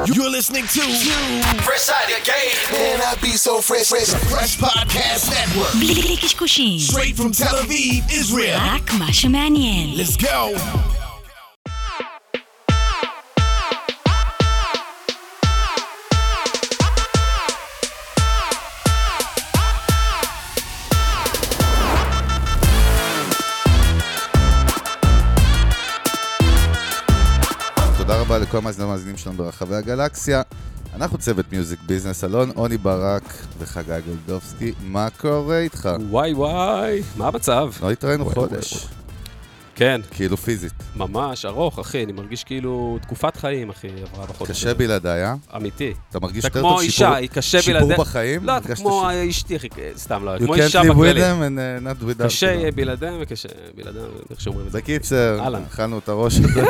You're listening to Fresh Out of Game. Man, I be so fresh. Fresh Podcast Network. בלי קשקושים. Straight from Tel Aviv, Israel. רק מה שמעניין. Let's go. תודה רבה לכל המאזינים שלנו ברחבי הגלקסיה. אנחנו צוות מיוזיק ביזנס, אלון, עוני ברק וחגי גולדובסקי. מה קורה איתך? וואי, מה המצב? לא התראינו חודש. כן. כאילו פיזית. ממש ארוך, אחי, אני מרגיש כאילו תקופת חיים, אחי, עברה בחודש. קשה בלעדיי, אה? אמיתי. אתה מרגיש אתה יותר כמו טוב אישה, קשה בלעדיי. שיפור בחיים? לא, אתה כמו אשתי, אחי, סתם לא, You כמו can't אישה live with בכללי. them and not without them. קשה בלעדיהם וקשה בלעדיהם, איך שאומרים את זה. בקיצר, אהלן. אכלנו את הראש הזה.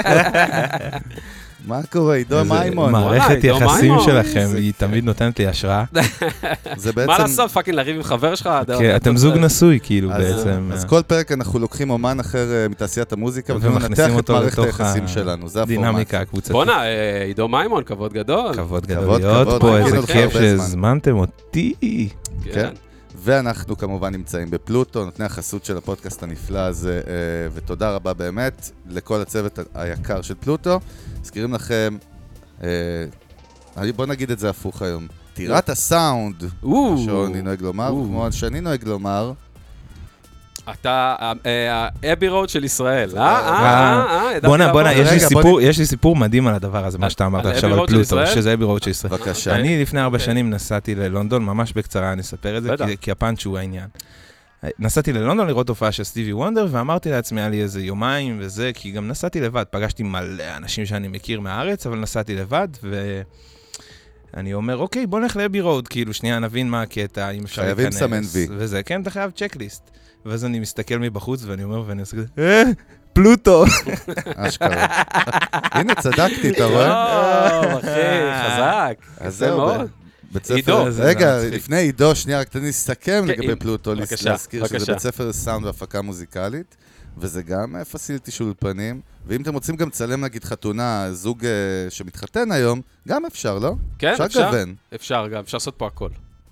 מה קורה? עידו מיימון. מערכת עידו יחסים מיימון. שלכם, היא תמיד נותנת לי השראה. זה בעצם... מה לעשות, פאקינג לריב עם חבר שלך? אתם זוג נשוי, כאילו, בעצם. אז כל פרק אנחנו לוקחים אומן אחר מתעשיית המוזיקה, ומכניסים אותו מערכת לתוך היחסים שלנו, זה הפורמט. הדינמיקה הקבוצתית. בוא'נה, עידו מיימון, כבוד גדול. כבוד כבוד, גדול להיות פה, חיכינו איזה לך כיף הרבה זמן. שהזמנתם אותי. כן. ואנחנו כמובן נמצאים בפלוטו, נותני החסות של הפודקאסט הנפלא הזה, ותודה רבה באמת לכל הצוות היקר של פלוטו. מזכירים לכם, בוא נגיד את זה הפוך היום, טירת הסאונד, שאני נוהג לומר, כמו שאני נוהג לומר, אתה האבי רוד של ישראל, בואנה, יש לי סיפור מדהים על הדבר הזה, מה שאתה אמרת עכשיו על פלוטו, שזה אבי רוד של ישראל. בבקשה. אני לפני 4 שנים נסעתי ללונדון, ממש בקצרה אני אספר את זה, כי הפאנץ' הוא העניין. נסעתי ללונדון לראות הופעה של סטיבי וונדר, ואמרתי לעצמי, היה לי איזה יומיים וזה, כי גם נסעתי לבד, פגשתי מלא אנשים שאני מכיר מהארץ, אבל נסעתי לבד, ואני אומר, אוקיי, בוא נלך לאבי רוד, כאילו, שנייה, נבין מה הקטע, אם אפשר להיכנס. חייבים סמן וי. וזה, כן, אתה חייב צ'קליסט. ואז אני מסתכל מבחוץ, ואני אומר, ואני עושה כזה, פלוטו. אשכרה. הנה, צדקתי, אתה רואה? אחי, חזק. אז זהו, עידו. רגע, לפני עידו, שנייה, רק תן נסתכם לגבי פלוטו, בבקשה, להזכיר שזה בית ספר סאונד והפקה מוזיקלית, וזה גם פסיליטי של אולפנים, ואם אתם רוצים גם צלם, נגיד, חתונה, זוג שמתחתן היום, גם אפשר, לא? כן, אפשר גוון. אפשר גם, אפשר לעשות פה הכל.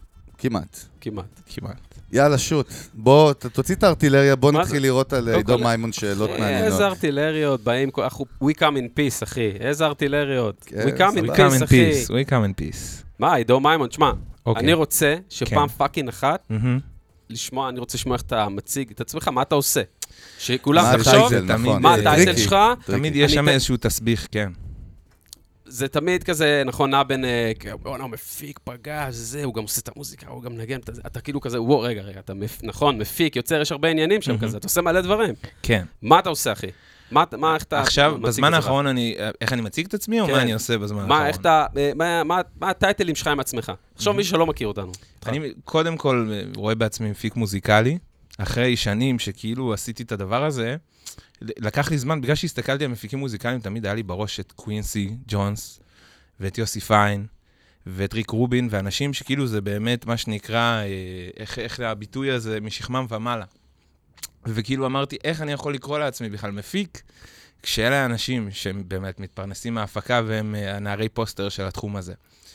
כמעט. יאללה, שוט. בוא, תוציא את הארטילריה, בוא נתחיל לראות על עידו מיימון שאלות מעניינות. איזה ארטילריות באים, we come in peace, אחי. איזה ארטילריות. We come in We come peace, in אחי. peace, we come in peace. מה, עידו מיימון, תשמע, אוקיי. אני רוצה שפעם כן. פאקינג אחת, לשמוע, אני רוצה לשמוע איך אתה מציג את עצמך, מה אתה עושה? שכולם מה תחשוב, הטייטל, נכון. מה הטייטל שלך? תמיד יש שם איזשהו תסביך, כן. זה תמיד כזה, נכון, נע בין, בוא'נה, הוא מפיק, פגש, זה, הוא גם עושה את המוזיקה, הוא גם נגן, אתה כאילו כזה, וואו, רגע, אתה נכון, מפיק, יוצר, יש הרבה עניינים שם כזה, אתה עושה מלא דברים. כן. מה אתה עושה, אחי? מה, איך אתה עכשיו, מציג בזמן את האחרון איך אני מציג את עצמי, או כן. מה אני עושה בזמן מה, האחרון? איך אתה, מה הטייטלים שלך עם עצמך? עכשיו מי שלא מכיר אותנו. אני קודם כל רואה בעצמי מפיק מוזיקלי, אחרי שנים שכאילו עשיתי את הדבר הזה, לקח לי זמן, בגלל שהסתכלתי על מפיקים מוזיקליים, תמיד היה לי בראש את קווינסי ג'ונס, ואת יוסי פיין, ואת ריק רובין, ואנשים שכאילו זה באמת מה שנקרא, איך הביטוי הזה משכמם ומעלה. וכאילו אמרתי, איך אני יכול לקרוא לעצמי בכלל מפיק, כשאלה האנשים שהם באמת מתפרנסים מההפקה, והם הנערי פוסטר של התחום הזה.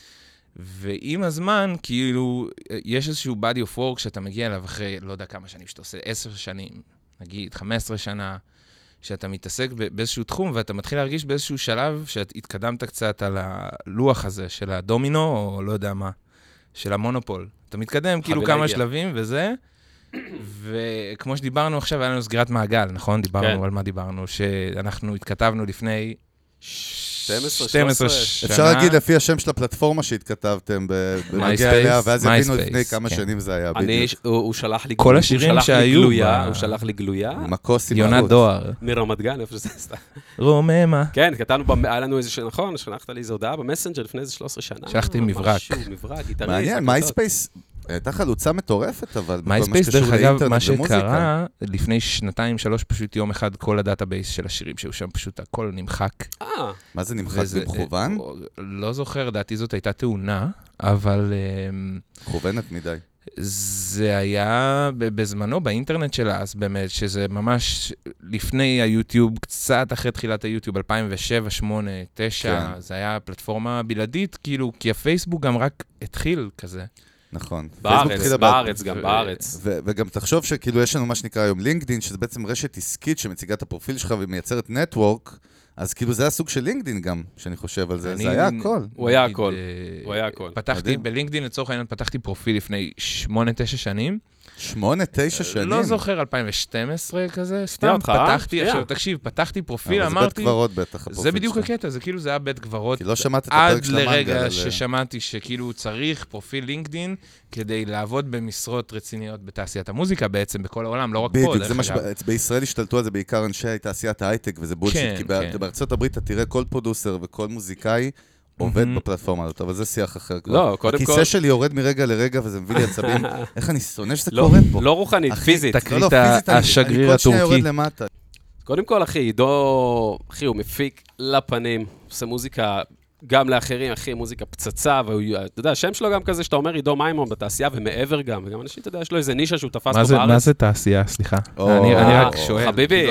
ועם הזמן, כאילו, יש איזשהו body of work שאתה מגיע אליו אחרי, לא יודע כמה שנים שאתה עושה, 10 שנים, נגיד, 15 שנה, שאתה מתעסק באיזשהו תחום, ואתה מתחיל להרגיש באיזשהו שלב, שאת התקדמת קצת על הלוח הזה, של הדומינו, או לא יודע מה, של המונופול. אתה מתקדם כאילו כמה שלבים, וזה, וכמו שדיברנו עכשיו, היה לנו סגירת מעגל, נכון? דיברנו על מה דיברנו, שאנחנו התכתבנו לפני 12 שנה. אפשר להגיד לפי השם של הפלטפורמה שהתכתבתם במגיע אליה, ואז הבינו לפני כמה שנים זה היה בדיוק. הוא שלח לי כל השירים שהיו הוא שלח לי גלויה. מקוס עם יונת דואר. מרמת גן, איפה שזה סתם. רוממה. כן, כתבנו, היה לנו איזה, נכון, שלחת לי איזו הודעה במסנג'ר לפני איזה 13 שנה. שלחתי מברק. מברק, גיטריסט. מעניין, מייספייס הייתה חלוצה מטורפת, אבל מייספייס, דרך אגב, מה שקרה, לפני 2-3, פשוט יום אחד, כל הדאטאבייס של השירים שהיו שם, פשוט הכל נמחק. מה זה נמחק במכוון? לא זוכר, דעתי זאת הייתה תאונה, אבל... מכוונת מדי. זה היה בזמנו, באינטרנט שלה, אז באמת, שזה ממש לפני היוטיוב, קצת אחרי תחילת היוטיוב, 2007, 2008, 2009, זה היה פלטפורמה בלעדית, כאילו, כי הפייסבוק גם רק התחיל כזה. נכון. בארץ, גם בארץ. וגם תחשוב שכאילו יש לנו מה שנקרא היום לינקדין, שזה בעצם רשת עסקית שמציגה את הפרופיל שלך ומייצרת נטוורק, אז כאילו זה הסוג של לינקדין גם, שאני חושב על זה, זה היה הכל. הוא היה הכל, הוא היה הכל. פתחתי, בלינקדין לצורך העניין, פתחתי פרופיל לפני 8-9 שנים. 8-9 שנים? לא זוכר, 2012 כזה, סתם פתחתי, עכשיו תקשיב, פתחתי פרופיל, אמרתי... זה בית קברות בטח, הפרופיל. זה בדיוק הקטע, זה כאילו זה היה בית קברות. כי לא שמעת את הפרק של המנגל. עד לרגע ששמעתי שכאילו צריך פרופיל לינקדין, כדי לעבוד במשרות רציניות בתעשיית המוזיקה בעצם, בכל העולם, לא רק פה, דרך אגב. בישראל השתלטו על זה בעיקר אנשי תעשיית ההייטק, וזה בולשיט, כי בארצות הברית אתה תראה כל פרודוסר וכל מוזיקאי עובד בפלטפורמה הזאת, אבל זה שיח אחר כבר. לא, קודם כל... הכיסא שלי יורד מרגע לרגע, וזה מביא לי עצבים. איך אני שונא שזה קורה פה? לא רוחנית, פיזית. תקרית השגריר הטורקי. קודם כל, אחי, עידו, אחי, הוא מפיק לפנים, עושה מוזיקה גם לאחרים, אחי, מוזיקה פצצה, ואתה יודע, השם שלו גם כזה, שאתה אומר עידו מימון בתעשייה, ומעבר גם, וגם אנשים, אתה יודע, יש לו איזה נישה שהוא תפס פה בארץ. מה זה תעשייה? סליחה. אני רק שואל. חביבי,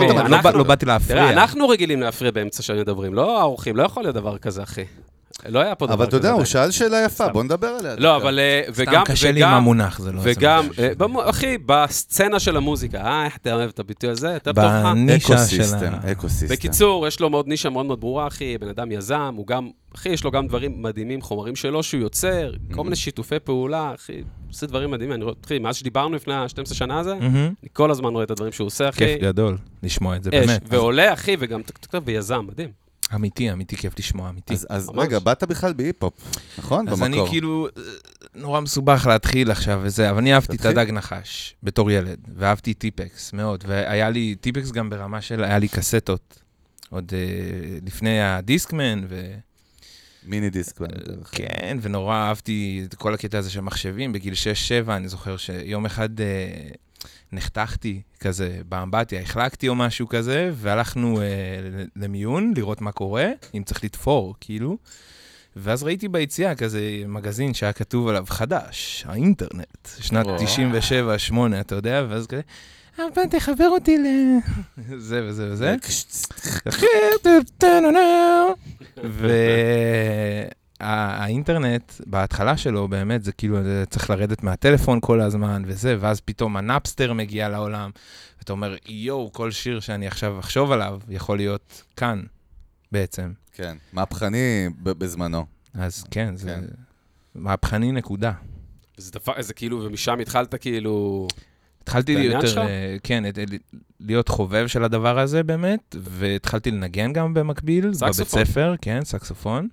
לא באתי להפריע. תראה, אנחנו רגילים להפריע באמצע שמדברים, לא האורחים, לא יכול להיות דבר כזה, אחי. לא היה פה דבר כזה. אבל אתה יודע, הוא שאל שאלה יפה, בוא נדבר עליה. לא, אבל וגם... סתם קשה לי עם המונח, זה לא... וגם, אחי, בסצנה של המוזיקה, איך אתה אוהב את הביטוי הזה? יותר טוב לך? בנישה שלה. אקוסיסטם. בקיצור, יש לו מאוד נישה מאוד מאוד ברורה, אחי, בן אדם יזם, הוא גם, אחי, יש לו גם דברים מדהימים, חומרים שלו שהוא יוצר, כל מיני שיתופי פעולה, אחי, עושה דברים מדהימים, אני רואה, אחי, מאז שדיברנו לפני 12 שנה הזה, אני כל הזמן רואה את הדברים שהוא עושה, אחי. כיף גדול לשמוע את זה, באמת. ועולה, אחי, וגם ויזם, מדהים. אמיתי, כיף לשמוע, אמיתי. אז רגע, באת בכלל בהיפ-הופ, נכון? אז אני כאילו, נורא מסובך להתחיל עכשיו וזה, אבל אני אהבתי את הדג נחש בתור ילד, ואהבתי טיפקס מאוד, והיה לי טיפקס גם ברמה של, היה לי קסטות, עוד לפני הדיסקמן, מיני דיסקמן. כן, ונורא אהבתי את כל הקטע הזה של מחשבים, בגיל 6-7, אני זוכר שיום אחד... נחתכתי כזה באמבטיה, החלקתי או משהו כזה, והלכנו למיון לראות מה קורה, אם צריך לתפור, כאילו. ואז ראיתי ביציאה כזה מגזין שהיה כתוב עליו חדש, האינטרנט, שנת 97-8, אתה יודע, ואז כזה, אבל תחבר אותי זה וזה וזה. האינטרנט, בהתחלה שלו, באמת, זה כאילו, צריך לרדת מהטלפון כל הזמן וזה, ואז פתאום הנאפסטר מגיע לעולם, ואתה אומר, יואו, כל שיר שאני עכשיו אחשוב עליו, יכול להיות כאן, בעצם. כן, מהפכני בזמנו. אז כן, זה מהפכני נקודה. זה כאילו, ומשם התחלת כאילו... התחלתי יותר, כן, להיות חובב של הדבר הזה באמת, והתחלתי לנגן גם במקביל, בבית ספר, כן, סקסופון.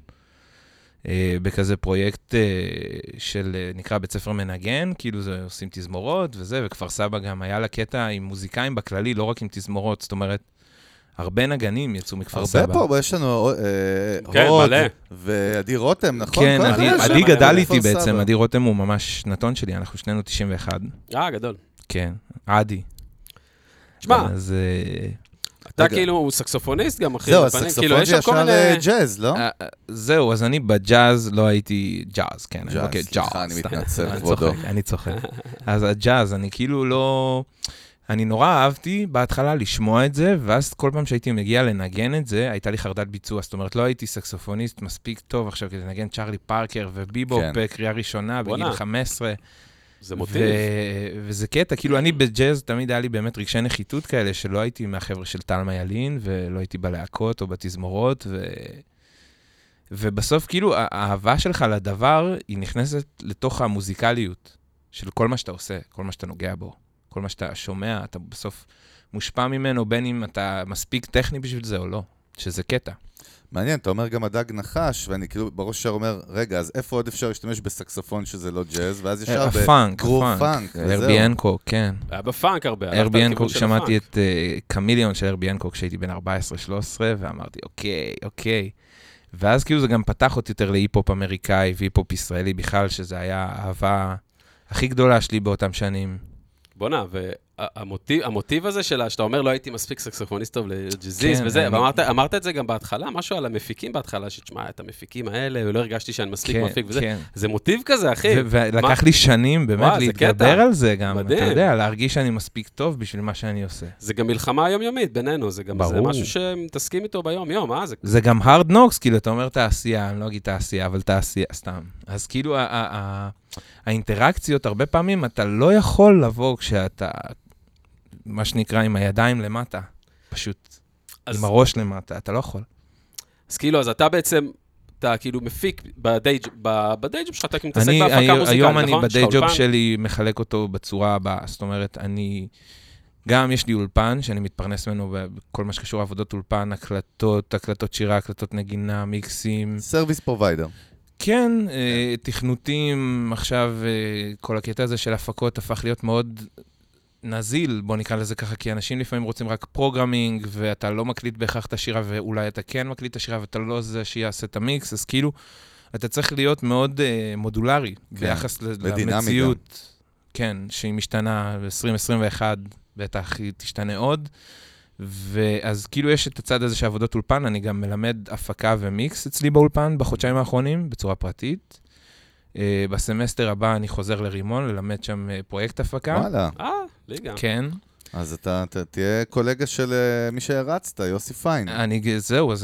בכזה פרויקט של, נקרא בית ספר מנגן, כאילו זה עושים תזמורות וזה, וכפר סבא גם היה לה קטע עם מוזיקאים בכללי, לא רק עם תזמורות, זאת אומרת, הרבה נגנים יצאו מכפר סבא. הרבה פה, יש לנו הוד ועדי רותם, נכון? כן, עדי גדל איתי בעצם, עדי רותם הוא ממש נתון שלי, אנחנו שנינו 91. גדול. כן, עדי. שמע, אז... אתה כאילו, הוא סקסופוניסט גם, אחי. זהו, הסקסופון זה ישר ג'אז, לא? זהו, אז אני בג'אז לא הייתי ג'אז, כן. ג'אז, סליחה, אני מתנצל, כבודו. אני צוחק. אז הג'אז, אני כאילו לא... אני נורא אהבתי בהתחלה לשמוע את זה, ואז כל פעם שהייתי מגיע לנגן את זה, הייתה לי חרדת ביצוע. זאת אומרת, לא הייתי סקסופוניסט מספיק טוב עכשיו כדי לנגן צ'רלי פארקר וביבופ קריאה ראשונה בגיל 15. זה מוטיב. וזה קטע, כאילו אני בג'אז תמיד היה לי באמת רגשי נחיתות כאלה, שלא הייתי מהחבר'ה של טלמה ילין, ולא הייתי בלהקות או בתזמורות, ובסוף כאילו האהבה שלך לדבר, היא נכנסת לתוך המוזיקליות של כל מה שאתה עושה, כל מה שאתה נוגע בו, כל מה שאתה שומע, אתה בסוף מושפע ממנו, בין אם אתה מספיק טכני בשביל זה או לא, שזה קטע. מעניין, אתה אומר גם הדג נחש, ואני כאילו בראש שער אומר, רגע, אז איפה עוד אפשר להשתמש בסקסופון שזה לא ג'אז, ואז ישר בגרוב פאנק. הרבי הנקוק, כן. היה בפאנק הרבה. הרבי הנקוק, שמעתי את קמיליון של הרבי הנקוק, שהייתי בן 14-13, ואמרתי, אוקיי. ואז כאילו זה גם פתח אותי יותר להיפ-הופ אמריקאי, והיפ-הופ ישראלי בכלל, שזה היה האהבה הכי גדולה שלי באותם שנים. בונה, המוטיב הזה שלה, שאתה אומר, לא הייתי מספיק סקסופוניסט טוב לג'זיז וזה, ואמרת את זה גם בהתחלה, משהו על המפיקים בהתחלה, שתשמע, את המפיקים האלה, ולא הרגשתי שאני מספיק מפיק וזה. זה מוטיב כזה, אחי. ולקח לי שנים באמת להתגבר על זה גם. אתה יודע, להרגיש שאני מספיק טוב בשביל מה שאני עושה. זה גם מלחמה יומיומית בינינו, זה גם משהו שמתעסקים איתו ביום-יום, זה גם hard knocks, כאילו, אתה אומר תעשייה, אני לא אגיד תעשייה, אבל תעשייה, סתם. אז כאילו, האינטראקציות, הרבה פעמים אתה לא יכול לבוא כשאתה, מה שנקרא, עם הידיים למטה, פשוט, עם הראש למטה, אתה לא יכול. אז כאילו, אז אתה בעצם, אתה כאילו מפיק בדייג'וב שלך, אתה כאילו מתעסק בהפקה מוזיקלית, נכון? היום אני בדייג'וב שלי מחלק אותו בצורה הבאה, זאת אומרת, גם יש לי אולפן, שאני מתפרנס ממנו בכל מה שקשור לעבודות אולפן, הקלטות שירה, הקלטות נגינה, מיקסים. סרוויס פרוביידר. כן, תכנותים, עכשיו כל הקטע הזה של הפקות הפך להיות מאוד נזיל, בוא נקרא לזה ככה, כי אנשים לפעמים רוצים רק פרוגרמינג, ואתה לא מקליט בהכרח את השירה, ואולי אתה כן מקליט את השירה, ואתה לא זה שיעשה את המיקס, אז כאילו, אתה צריך להיות מאוד מודולרי, ביחס למציאות, כן, שהיא משתנה ב-2021, בטח היא תשתנה עוד, ואז כאילו יש את הצד הזה של עבודות אולפן, אני גם מלמד הפקה ומיקס אצלי באולפן בחודשיים האחרונים, בצורה פרטית. בסמסטר הבא אני חוזר לרימון, ללמד שם פרויקט הפקה. וואלה. ליגה. כן. אז אתה תהיה קולגה של מי שהרצת, יוסי פיין. זהו,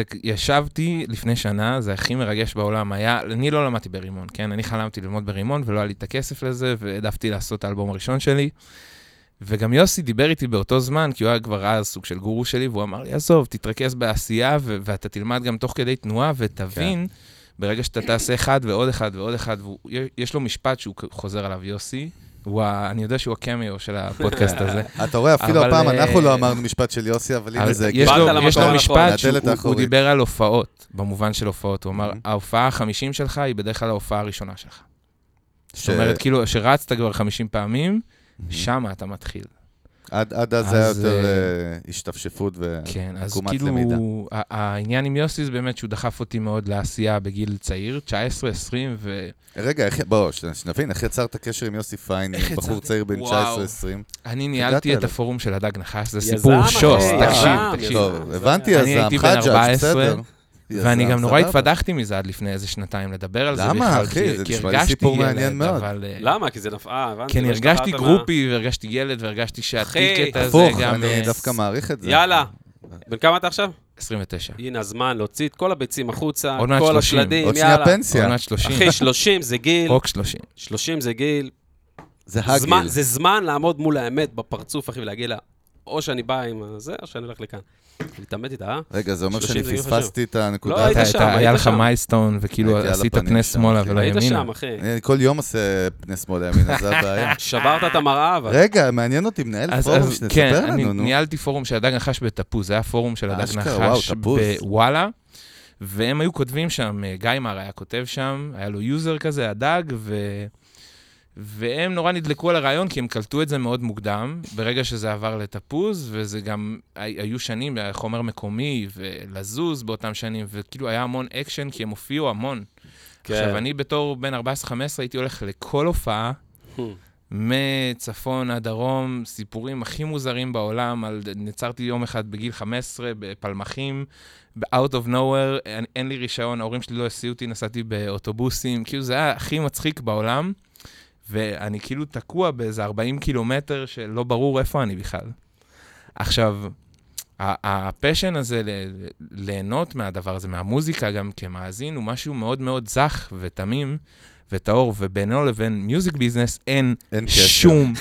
ישבתי לפני שנה, זה הכי מרגש בעולם. אני לא למדתי ברימון, כן? אני חלמתי ללמוד ברימון, ולא היה לי את הכסף לזה, והעדפתי לעשות את האלבום הראשון שלי. וגם יוסי דיבר איתי באותו זמן, כי הוא היה כבר אז סוג של גורו שלי, והוא אמר לי, עזוב, תתרכז בעשייה, ואתה תלמד גם תוך כדי תנועה, ותבין, ברגע שאתה תעשה אחד ועוד אחד ועוד אחד, יש לו משפט שהוא חוזר עליו, יוסי, אני יודע שהוא הקמיו של הפודקאסט הזה. אתה רואה, אפילו הפעם אנחנו לא אמרנו משפט של יוסי, אבל הנה זה... יש לו משפט שהוא דיבר על הופעות, במובן של הופעות, הוא אמר, ההופעה ה-50 שלך היא בדרך כלל ההופעה הראשונה שלך. זאת אומרת, כאילו, שרצת כבר 50 פעמים, שם אתה מתחיל. עד אז היה יותר השתפשפות כן, אז ועקומת למידה. כאילו, העניין עם יוסי זה באמת שהוא דחף אותי מאוד לעשייה בגיל צעיר, 19, 20 ו... רגע, בואו, שנבין, איך יצרת קשר עם יוסי פיין, בחור צעיר בין 19-20? אני ניהלתי את הפורום של הדג נחש, זה סיפור שוס, תקשיב. טוב, הבנתי, אז אני הייתי בן 14, ואני גם נורא התפדחתי מזה עד לפני איזה שנתיים לדבר על זה. למה, אחי? זה נשמע לי סיפור מעניין מאוד. למה? כי זה נפעה, הבנתי. כן, הרגשתי גרופי, והרגשתי ילד, והרגשתי שהטיקט הזה גם... אני דווקא מעריך את זה. יאללה. בן כמה אתה עכשיו? 29. הנה הזמן להוציא את כל הביצים החוצה, עוד מעט כל 30. השלדים, עוד שנייה פנסיה. עוד מעט 30. אחי, 30 זה גיל. חוק 30. 30 זה גיל. זה הגיל. זה זמן לעמוד מול האמת בפרצוף, אחי, ולהגיד לה, או שאני בא עם זה, או שאני הולך לכאן. להתאמת איתה, רגע, זה אומר שאני פספסתי את הנקודה. לא, היית שם. היה לך מיילסטון, וכאילו עשית פני שמאלה ולא ימינה. היית שם, אחי. אני כל יום עושה פני שמאלה ימינה, זה הבעיה. שברת את המראה, אבל... רגע, מעניין אותי, מנהל פורום, שתספר לנו, נו. כן, אני ניהלתי פורום של הדג נחש בתפוז, זה היה פורום של הדג נחש בוואלה, והם היו כותבים שם, גיימר היה כותב שם, היה לו יוזר כזה, הדג, והם נורא נדלקו על הרעיון, כי הם קלטו את זה מאוד מוקדם, ברגע שזה עבר לתפוז, וזה גם, היו שנים, חומר מקומי, ולזוז באותם שנים, וכאילו היה המון אקשן, כי הם הופיעו המון. כן. עכשיו, אני בתור בן 14-15 הייתי הולך לכל הופעה, מצפון עד דרום, סיפורים הכי מוזרים בעולם, נצרתי יום אחד בגיל 15, בפלמחים, ב-out of nowhere, אין לי רישיון, ההורים שלי לא הסיעו אותי, נסעתי באוטובוסים, כאילו זה היה הכי מצחיק בעולם, ואני כאילו תקוע באיזה 40 קילומטר שלא ברור איפה אני בכלל. עכשיו, הפשן הזה ליהנות מהדבר הזה, מהמוזיקה גם כמאזין, הוא משהו מאוד מאוד זך ותמים וטהור, ובינו לבין מיוזיק ביזנס אין שום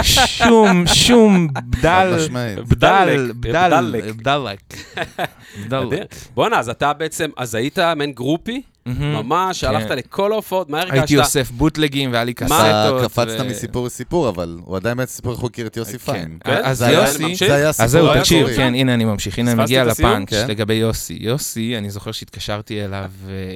בדלק. בוא'נה, אז אתה בעצם, אז היית מן גרופי? ממש, הלכת לכל ההופעות, מה הרגשת? הייתי אוסף בוטלגים והיה לי קסטות. קפצת מסיפור לסיפור, אבל הוא עדיין באמת סיפור איך הוא הכיר את יוסי פיין. אז יוסי, אז זהו, תקשיב, כן, הנה אני ממשיך, הנה אני מגיע לפאנץ' לגבי יוסי. יוסי, אני זוכר שהתקשרתי אליו,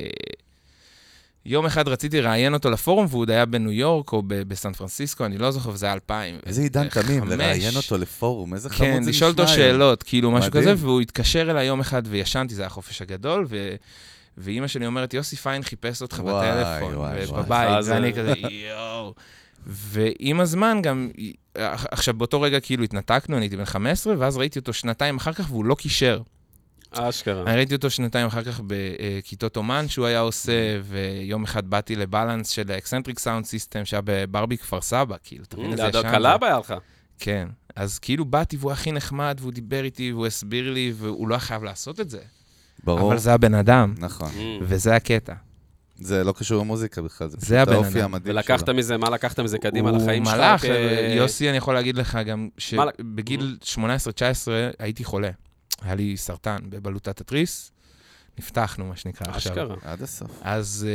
יום אחד רציתי ראיין אותו לפורום, והוא היה בניו יורק או בסן פרנסיסקו, אני לא זוכר, וזה 2000. איזה עידן תמים, לראיין אותו לפורום, איזה חמוד זה נשמע. כן, לשאול אותו שאלות, כאילו משהו כזה, והוא התקשר אליי יום אחד וישנתי, זה היה החופש הגדול, ואימא שלי אומרת, יוסי פיין חיפש אותך בטלפון, ובבית, ואני כזה, יואו. ועם הזמן גם עכשיו, באותו רגע כאילו התנתקנו, אני הייתי בן 15, ואז ראיתי אותו שנתיים אחר כך, והוא לא קישר. אשכרה. אני ראיתי אותו שנתיים אחר כך בכיתות אומן שהוא היה עושה, ויום אחד באתי לבלנס של האקסנטריק סאונד סיסטם, שהיה בברבי כפר סבא, כאילו, תבין איזה ישן. קלאב היה לך. כן. אז כאילו באתי, והוא הכי נחמד, והוא דיבר איתי, והוא הסביר לי, והוא לא היה חייב לעשות את זה. ברור. אבל זה הבן אדם. נכון. וזה הקטע. זה לא קשור למוזיקה בכלל, זה הבן האופי אדם. המדהים שלו. ולקחת מזה, מה לקחת מזה קדימה לחיים שלך? הוא מלך, יוסי, אני יכול להגיד לך גם, שבגיל 18-19 הייתי חולה. היה לי סרטן בבלוטת התריס, נפתחנו, מה שנקרא עכשיו. אשכרה. עד הסוף. אז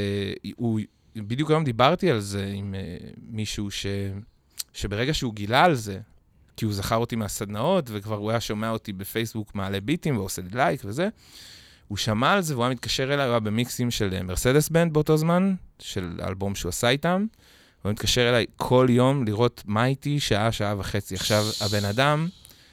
בדיוק היום דיברתי על זה עם מישהו שברגע שהוא גילה על זה, כי הוא זכר אותי מהסדנאות, וכבר הוא היה שומע אותי בפייסבוק מעלה ביטים, ועושה לי לייק וזה, הוא שמע על זה, והוא היה מתקשר אליי, הוא היה במיקסים של מרסדס בנד באותו זמן, של האלבום שהוא עשה איתם, הוא מתקשר אליי כל יום לראות מה איתי, שעה וחצי. עכשיו, הבן אדם,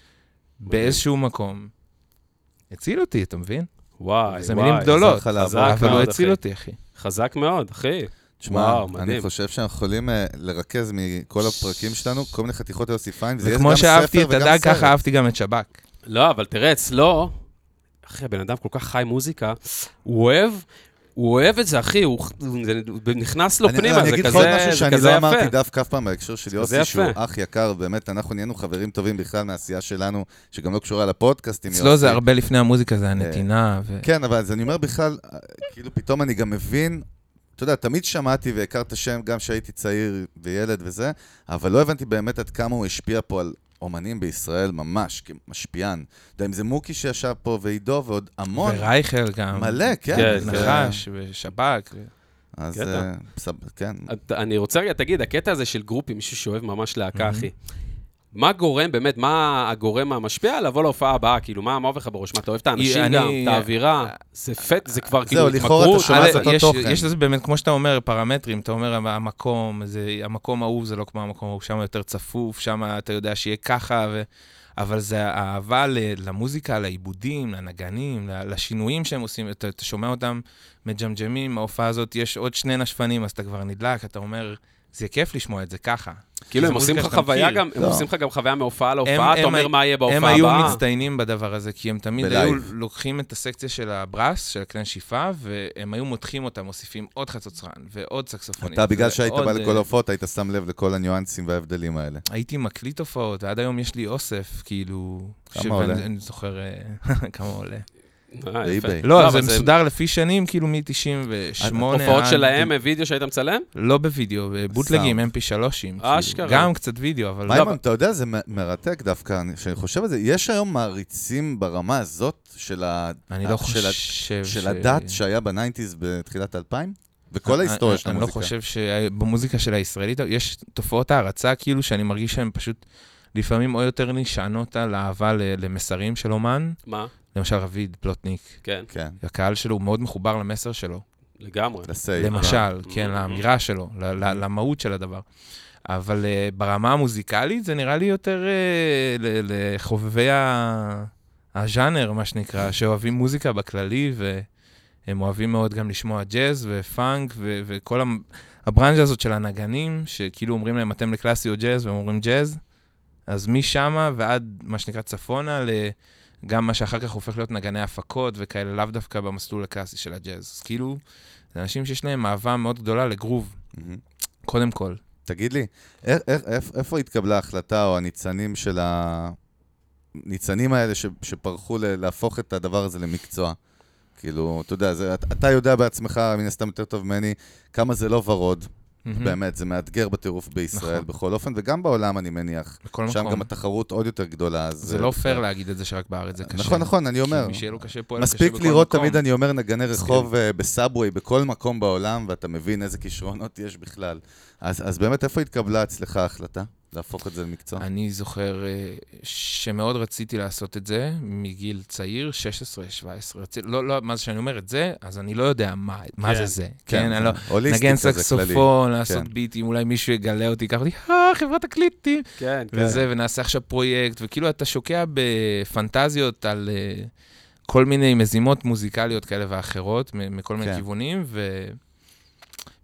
באיזשהו מקום, הציל אותי, אתה מבין? וואי, זה מילים גדולות, חזק אבל הוא מאוד, הציל אחי. אותי, אחי. חזק מאוד, אחי. תשמע, וואו, אני מדהים. חושב שאנחנו יכולים לרכז מכל הפרקים שלנו, כל מיני חתיכות ליוסי פיין, וזה יהיה גם וכמו ספר שאהבתי את וגם הדג, סרט. ככה אהבתי גם את שב"כ. לא, אבל תראה, אצלו, אחי, הבן אדם כל כך חי מוזיקה, הוא אוהב את זה, אחי, הוא נכנס לו פנימה, אני זה אגיד לך עוד משהו כזה שאני לא יפה. אמרתי דווקא אף פעם בהקשר של יוסי, שהוא יפה. אח יקר, באמת, אנחנו נהיינו חברים טובים בכלל מהעשייה שלנו, שגם לא קשורה לפודקאסט עם יוסי. אצלו זה הרבה לפני המוזיקה, זה הנתינה. כן, אבל אז אני אומר בכלל, כאילו פתאום אני גם מבין, אתה יודע, תמיד שמעתי והכרת השם גם שהייתי צעיר וילד וזה, אבל לא הבנתי באמת עד כמה הוא השפיע פה על אומנים בישראל ממש, כמשפיען. אתה יודע, אם זה מוקי שישב פה ועידו ועוד המון. ורייכל גם. מלא, כן. נחש ושב"כ. אז כן. אני רוצה רגע, תגיד, הקטע הזה של גרופים, מישהו שאוהב ממש להקה, אחי. מה גורם, באמת, מה הגורם המשפיע לבוא להופעה הבאה? כאילו, מה עובר לך בראש? מה, אתה אוהב את האנשים גם, את האווירה? זה פט, זה כבר כאילו לכאורה אתה שומע את אותו תוכן. יש לזה באמת, כמו שאתה אומר, פרמטרים, אתה אומר, המקום ההוא זה לא כמו המקום ההוא, שם יותר צפוף, שם אתה יודע שיהיה ככה, אבל זה האהבה למוזיקה, לעיבודים, לנגנים, לשינויים שהם עושים, אתה שומע אותם מג'מג'מים, ההופעה הזאת, יש עוד 2 נשפנים, אז אתה כבר נדלק, אתה אומר, זה כיף לשמוע את זה ככה. כאילו, הם עושים לך חוויה גם, הם עושים לך גם חוויה מהופעה להופעה, אתה אומר מה יהיה בהופעה הבאה. הם היו מצטיינים בדבר הזה, כי הם תמיד היו לוקחים את הסקציה של הברס, של הכלי נשיפה, והם היו מותחים אותם, מוסיפים עוד חצוצרן ועוד סקסופונית. אתה בגלל שהיית בא לכל ההופעות, היית שם לב לכל הניואנסים וההבדלים האלה. הייתי מקליט הופעות, ועד היום יש לי אוסף, כאילו... כמה עולה? אני זוכר כמה עולה. באיביי. לא, זה מסודר לפי שנים, כאילו מ-98. הופעות שלהם, וידאו שהיית מצלם? לא בווידאו, בוטלגים, MP3. אשכרה. גם קצת וידאו, אבל... מיימון, אתה יודע, זה מרתק דווקא, שאני חושב על זה, יש היום מעריצים ברמה הזאת של הדת שהיה בניינטיז בתחילת 2000? וכל ההיסטוריה של המוזיקה. אני לא חושב שבמוזיקה של הישראלית, יש תופעות הערצה, כאילו שאני מרגיש שהן פשוט לפעמים או יותר נשענות על אהבה למסרים של אומן. מה? למשל רביד פלוטניק. כן. הקהל שלו הוא מאוד מחובר למסר שלו. לגמרי. למשל, כן, לאמירה שלו, למהות של הדבר. אבל ברמה המוזיקלית זה נראה לי יותר לחובבי הז'אנר, מה שנקרא, שאוהבים מוזיקה בכללי, והם אוהבים מאוד גם לשמוע ג'אז ופאנק, וכל הברנז'ה הזאת של הנגנים, שכאילו אומרים להם, אתם לקלאסי או ג'אז, והם אומרים ג'אז, אז משמה ועד מה שנקרא צפונה, גם מה שאחר כך הופך להיות נגני הפקות וכאלה, לאו דווקא במסלול הקלאסי של הג'אז. אז כאילו, זה אנשים שיש להם אהבה מאוד גדולה לגרוב, קודם כל. תגיד לי, איפה התקבלה ההחלטה או הניצנים של הניצנים האלה שפרחו להפוך את הדבר הזה למקצוע? כאילו, אתה יודע, אתה יודע בעצמך, מן הסתם יותר טוב ממני, כמה זה לא ורוד. באמת, זה מאתגר בטירוף בישראל בכל אופן, וגם בעולם אני מניח. שם גם התחרות עוד יותר גדולה. זה לא פייר להגיד את זה שרק בארץ זה קשה. נכון, אני אומר. כי מי שיהיה לו קשה פה, קשה בכל מספיק מקום. לראות תמיד, אני אומר, נגני רחוב בסאבווי, בכל מקום בעולם, ואתה מבין איזה כישרונות יש בכלל. אז באמת, איפה התקבלה אצלך ההחלטה? להפוך את זה למקצוע? אני זוכר שמאוד רציתי לעשות את זה, מגיל צעיר, 16, 17. לא, מה זה שאני אומר את זה, אז אני לא יודע מה זה זה. כן, אני לא... נגן סקסופון, לעשות ביטים, אולי מישהו יגלה אותי, ככה אותי, חברת תקליטים. כן, וזה, ונעשה עכשיו פרויקט, וכאילו אתה שוקע בפנטזיות על כל מיני מזימות מוזיקליות כאלה ואחרות, מכל מיני כיוונים,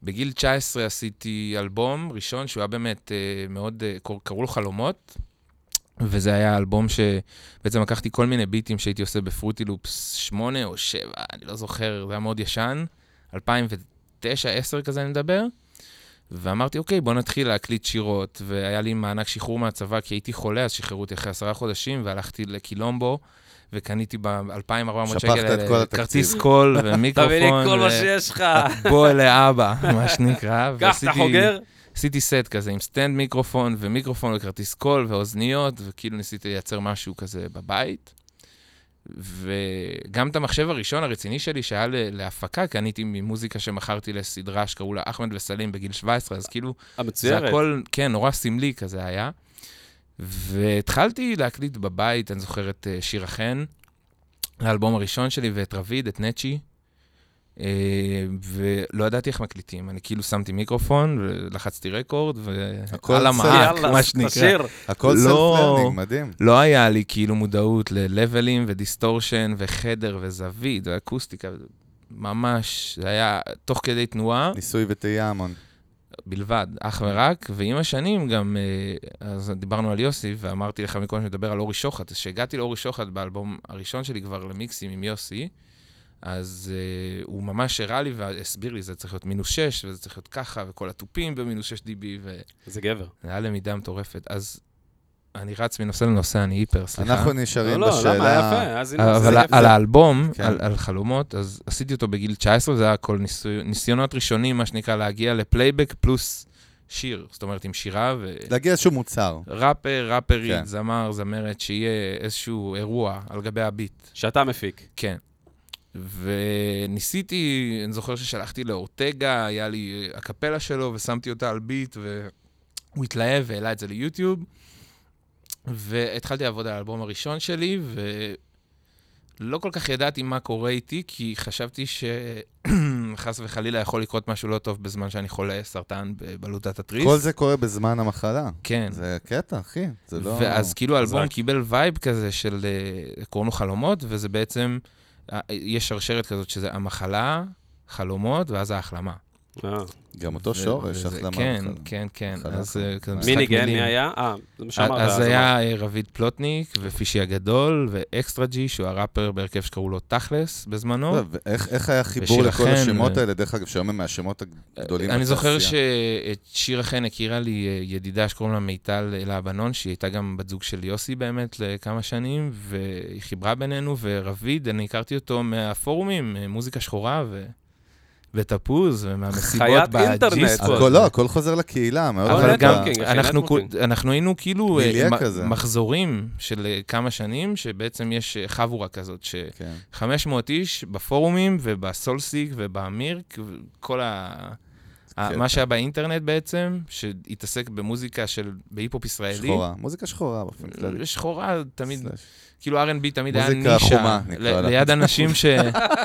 בגיל 19 עשיתי אלבום ראשון, שהוא היה באמת מאוד, קראו לו חלומות, וזה היה אלבום שבעצם לקחתי כל מיני ביטים שהייתי עושה בפרוטי לופס 8 או 7, אני לא זוכר, זה היה מאוד ישן, 2009-2010 כזה אני מדבר, ואמרתי, אוקיי, בוא נתחיל להקליט שירות, והיה לי מענק שחרור מהצבא, כי הייתי חולה, אז שחררו אותי אחרי 10 חודשים, והלכתי לקילומבו, וקניתי ב-2,400 שקל כרטיס קול ומיקרופון. תביא לי כל מה שיש לך. בוא לאבא, מה שנקרא. קח את החוגר. עשיתי סט כזה עם סטנד מיקרופון ומיקרופון וכרטיס קול ואוזניות, וכאילו ניסיתי לייצר משהו כזה בבית. וגם את המחשב הראשון הרציני שלי שהיה להפקה, קניתי ממוזיקה שמכרתי לסדרה שקראו לה אחמד וסלים בגיל 17, אז כאילו זה הכל, כן, נורא סמלי כזה היה. והתחלתי להקליט בבית, אני זוכר את שיר החן, האלבום הראשון שלי, ואת רביד, את נצ'י, ולא ידעתי איך מקליטים. אני כאילו שמתי מיקרופון, ולחצתי רקורד, ועל המעק, מה שנקרא. הכל סלף-לרנינג, מדהים. לא היה לי כאילו מודעות ללבלים ודיסטורשן, וחדר וזווית, ואקוסטיקה, ממש, זה היה תוך כדי תנועה. ניסוי וטעייה המון. בלבד, אך ורק, ועם השנים גם, אז דיברנו על יוסי, ואמרתי לך מקודם שנדבר על אורי שוחט, אז שהגעתי לאורי שוחט באלבום הראשון שלי כבר למיקסים עם יוסי, אז הוא ממש הראה לי והסביר לי, זה צריך להיות -6, וזה צריך להיות ככה, וכל הטופים ב-6 dB, זה גבר. זה היה למידה מטורפת, אז אני רץ מנושא לנושא, אני היפר, סליחה. אנחנו נשארים לא, בשאלה... למה, יפה, אבל על האלבום, על חלומות, אז עשיתי אותו בגיל 19, זה היה כל ניסיונות ראשונים, מה שנקרא, להגיע לפלייבק פלוס שיר, זאת אומרת, עם שירה ו... להגיע איזשהו מוצר. ראפרית, זמר, זמרת, שיהיה איזשהו אירוע על גבי הביט. שאתה מפיק. כן. וניסיתי, אני זוכר ששלחתי לאורטגה, היה לי הקפלה שלו, ושמתי אותה על ביט, והוא התלהב והעלה את זה ליוטיוב. והתחלתי לעבוד על האלבום הראשון שלי, ולא כל כך ידעתי מה קורה איתי, כי חשבתי שחס וחלילה יכול לקרות משהו לא טוב בזמן שאני חולה סרטן בבלוטת התריס. כל זה קורה בזמן המחלה. כן. זה קטע, אחי. זה לא... ואז כאילו האלבום קיבל וייב כזה של קוראים לו חלומות, וזה בעצם, יש שרשרת כזאת שזה המחלה, חלומות, ואז ההחלמה. גם אותו שורש, החלמה. כן. מי ניגן, מי היה? זה מה שאמרת. אז היה רביד פלוטניק, ופישי הגדול, ואקסטרה ג'י, שהוא הראפר בהרכב שקראו לו תכלס בזמנו. איך היה חיבור לכל השמות האלה? דרך אגב, שהיום הם מהשמות הגדולים. אני זוכר שאת שיר החן הכירה לי ידידה שקוראים לה מיטל אלהבנון, שהיא הייתה גם בת זוג של יוסי באמת לכמה שנים, והיא חיברה בינינו, ורביד, אני הכרתי אותו מהפורומים, מוזיקה שחורה, ותפוז, ומהמסיבות בג'יסט. הכל חוזר לקהילה. אבל גם אנחנו היינו כאילו מחזורים של כמה שנים, שבעצם יש חבורה כזאת, ש500 איש בפורומים ובסולסיק ובאמירק, כל מה שהיה באינטרנט בעצם, שהתעסק במוזיקה בהיפ-הופ ישראלי. שחורה, מוזיקה שחורה. שחורה תמיד, כאילו R&B תמיד היה נישה, ליד אנשים ש...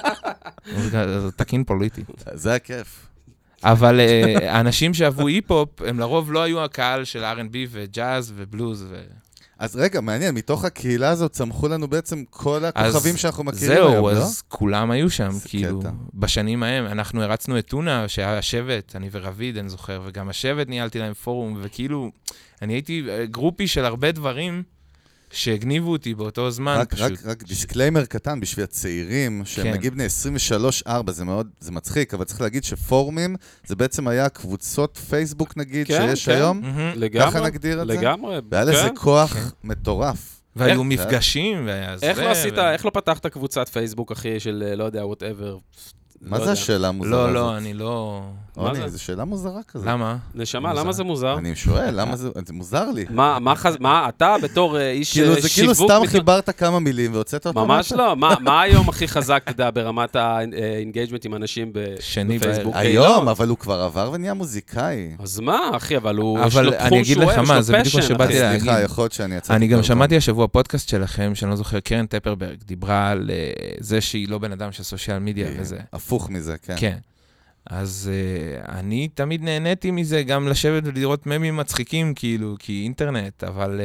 זה תקין פוליטי. זה הכיף. אבל האנשים שאהבו היפ-הופ, הם לרוב לא היו הקהל של R&B וג'אז ובלוז אז רגע, מעניין, מתוך הקהילה הזאת צמחו לנו בעצם כל הכוכבים שאנחנו מכירים היום, לא? זהו, אז כולם היו שם, כאילו, בשנים ההם. אנחנו הרצנו את טונה, שהיה השבט, אני ורביד, אני זוכר, וגם השבט ניהלתי להם פורום, וכאילו, אני הייתי גרופי של הרבה דברים שהגניבו אותי באותו זמן. רק דיסקליימר קטן בשביל הצעירים, שהם נגיד בני 23-4, זה מצחיק, אבל צריך להגיד שפורומים, זה בעצם היה קבוצות פייסבוק נגיד, שיש היום, ככה נגדיר את זה. לגמרי. והיה לזה כוח מטורף. והיו מפגשים, והיה זה. איך לא פתחת קבוצת פייסבוק, אחי, של לא יודע, whatever? מה זה השאלה המוזרה הזאת? לא, אני לא... זו שאלה מוזרה כזאת. למה? נשמה, למה זה מוזר? אני שואל, למה זה מוזר לי? מה, אתה בתור איש שיווק... זה כאילו סתם חיברת כמה מילים והוצאת אותו. ממש לא. מה היום הכי חזק, אתה יודע, ברמת האינגייג'מנט עם אנשים בפייסבוק? היום, אבל הוא כבר עבר ונהיה מוזיקאי. אז מה, אחי, אבל הוא... אבל אני אגיד לך מה, זה בדיוק מה שבאתי להגיד. סליחה, יכול להיות שאני יצאתי... אני גם שמעתי השבוע פודקאסט שלכם, שאני לא זוכר, קרן טפרברג, דיברה על זה שהיא לא בן אדם של סושיאל מדיה וזה. הפוך מזה, כן. כן. אז אני תמיד נהניתי מזה, גם לשבת ולראות ממים מצחיקים, כאילו, כי אינטרנט, אבל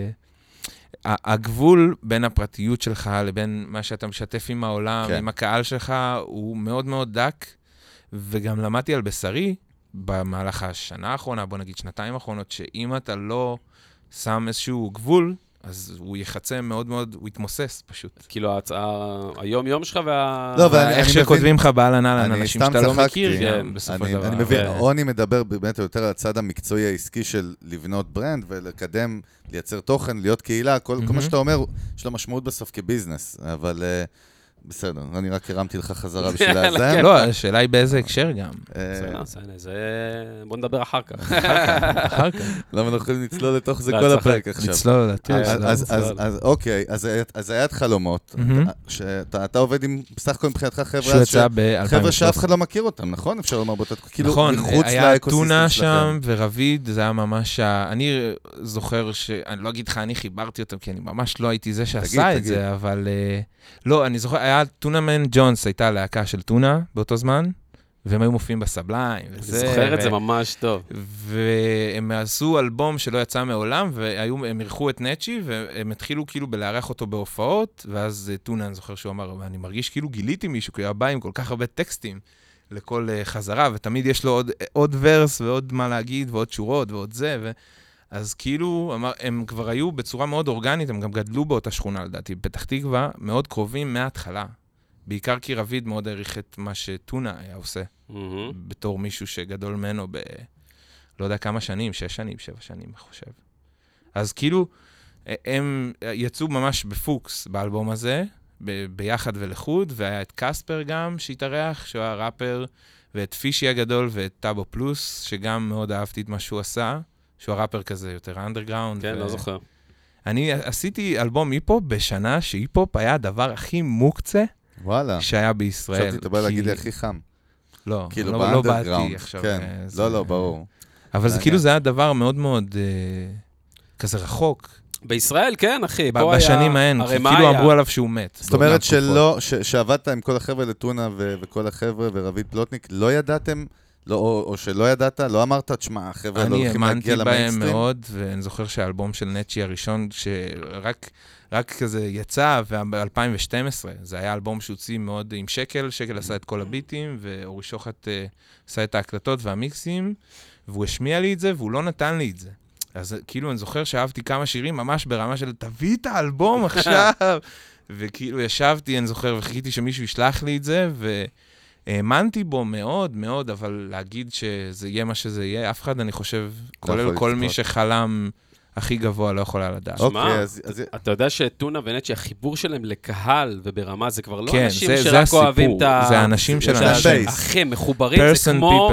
הגבול בין הפרטיות שלך לבין מה שאתה משתף עם העולם, עם הקהל שלך, הוא מאוד מאוד דק, וגם למדתי על בשרי, במהלך השנה האחרונה, בוא נגיד שנתיים האחרונות, שאם אתה לא שם איזשהו גבול, אז הוא יחצה מאוד מאוד, הוא יתמוסס פשוט. כאילו, היום-יום שלך איך שכותבים לך באהלן אהלן, אנשים שאתה לא מכיר, כן, בסופו של דבר. אני מבין, רוני מדבר באמת יותר על הצד המקצועי העסקי של לבנות ברנד ולקדם, לייצר תוכן, להיות קהילה, כל מה שאתה אומר, יש לו משמעות בסוף כביזנס, אבל בסדר, אני רק הרמתי לך חזרה בשביל הזה. לא, השאלה היא באיזה הקשר גם. בוא נדבר אחר כך. אחר כך. למה אנחנו יכולים לצלול לתוך זה כל הפרק עכשיו? לצלול, אז אוקיי, אז היה את חלומות, שאתה עובד עם, בסך הכל מבחינתך חבר'ה שאף אחד לא מכיר אותם, נכון? אפשר לומר באותה תקופה, כאילו מחוץ היה לאקוסיסטם טונה שלכם. שם ורביד, זה היה ממש, אני זוכר אני לא אגיד לך, אני חיברתי אותם, כי אני ממש לא הייתי זה שעשה את זה, אבל לא, אני זוכר, היה טונאמן ג'ונס, הייתה להקה של טונה באותו זמן, והם היו מופיעים בסבליים, וזה... אני זוכר את זה ממש טוב. והם עשו אלבום שלא יצא מעולם, והם ערכו את נצ'י, והם התחילו כאילו בלארח אותו בהופעות, ואז טונה, אני זוכר שהוא אמר, אני מרגיש כאילו גיליתי מישהו, כי הוא היה בא עם כל כך הרבה טקסטים לכל חזרה, ותמיד יש לו עוד ורס, ועוד מה להגיד, ועוד שורות, ועוד זה, אז כאילו, הם כבר היו בצורה מאוד אורגנית, הם גם גדלו באותה שכונה, לדעתי, בפתח תקווה, מאוד קרובים מההתחלה. בעיקר כי רביד מאוד העריך את מה שטונה היה עושה, בתור מישהו שגדול ממנו לא יודע כמה שנים, 6 שנים, 7 שנים, אני חושב. אז כאילו, הם יצאו ממש בפוקס באלבום הזה, ביחד ולחוד, והיה את קספר גם שהתארח, שהוא היה ראפר, ואת פישי הגדול, ואת טאבו פלוס, שגם מאוד אהבתי את מה שהוא עשה, שהוא הראפר כזה יותר אנדרגראונד. כן, לא זוכר. אני עשיתי אלבום היפ-הופ בשנה שהיפ-הופ היה הדבר הכי מוקצה, וואלה. שהיה בישראל. עכשיו תתאבל להגיד לי הכי חם. לא, כאילו לא באתי באנדרגראונד. עכשיו. כן, לא, ברור. אבל זה כאילו זה היה דבר מאוד מאוד כזה רחוק. בישראל, כן, אחי. בשנים ההן, כאילו אמרו עליו שהוא מת. זאת אומרת שעבדת עם כל החבר'ה לטונה וכל החבר'ה ורביד פלוטניק, לא ידעתם, או שלא ידעת, לא אמרת, תשמע, החבר'ה לא הולכים להגיע למיינסטרים? אני האמנתי בהם מאוד, ואני זוכר שהאלבום של נצ'י הראשון, שרק כזה יצא, ב-2012, זה היה אלבום שהוציא מאוד עם שקל עשה את כל הביטים, ואורי שוחט עשה את ההקלטות והמיקסים, והוא השמיע לי את זה, והוא לא נתן לי את זה. אז כאילו אני זוכר שאהבתי כמה שירים ממש ברמה של תביא את האלבום עכשיו, וכאילו ישבתי, אני זוכר, וחיכיתי שמישהו ישלח לי את זה, האמנתי בו מאוד מאוד, אבל להגיד שזה יהיה מה שזה יהיה, אף אחד, אני חושב, כולל כל מי שחלם הכי גבוה לא יכולה לדעת. שמע, אתה יודע שטונה ונצ'י, החיבור שלהם לקהל וברמה, זה כבר לא אנשים שרק אוהבים את ה... זה האנשים של האנשים. אחי, מחוברים, זה כמו...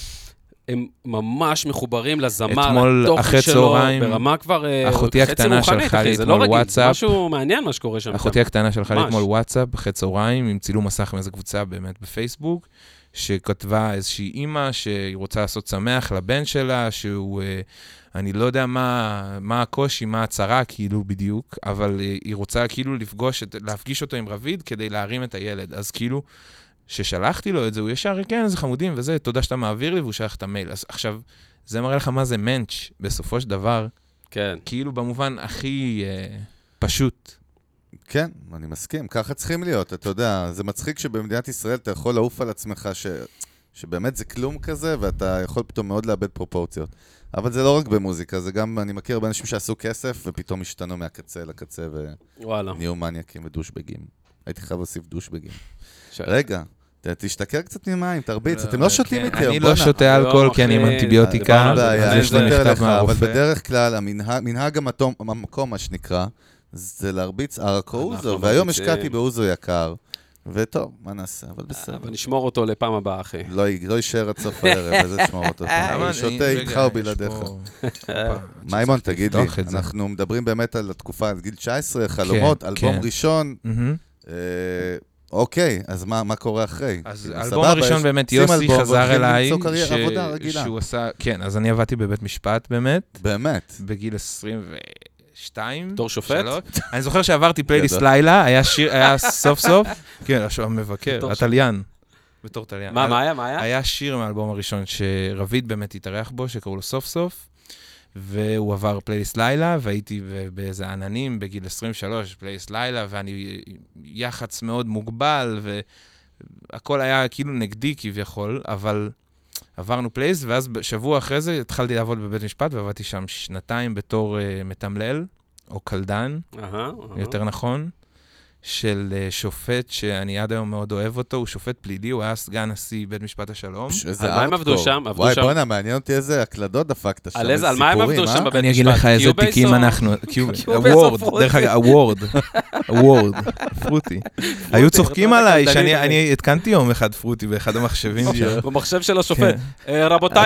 הם ממש מחוברים לזמר, לתוכן שלו, ברמה כבר חצי רוחנית, אחי, זה לא רגיל, זה משהו מעניין מה שקורה שם. אחותי הקטנה שלחה לי אתמול וואטסאפ, אחרי צהריים, עם צילום מסך מאיזו קבוצה באמת בפייסבוק, שכתבה איזושהי אימא שהיא רוצה לעשות שמח לבן שלה, שהוא, אני לא יודע מה הקושי, מה הצרה, כאילו בדיוק, אבל היא רוצה כאילו להפגיש אותו עם רביד כדי להרים את הילד, אז כאילו, ששלחתי לו את זה, הוא ישר, כן, זה חמודים וזה, תודה שאתה מעביר לי, והוא שלח את המייל. אז עכשיו, זה מראה לך מה זה מנץ' בסופו של דבר. כן. כאילו במובן הכי פשוט. כן, אני מסכים, ככה צריכים להיות, אתה יודע, זה מצחיק שבמדינת ישראל אתה יכול לעוף על עצמך שבאמת זה כלום כזה, ואתה יכול פתאום מאוד לאבד פרופורציות. אבל זה לא רק במוזיקה, זה גם, אני מכיר הרבה אנשים שעשו כסף, ופתאום השתנו מהקצה לקצה, ונהיו מניאקים ודושבגים. הייתי חייב להוסיף דושבגים. רגע, תשתכר קצת ממים, תרביץ, אתם לא שותים איתי. אני לא שותה אלכוהול כי אני עם אנטיביוטיקה, אז יש לי מכתב מהרופא. אבל בדרך כלל, מנהג המקום, מה שנקרא, זה להרביץ ערק או אוזו, והיום השקעתי באוזו יקר, וטוב, מה נעשה, אבל בסדר. אבל נשמור אותו לפעם הבאה, אחי. לא יישאר עד סוף הערב, אז תשמור אותו. אני שותה איתך או בלעדיך. מיימון, תגיד לי, אנחנו מדברים באמת על התקופה, גיל 19, חלומות, אלבום ראשון, אוקיי, אז מה קורה אחרי? אז האלבום הראשון באמת יוסי חזר אליי, שהוא עשה, כן, אז אני עבדתי בבית משפט באמת. באמת? בגיל 22. בתור שופט? אני זוכר שעברתי פלייליסט לילה, היה סוף סוף, כן, עכשיו מבקר, התליין. בתור תליין. מה היה? היה שיר מהאלבום הראשון שרביד באמת התארח בו, שקראו לו סוף סוף. והוא עבר פלייליסט לילה, והייתי באיזה עננים בגיל 23, פלייליסט לילה, ואני יחץ מאוד מוגבל, והכל היה כאילו נגדי כביכול, אבל עברנו פלייס, ואז שבוע אחרי זה התחלתי לעבוד בבית משפט, ועבדתי שם 2 בתור מתמלל, או קלדן, יותר נכון, של שופט שאני עד היום מאוד אוהב אותו, הוא שופט פלילי, הוא היה סגן נשיא בית משפט השלום. על מה הם עבדו שם? וואי, בוא'נה, מעניין אותי איזה הקלדות דפקת שם, איזה סיפורים, על מה הם עבדו שם בבית משפט? אני אגיד לך איזה תיקים אנחנו, הוורד, דרך אגב, הוורד, פרוטי. היו צוחקים עליי שאני התקנתי יום אחד פרוטי באחד המחשבים שם. במחשב של השופט. רבותיי,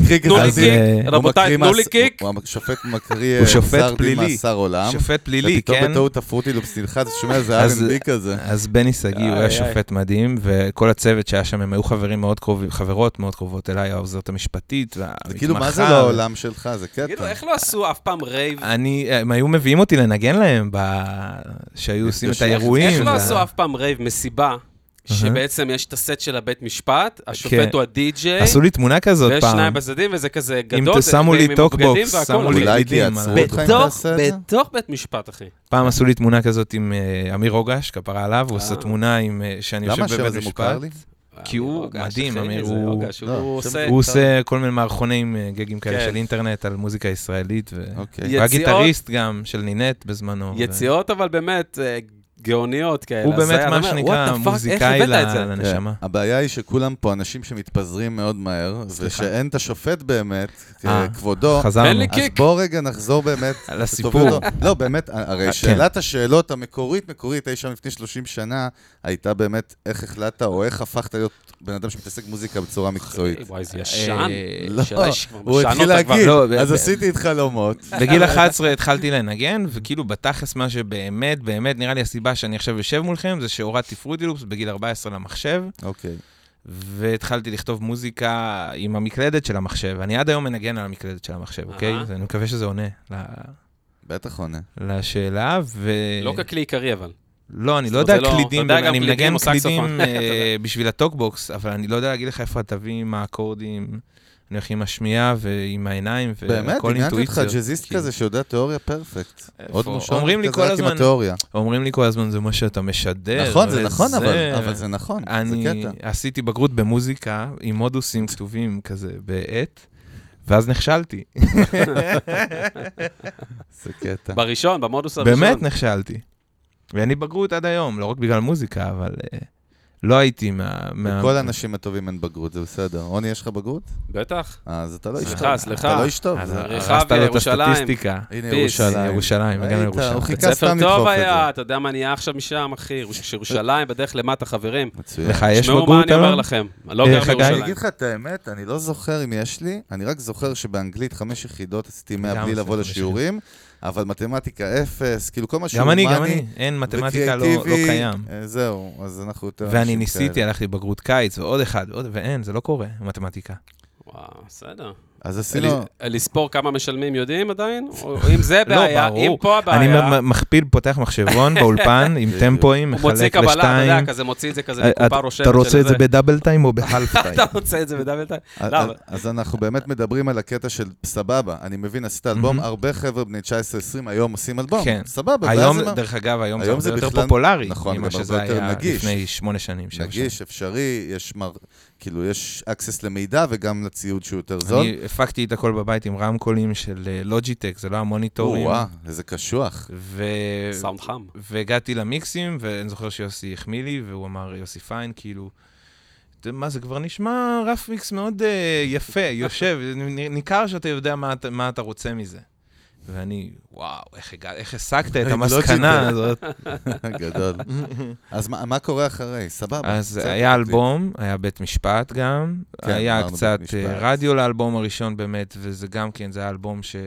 תנו לי קיק. השופט מקריא גזר דין מאסר עולם. שופט פלילי, כן. ופתאום בטעות הפרוטי לופסילך, אתה שומע איזה R&B כזה. אז בני סגי, הוא היה שופט מדהים, וכל הצוות שהיה שם, הם היו חברים מאוד קרובים, חברות מאוד קרובות אליי, העוזרת המשפטית, זה כאילו, מה זה לא העולם שלך? זה קטע. כאילו, איך לא עשו אף פעם רייב? הם היו מביאים אותי לנגן להם, שהיו עושים את האירועים. איך לא עשו אף פעם רייב מסיבה? שבעצם יש את הסט של הבית משפט, השופט הוא הדי-ג'יי. עשו לי תמונה כזאת פעם. ויש 2 בצדדים, וזה כזה גדול. אם תשמו לי טוקבוקס, שמו לי גידים. בתוך בית משפט, אחי. פעם עשו לי תמונה כזאת עם אמיר רוגש, כפרה עליו, הוא עושה תמונה שאני יושב בבית משפט. כי הוא מדהים, אמיר, הוא עושה כל מיני מערכונים, גגים כאלה של אינטרנט על מוזיקה ישראלית, והוא היה גיטריסט גם של נינט בזמנו. יציאות, אבל באמת גאוניות כאלה. הוא באמת מה שנקרא מוזיקאי לנשמה. הבעיה היא שכולם פה אנשים שמתפזרים מאוד מהר, ושאין את השופט באמת, כבודו. אז בוא רגע נחזור באמת. לסיפור. לא, באמת, הרי שאלת השאלות המקורית, אי שם לפני 30 שנה, הייתה באמת איך החלטת או איך הפכת להיות בן אדם שמתעסק מוזיקה בצורה מקצועית. וואי, זה ישן. לא, הוא התחיל להגיד, אז עשיתי את חלומות. בגיל 11 התחלתי לנגן, וכאילו בתכלס מה שבאמת, באמת נראה לי הסיבה שאני עכשיו יושב מולכם, זה שהורדתי פרוטי לופס בגיל 14 למחשב. אוקיי. והתחלתי לכתוב מוזיקה עם המקלדת של המחשב. אני עד היום מנגן על המקלדת של המחשב, אוקיי? אני מקווה שזה עונה. בטח עונה. לשאלה, לא ככלי עיקרי, אבל. לא, אני לא יודע קלידים, אני מנגן קלידים בשביל הטוקבוקס, אבל אני לא יודע להגיד לך איפה התווים, מה האקורדים, אני הולך עם השמיעה ועם העיניים וכל אינטואיציות. באמת, עניין אותך ג'זיסט כזה שיודע תיאוריה פרפקט. עוד מושון כזה רק עם התיאוריה. אומרים לי כל הזמן, זה מה שאתה משדר. נכון, זה נכון, אבל זה נכון, זה קטע. אני עשיתי בגרות במוזיקה עם מודוסים כתובים כזה בעט, ואז נכשלתי. זה קטע. בראשון, במודוס הראשון. באמת נכשלתי. ואני בגרות עד היום, לא רק בגלל מוזיקה, אבל לא הייתי כל האנשים הטובים אין בגרות, זה בסדר. רוני, יש לך בגרות? בטח. אז אתה לא ישטוב. סליחה. אתה לא ישטוב. רחב ירושלים. הנה ירושלים, הגענו לירושלים. הוא חיכה סתם לדחוף טוב את זה. היה, אתה יודע מה נהיה עכשיו משם, אחי? שירושלים בדרך למטה, חברים. לך יש שמעו מה בגרות אני אומר היום? לכם. לא גר בירושלים. אני אגיד לך את האמת, אני לא זוכר אם יש לי, אני רק זוכר שבאנגלית 5 יחידות עשיתי 100 בלי לבוא לשיעורים. אבל מתמטיקה 0, כאילו כל מה שהוא גם אני, אין, מתמטיקה לא קיים. זהו, אז אנחנו יותר... ואני ניסיתי, הלכתי בגרות קיץ, ועוד אחד, ואין, זה לא קורה, מתמטיקה. וואו, בסדר. אז עשינו... לספור כמה משלמים יודעים עדיין? או אם זה בעיה, אם פה הבעיה... אני מכפיל, פותח מחשבון באולפן, עם טמפואים, מחלק לשתיים. מוציא קבלה, אתה יודע, כזה מוציא את זה כזה בקופה רושמת. אתה רוצה את זה בדאבל טיים או בהלף טיים? אתה רוצה את זה בדאבל טיים. אז אנחנו באמת מדברים על הקטע של סבבה. אני מבין, עשית אלבום, הרבה חבר'ה בני 19-20 היום עושים אלבום. סבבה. היום, דרך אגב, היום זה יותר פופולרי. נכון, ממה שזה היה לפני 8 שנים. נגיש, אפשרי, כאילו יש access למידע וגם לציוד שהוא יותר זול. אני הפקתי את הכל בבית עם רמקולים של לוג'יטק, זה לא המוניטורים. וואו, איזה קשוח. סאונד חם. והגעתי למיקסים, ואני זוכר שיוסי החמיא לי, והוא אמר, יוסי פיין, כאילו, מה, זה כבר נשמע רף מיקס מאוד יפה, יושב, ניכר שאתה יודע מה אתה רוצה מזה. ואני, וואו, איך הסקת את המסקנה הזאת. גדול. אז מה קורה אחרי? סבבה. אז היה אלבום, היה בית משפט גם, היה קצת רדיו לאלבום הראשון באמת, וזה גם כן, זה היה אלבום ש...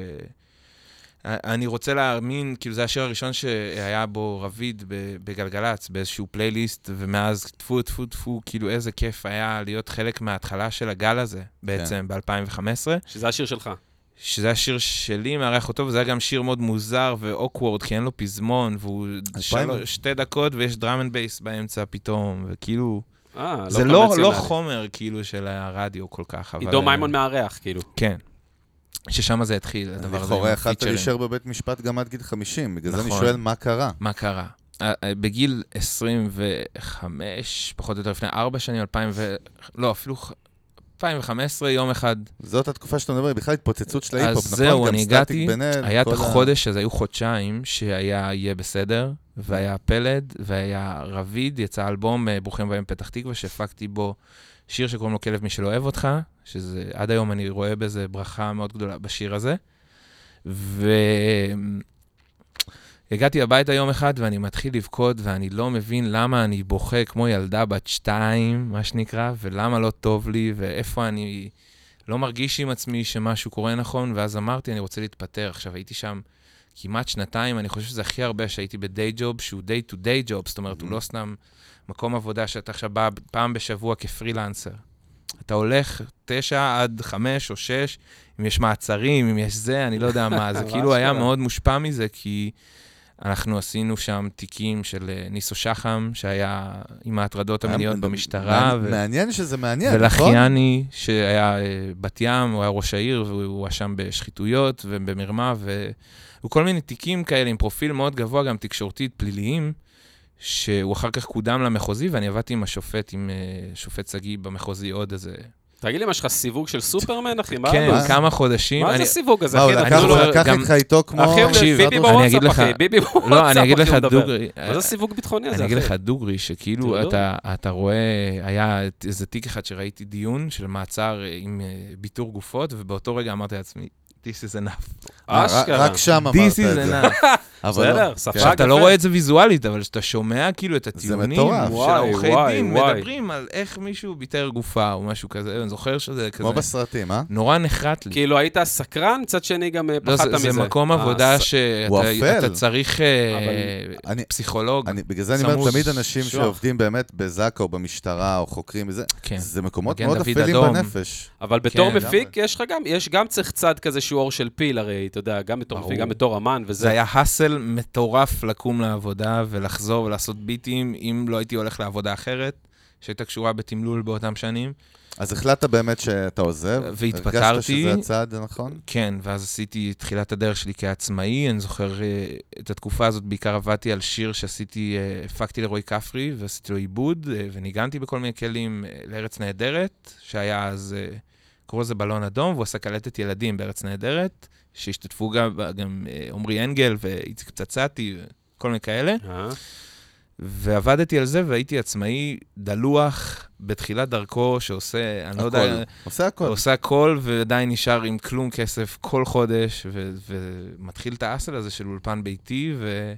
אני רוצה להאמין, כאילו זה השיר הראשון שהיה בו רביד בגלגלץ, באיזשהו פלייליסט, ומאז טפו, טפו, טפו, כאילו איזה כיף היה להיות חלק מההתחלה של הגל הזה, בעצם ב-2015. שזה השיר שלך. שזה השיר שלי, מארח אותו, וזה היה גם שיר מאוד מוזר ואוקוורד, כי אין לו פזמון, והוא 2 דקות, ויש דראם אנד בייס באמצע פתאום, וכאילו... זה לא חומר, כאילו, של הרדיו כל כך, אבל... עידו מימון מארח, כאילו. כן. ששם זה התחיל, הדבר הזה. לכאורה, יכלת להישאר בבית משפט גם עד גיל 50, בגלל זה אני שואל מה קרה. מה קרה? בגיל 25, פחות או יותר לפני 4 שנים, לא, אפילו 2015, יום אחד. זאת התקופה שאתה מדבר, בכלל התפוצצות של ההיפ-הופ, נכון? אז זהו, אני הגעתי, היה את כל החודש, אז היו חודשיים שהיה יהיה בסדר, והיה פלד, והיה רביד, יצא אלבום ברוכים הבאים פתח תקווה, שהפקתי בו שיר שקוראים לו כלב מי שלא אוהב אותך, שזה עד היום אני רואה בזה ברכה מאוד גדולה בשיר הזה. הגעתי הביתה יום אחד ואני מתחיל לבכות ואני לא מבין למה אני בוכה כמו ילדה בת 2, מה שנקרא, ולמה לא טוב לי ואיפה אני לא מרגיש עם עצמי שמשהו קורה נכון, ואז אמרתי אני רוצה להתפטר. עכשיו הייתי שם כמעט 2, אני חושב שזה הכי הרבה שהייתי בדיי ג'וב, שהוא day to day job, זאת אומרת הוא לא סתם מקום עבודה שאתה עכשיו בא פעם בשבוע כפרילנסר. אתה הולך 9 עד 5 או 6, אם יש מעצרים, אם יש זה, אני לא יודע מה, זה כאילו היה מאוד מושפע מזה, כי אנחנו עשינו שם תיקים של ניסו שחם, שהיה עם ההטרדות המיניות במשטרה. מעניין שזה מעניין, נכון? ולחייני, שהיה בת ים, הוא היה ראש העיר, והוא שם בשחיתויות ובמרמה, וכל מיני תיקים כאלה עם פרופיל מאוד גבוה, גם תקשורתית, פליליים, שהוא אחר כך קודם למחוזי, ואני עבדתי עם השופט, עם שופט סגי במחוזי עוד איזה... תגיד לי, מה שלך סיווג של סופרמן, אחי? כן, כמה חודשים. מה זה סיווג הזה? הוא לקח איתך איתו כמו... אחי, ביבי בוואטסאפ, אחי, ביבי בוואטסאפ, לא, אני אגיד לך דוגרי. מה זה סיווג ביטחוני הזה, אני אחי? אגיד לך דוגרי, שכאילו אתה רואה, היה איזה תיק אחד שראיתי דיון של מעצר עם ביטור גופות, ובאותו רגע אמרתי לעצמי, this is enough. רק שם אמרת את זה. This is enough. בסדר, שפה עכשיו, אתה לא רואה את זה ויזואלית, אבל שאתה שומע כאילו את הטיעונים של עורכי דין, מדברים על איך מישהו ביטר גופה או משהו כזה, אני זוכר שזה כזה. כמו בסרטים, אה? נורא נחרט לי. כאילו, היית סקרן, מצד שני גם פחדת מזה. זה מקום עבודה שאתה צריך פסיכולוג. בגלל זה אני אומר, תמיד אנשים שעובדים באמת בזקה או במשטרה או חוקרים וזה, זה מקומות מאוד אפלים בנפש. אבל בתור מפיק, יש גם צריך צד כזה שהוא אור של פיל, הרי, אתה יודע, גם בתור מפיק, גם בתור אמן וזה. זה היה הסל מטורף לקום לעבודה ולחזור ולעשות ביטים, אם לא הייתי הולך לעבודה אחרת, שהייתה קשורה בתמלול באותם שנים. אז החלטת באמת שאתה עוזב? והתפטרתי. הרגשת שזה הצעד, נכון? כן, ואז עשיתי תחילת הדרך שלי כעצמאי, אני זוכר את התקופה הזאת, בעיקר עבדתי על שיר שעשיתי, הפקתי לרועי כפרי, ועשיתי לו עיבוד, וניגנתי בכל מיני כלים לארץ נהדרת, שהיה אז, קורא לזה בלון אדום, והוא עשה קלטת ילדים בארץ נהדרת, שהשתתפו גם עומרי אנגל ואיציק פצצתי, וכל מיני כאלה. ועבדתי על זה, והייתי עצמאי דלוח בתחילת דרכו, שעושה, אני לא יודע... עושה הכל. עושה הכל, ועדיין נשאר עם כלום כסף כל חודש, ומתחיל את האסל הזה של אולפן ביתי,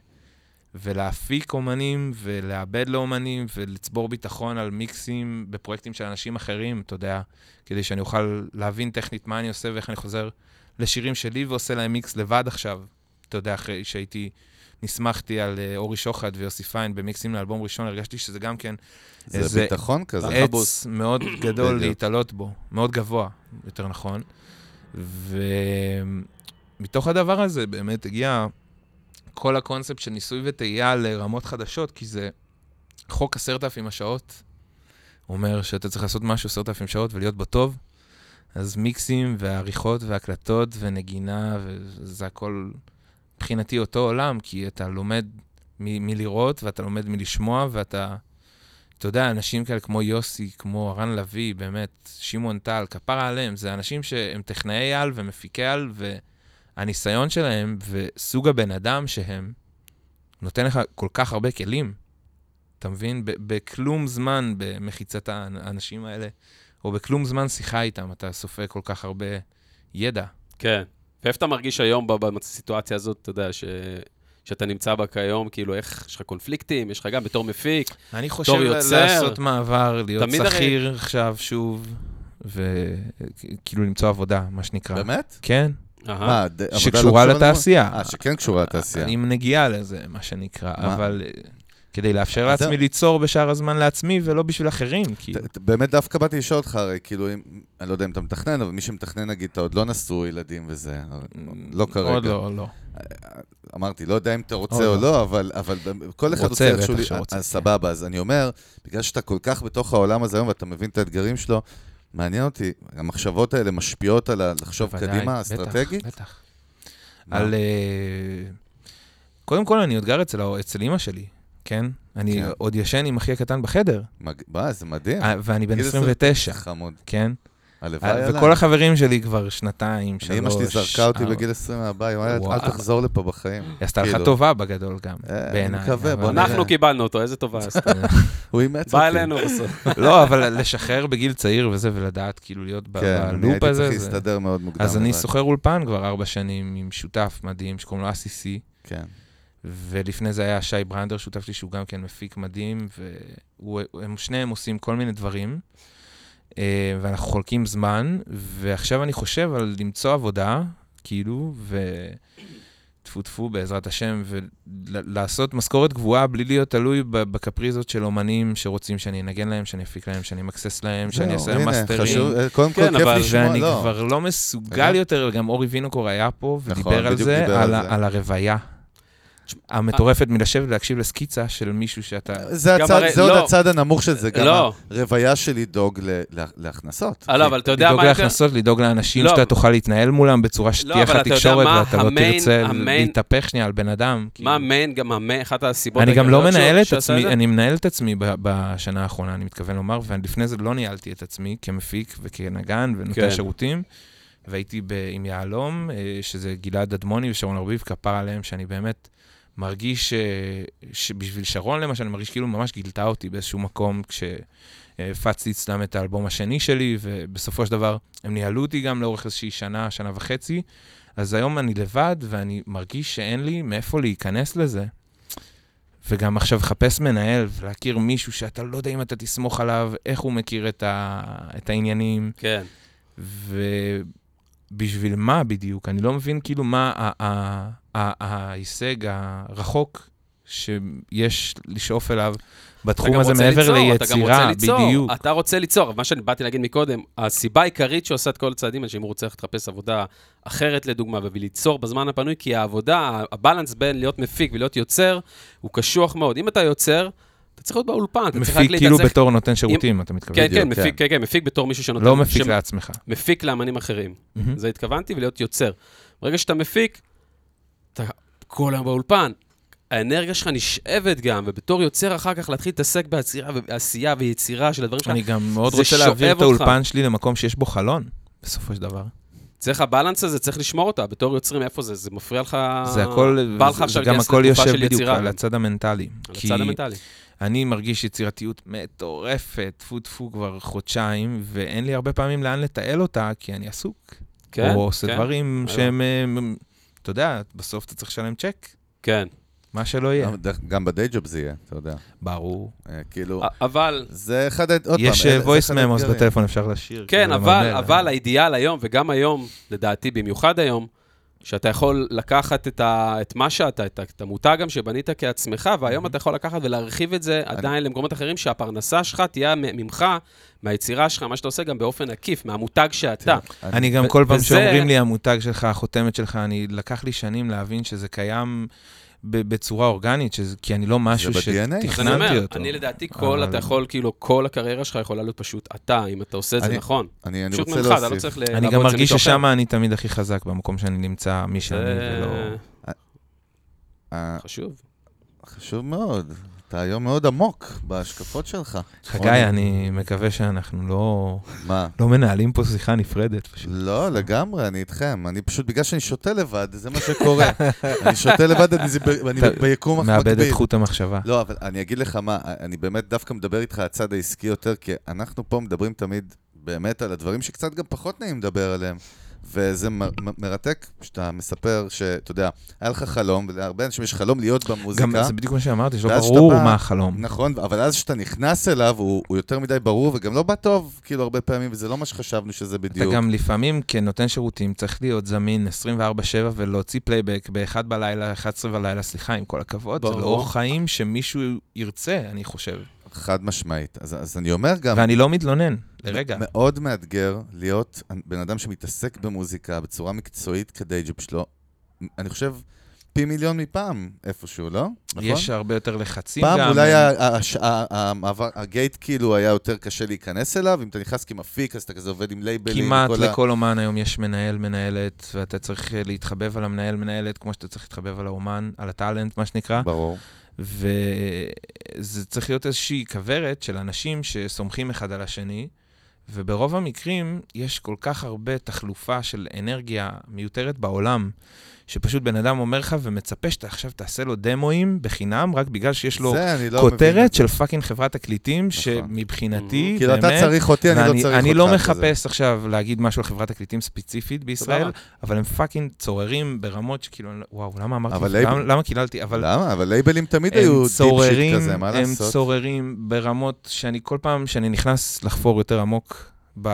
ולהפיק אומנים, ולאבד לאומנים, ולצבור ביטחון על מיקסים בפרויקטים של אנשים אחרים, אתה יודע, כדי שאני אוכל להבין טכנית מה אני עושה, ואיך אני חוזר לשירים שלי, ועושה להם מיקס לבד עכשיו. אתה יודע, אחרי שהייתי... נסמכתי על אורי שוחד ויוסי פיין במיקסים לאלבום ראשון, הרגשתי שזה גם כן זה ביטחון כזה. עץ מאוד גדול להתעלות בו, מאוד גבוה, יותר נכון. ומתוך הדבר הזה באמת הגיע כל הקונספט של ניסוי וטעייה לרמות חדשות, כי זה חוק 10,000 השעות. הוא אומר שאתה צריך לעשות משהו 10,000 שעות ולהיות בו טוב, אז מיקסים ועריכות והקלטות ונגינה, וזה הכל... מבחינתי אותו עולם, כי אתה לומד מלראות, ואתה לומד מלשמוע, ואתה, אתה יודע, אנשים כאלה כמו יוסי, כמו ארן לוי, באמת, שמעון טל, כפרה עליהם, זה אנשים שהם טכנאי על ומפיקי על, והניסיון שלהם, וסוג הבן אדם שהם, נותן לך כל כך הרבה כלים, אתה מבין? בכלום זמן במחיצת האנשים האלה, או בכלום זמן שיחה איתם, אתה סופק כל כך הרבה ידע. כן. ואיפה אתה מרגיש היום בסיטואציה הזאת, אתה יודע, שאתה נמצא בה כיום, כאילו איך, יש לך קונפליקטים, יש לך גם בתור מפיק, אני חושב לעשות מעבר, להיות שכיר עכשיו שוב, וכאילו למצוא עבודה, מה שנקרא. באמת? כן. מה, שקשורה לתעשייה. שכן קשורה לתעשייה. אני נגיע לזה, מה שנקרא, אבל... כדי לאפשר לעצמי ליצור בשאר הזמן לעצמי, ולא בשביל אחרים. באמת דווקא באתי לשאול אותך, הרי כאילו, אני לא יודע אם אתה מתכנן, אבל מי שמתכנן, נגיד, אתה עוד לא נשאו ילדים וזה, לא כרגע. עוד לא. אמרתי, לא יודע אם אתה רוצה או לא, אבל כל אחד רוצה איכשהו לי, סבבה, אז אני אומר, בגלל שאתה כל כך בתוך העולם הזה היום, ואתה מבין את האתגרים שלו, מעניין אותי, המחשבות האלה משפיעות על לחשוב קדימה, אסטרטגית? בטח. קודם כל, אני עוד גר אצל אמא שלי. כן? אני עוד ישן עם אחי הקטן בחדר. זה מדהים. ואני בן 29. חמוד. כן? הלוואי עליי. וכל החברים שלי כבר שנתיים, 3. אמא שלי זרקה אותי בגיל 20 מהבית, אל תחזור לפה בחיים. היא עשתה לך טובה בגדול גם, בעיניי. אנחנו קיבלנו אותו, איזה טובה עשתה. הוא אימץ אותי. בא אלינו בסוף. לא, אבל לשחרר בגיל צעיר וזה, ולדעת כאילו להיות בלופ הזה. כן, אני הייתי צריך להסתדר מאוד מוקדם. אז אני שוכר אולפן כבר 4 שנים עם שותף מדהים שקוראים לו אסיסי. כן. ולפני זה היה שי ברנדר, שותף שלי שהוא גם כן מפיק מדהים, והם שניהם עושים כל מיני דברים, ואנחנו חולקים זמן, ועכשיו אני חושב על למצוא עבודה, כאילו, וטפו בעזרת השם, ולעשות משכורת גבוהה בלי להיות תלוי בקפריזות של אומנים שרוצים שאני אנגן להם, שאני אפיק להם, שאני מקסס להם, שאני אעשה להם מאסטרים. קודם כל כיף לשמוע, ואני כבר לא מסוגל יותר, גם אורי וינוקור היה פה, ודיבר על זה, על הרוויה. המטורפת מלשבת ולהקשיב לסקיצה של מישהו שאתה... זה עוד הצד הנמוך של זה, גם הרוויה של לדאוג להכנסות. אבל אתה יודע מה... לדאוג להכנסות, לדאוג לאנשים שאתה תוכל להתנהל מולם בצורה שתהיה לך תקשורת, ואתה לא תרצה להתהפך שנייה על בן אדם. מה המיין, גם אחת הסיבות... אני גם לא מנהל את עצמי, אני מנהל את עצמי בשנה האחרונה, אני מתכוון לומר, ולפני זה לא ניהלתי את עצמי כמפיק וכנגן ונותן שירותים, והייתי עם יעלום, שזה גלעד אדמוני ושרון ארביב, כפר עליהם, שאני באמת מרגיש שבשביל שרון למשל, אני מרגיש כאילו ממש גילתה אותי באיזשהו מקום, כשפצתי אצלם את האלבום השני שלי, ובסופו של דבר הם ניהלו אותי גם לאורך איזושהי שנה, שנה וחצי, אז היום אני לבד, ואני מרגיש שאין לי מאיפה להיכנס לזה. וגם עכשיו לחפש מנהל, ולהכיר מישהו שאתה לא יודע אם אתה תסמוך עליו, איך הוא מכיר את העניינים. כן. בשביל מה בדיוק? אני לא מבין כאילו מה ההישג הרחוק שיש לשאוף אליו בתחום הזה מעבר ליצירה, בדיוק. אתה רוצה ליצור, מה שאני באתי להגיד מקודם, הסיבה העיקרית שעושה את כל הצעדים, שאם הוא רוצה לחפש עבודה אחרת לדוגמה, וליצור בזמן הפנוי, כי העבודה, הבלנס בין להיות מפיק ולהיות יוצר, הוא קשוח מאוד. אם אתה יוצר, אתה צריך להיות באולפן. מפיק כאילו בתור נותן שירותים, אתה מתכוון. כן, מפיק בתור מישהו שנותן... לא מפיק לעצמך. מפיק לאמנים אחרים. זה התכוונתי, ולהיות יוצר. ברגע שאתה מפיק, אתה כל היום באולפן, האנרגיה שלך נשאבת גם, ובתור יוצר אחר כך להתחיל להתעסק בעשייה ויצירה של הדברים שלך. אני גם מאוד רוצה להעביר את האולפן שלי למקום שיש בו חלון, בסופו של דבר. צריך הבלנס הזה, צריך לשמור אותה. בתור יוצרים, איפה זה? זה מפריע לך... זה הכל, זה גם הכל יושב בדיוק על הצד המנטלי. על הצד המנטלי. אני מרגיש יצירתיות מטורפת, טפו כבר חודשיים, ואין לי הרבה פעמים לאן לתעל אותה, כי אני עסוק. כן, או עושה דברים שהם, אתה יודע, בסוף אתה צריך לשלם צ'ק. כן. מה שלא יהיה. גם בדיי ג'וב זה יהיה, אתה יודע. ברור. כאילו... אבל... זה אחד... עוד פעם, יש voice memos בטלפון, אפשר לשיר. כן, אבל האידיאל היום, וגם היום, לדעתי, במיוחד היום, שאתה יכול לקחת את מה שאתה, את המותג גם שבנית כעצמך, והיום אתה יכול לקחת ולהרחיב את זה עדיין למקומות אחרים, שהפרנסה שלך תהיה ממך, מהיצירה שלך, מה שאתה עושה גם באופן עקיף, מהמותג שאתה. אני גם כל פעם שאומרים לי, המותג שלך, החותמת שלך, אני לקח לי שנים להבין שזה קיים בצורה אורגנית, כי אני לא משהו שתכננתי אותו. אני לדעתי, אתה יכול, כאילו, כל הקריירה שלך יכולה להיות פשוט אתה, אם אתה עושה את זה נכון. אני רוצה להוסיף. אני גם מרגיש ששם אני תמיד הכי חזק, במקום שאני נמצא מי שאני ולא... חשוב. חשוב מאוד. אתה היום מאוד עמוק בהשקפות שלך. חגי, אני מקווה שאנחנו לא מנהלים פה שיחה נפרדת. לא, לגמרי, אני איתכם. אני פשוט, בגלל שאני שותה לבד, זה מה שקורה. אני שותה לבד, אני ביקום מקביל. מאבד את חוט המחשבה. לא, אבל אני אגיד לך מה, אני באמת דווקא מדבר איתך הצד העסקי יותר, כי אנחנו פה מדברים תמיד באמת על הדברים שקצת גם פחות נעים לדבר עליהם. וזה מרתק, שאתה מספר שאתה יודע, היה לך חלום, ולהרבה אנשים יש חלום להיות במוזיקה. גם זה בדיוק מה שאמרתי, שלא ברור מה החלום. נכון, אבל אז שאתה נכנס אליו, הוא יותר מדי ברור, וגם לא בא טוב, כאילו הרבה פעמים, וזה לא מה שחשבנו שזה בדיוק. אתה גם לפעמים, כנותן שירותים, צריך להיות זמין 24/7, ולהוציא פלייבק ב-1 בלילה, 11 בלילה, סליחה, עם כל הכבוד. זה לא אורח חיים שמישהו ירצה, אני חושב. חד משמעית. אז אני אומר גם... ואני לא מתלונן, לרגע. מאוד מאתגר להיות בן אדם שמתעסק במוזיקה בצורה מקצועית כדי ג'וב שלו. אני חושב פי מיליון מפעם איפשהו, לא? נכון? יש הרבה יותר לחצים גם. פעם אולי הגייט כאילו היה יותר קשה להיכנס אליו, אם אתה נכנס כמפיק, אז אתה כזה עובד עם לייבלים. כמעט לכל אומן היום יש מנהל, מנהלת, ואתה צריך להתחבב על המנהל, מנהלת, כמו שאתה צריך להתחבב על האומן, על הטלנט, מה שנקרא. ברור. וזה צריך להיות איזושהי כברת של אנשים שסומכים אחד על השני, וברוב המקרים יש כל כך הרבה תחלופה של אנרגיה מיותרת בעולם, שפשוט בן אדם אומר לך ומצפה שאתה עכשיו תעשה לו דמואים בחינם, רק בגלל שיש לו כותרת של פאקינג חברת תקליטים, שמבחינתי, כאילו אתה צריך אותי, אני לא צריך אותך. אני לא מחפש עכשיו להגיד משהו על חברת תקליטים ספציפית בישראל, אבל הם פאקינג צוררים ברמות שכאילו, וואו, למה אמרתי, למה קיללתי? למה? אבל לייבלים תמיד היו דיפשיט כזה, מה לעשות? הם צוררים ברמות שאני כל פעם שאני נכנס לחפור יותר עמוק,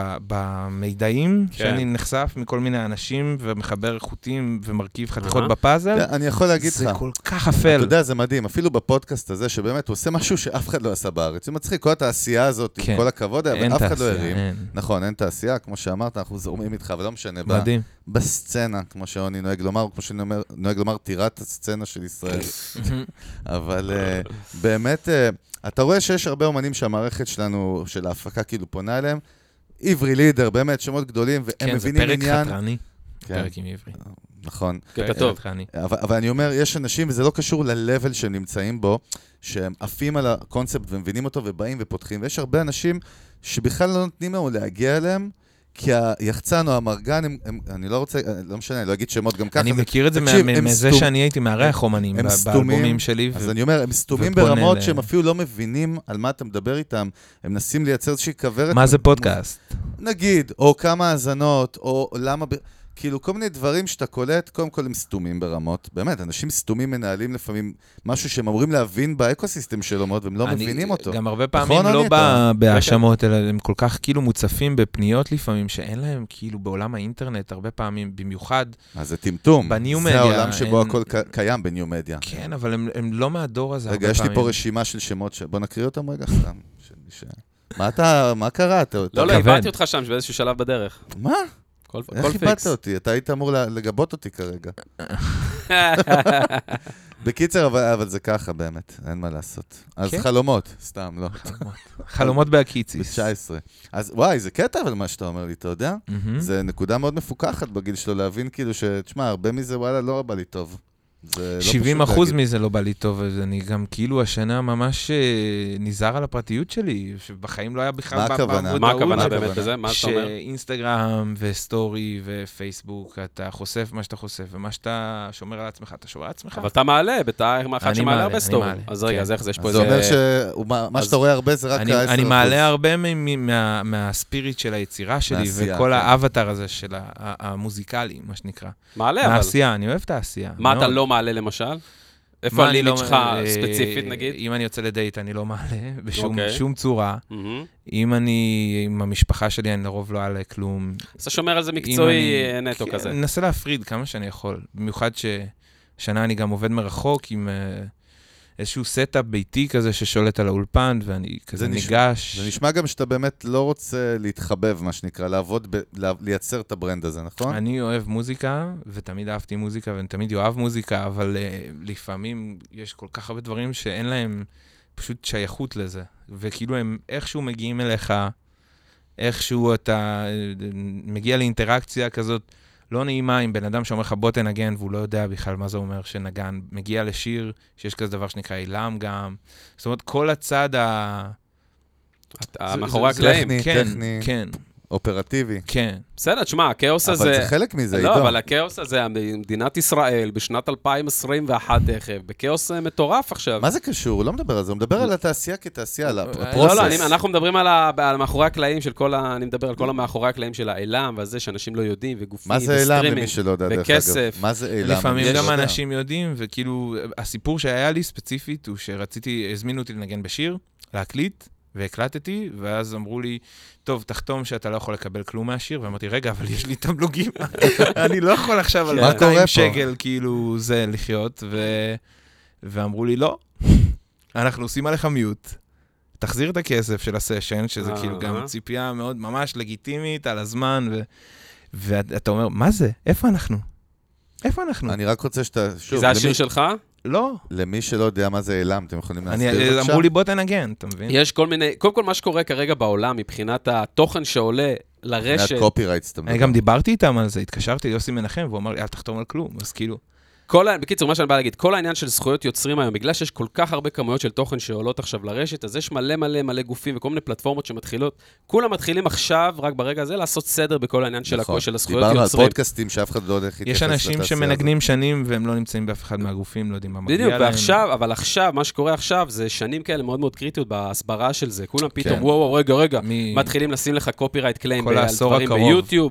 במידעים שאני נחשף מכל מיני אנשים ומחבר חוטים ומרכיב חתיכות בפאזל. אני יכול להגיד לך. זה כל כך אפל. אתה יודע, זה מדהים. אפילו בפודקאסט הזה, שבאמת הוא עושה משהו שאף אחד לא עשה בארץ. זה מצחיק, כל התעשייה הזאת, עם כל הכבוד, אף אחד לא הרים. נכון, אין תעשייה, כמו שאמרת, אנחנו זורמים איתך, ולא משנה. מדהים. בסצנה, כמו שאני נוהג לומר, כמו שאני נוהג לומר, טירת הסצנה של ישראל. אבל באמת, אתה רואה שיש הרבה אומנים שהמערכת שלנו, של ההפקה, כאילו פונה אליהם, עברי לידר, באמת, שמות גדולים, והם מבינים עניין. כן, זה פרק חתרני. פרק עם עברי. נכון. טוב. אבל אני אומר, יש אנשים, וזה לא קשור ללבל שהם נמצאים בו, שהם עפים על הקונספט ומבינים אותו ובאים ופותחים, ויש הרבה אנשים שבכלל לא נותנים לנו להגיע אליהם, כי היחצן או המרגן, אני לא רוצה, לא משנה, אני לא אגיד שמות גם ככה. אני מכיר את זה מזה שאני הייתי מארח אומנים באלבומים שלי. אז אני אומר, הם סתומים ברמות שהם אפילו לא מבינים על מה אתה מדבר איתם. הם מנסים לייצר איזושהי כברת. מה זה פודקאסט? נגיד, או כמה האזנות, או למה... כאילו, כל מיני דברים שאתה קולט, קודם כל הם סתומים ברמות. באמת, אנשים סתומים מנהלים לפעמים משהו שהם אמורים להבין באקוסיסטם שלו מאוד, והם לא מבינים אותו. גם הרבה פעמים לא בהאשמות, אלא הם כל כך כאילו מוצפים בפניות לפעמים, שאין להם כאילו בעולם האינטרנט, הרבה פעמים, במיוחד. אז זה טמטום. בניו מדיה. זה העולם שבו הכל קיים בניו מדיה. כן, אבל הם לא מהדור הזה. רגע, יש לי פה רשימה של שמות, בוא נקריא אותם רגע סתם. מה קרה? לא, הבאתי אותך שם באיזשהו שלב בדרך. מה? איך חיבדת אותי? אתה היית אמור לגבות אותי כרגע. בקיצר, אבל זה ככה באמת, אין מה לעשות. אז חלומות, סתם, לא. חלומות בהקיציס. ב-19. אז וואי, זה קטע אבל מה שאתה אומר לי, אתה יודע? זה נקודה מאוד מפוקחת בגיל שלו להבין כאילו שתשמע, הרבה מזה וואלה לא בא לי טוב. 70% מזה לא בא לי טוב, אז אני גם כאילו השנה ממש נזהר על הפרטיות שלי, שבחיים לא היה בכלל... מה הכוונה? מה הכוונה באמת בזה? מה אתה אומר? שאינסטגרם וסטורי ופייסבוק, אתה חושף מה שאתה חושף, ומה שאתה שומר על עצמך, אתה שומר על עצמך. אבל אתה מעלה, בתאר מאחד שמעלה הרבה סטורי. אז רגע, אז איך זה? יש פה איזה... זה אומר שמה שאתה רואה הרבה זה רק 10%. אני מעלה הרבה מהספיריט של היצירה שלי, וכל האבטר הזה של המוזיקלי, מה שנקרא. מעלה, אבל... מהעשייה, אני אוהב את העשייה. מה אתה לא מעלה למשל? איפה הלימיט שלך ספציפית נגיד? אם אני יוצא לדייט אני לא מעלה בשום צורה. אם אני עם המשפחה שלי אני לרוב לא אעלה כלום. אז אתה שומר על זה מקצועי נטו כזה. אני אנסה להפריד כמה שאני יכול. במיוחד ששנה אני גם עובד מרחוק עם איזשהו סטאפ ביתי כזה ששולט על האולפן ואני כזה ניגש. זה נשמע גם שאתה באמת לא רוצה להתחבב מה שנקרא, לעבוד, לייצר את הברנד הזה, נכון? אני אוהב מוזיקה ותמיד אהבתי מוזיקה ואני תמיד אוהב מוזיקה, אבל לפעמים יש כל כך הרבה דברים שאין להם פשוט שייכות לזה. וכאילו הם איכשהו מגיעים אליך, איכשהו אתה מגיע לאינטראקציה כזאת, לא נעימה עם בן אדם שאומר לך בוא תנגן, והוא לא יודע בכלל מה זה אומר שנגן. מגיע לשיר, שיש כזה דבר שנקרא אילם גם. זאת אומרת, כל הצד מאחורי הקלעים. טכני, כן. אופרטיבי. כן. בסדר, תשמע, הכאוס הזה... אבל זה חלק מזה, לא, אבל הכאוס הזה, מדינת ישראל, בשנת 2021 תכף, בכאוס מטורף עכשיו. מה זה קשור? הוא לא מדבר על זה, הוא מדבר על התעשייה כתעשייה, על הפרוסס. לא, אנחנו מדברים על מאחורי הקלעים של כל אני מדבר על כל המאחורי הקלעים של האילם, והזה שאנשים לא יודעים, וגופים, וסטרימינג. מה זה אילם למי שלא יודע דרך אגב? מה זה אילם? לפעמים גם אנשים יודעים, וכאילו, הסיפור שהיה לי ספציפית, הוא שרציתי, הזמינו אותי לנגן בשיר, להקליט, והקלטתי, ואז אמרו לי, טוב, תחתום שאתה לא יכול לקבל כלום מהשיר, ואמרתי, רגע, אבל יש לי תמלוגים, אני לא יכול עכשיו על 200 שקל, כאילו, זה לחיות, ואמרו לי, לא, אנחנו עושים עליך מיוט, תחזיר את הכסף של הסשן, שזה כאילו גם ציפייה מאוד ממש לגיטימית, על הזמן, ואתה אומר, מה זה? איפה אנחנו? איפה אנחנו? אני רק רוצה שאתה... זה השיר שלך? לא. למי שלא יודע מה זה אילם, אתם יכולים להסביר בבקשה? אמרו לי בוא תנגן, אתה מבין? יש כל מיני, קודם כל מה שקורה כרגע בעולם, מבחינת התוכן שעולה לרשת. קופירייטס, אתה מבין? אני גם דיברתי איתם על זה, התקשרתי ליוסי מנחם, והוא אמר לי, אל תחתום על כלום, אז כאילו, בקיצור, מה שאני בא להגיד, כל העניין של זכויות יוצרים היום, בגלל שיש כל כך הרבה כמויות של תוכן שעולות עכשיו לרשת, אז יש מלא גופים וכל מיני פלטפורמות שמתחילות, כולם מתחילים עכשיו, רק ברגע הזה, לעשות סדר בכל העניין של הזכויות יוצרים. דיברנו על פודקאסטים שאף אחד לא הולך להתייחס לתעשייה. יש אנשים שמנגנים שנים והם לא נמצאים באף אחד מהגופים, לא יודעים מה מגיע להם. בדיוק, אבל עכשיו, מה שקורה עכשיו, זה שנים כאלה מאוד מאוד קריטיות בהסברה של זה. כולם פתאום, וואו, רגע, מתחילים לשים לך קופירייט קליים על דברים ביוטיוב.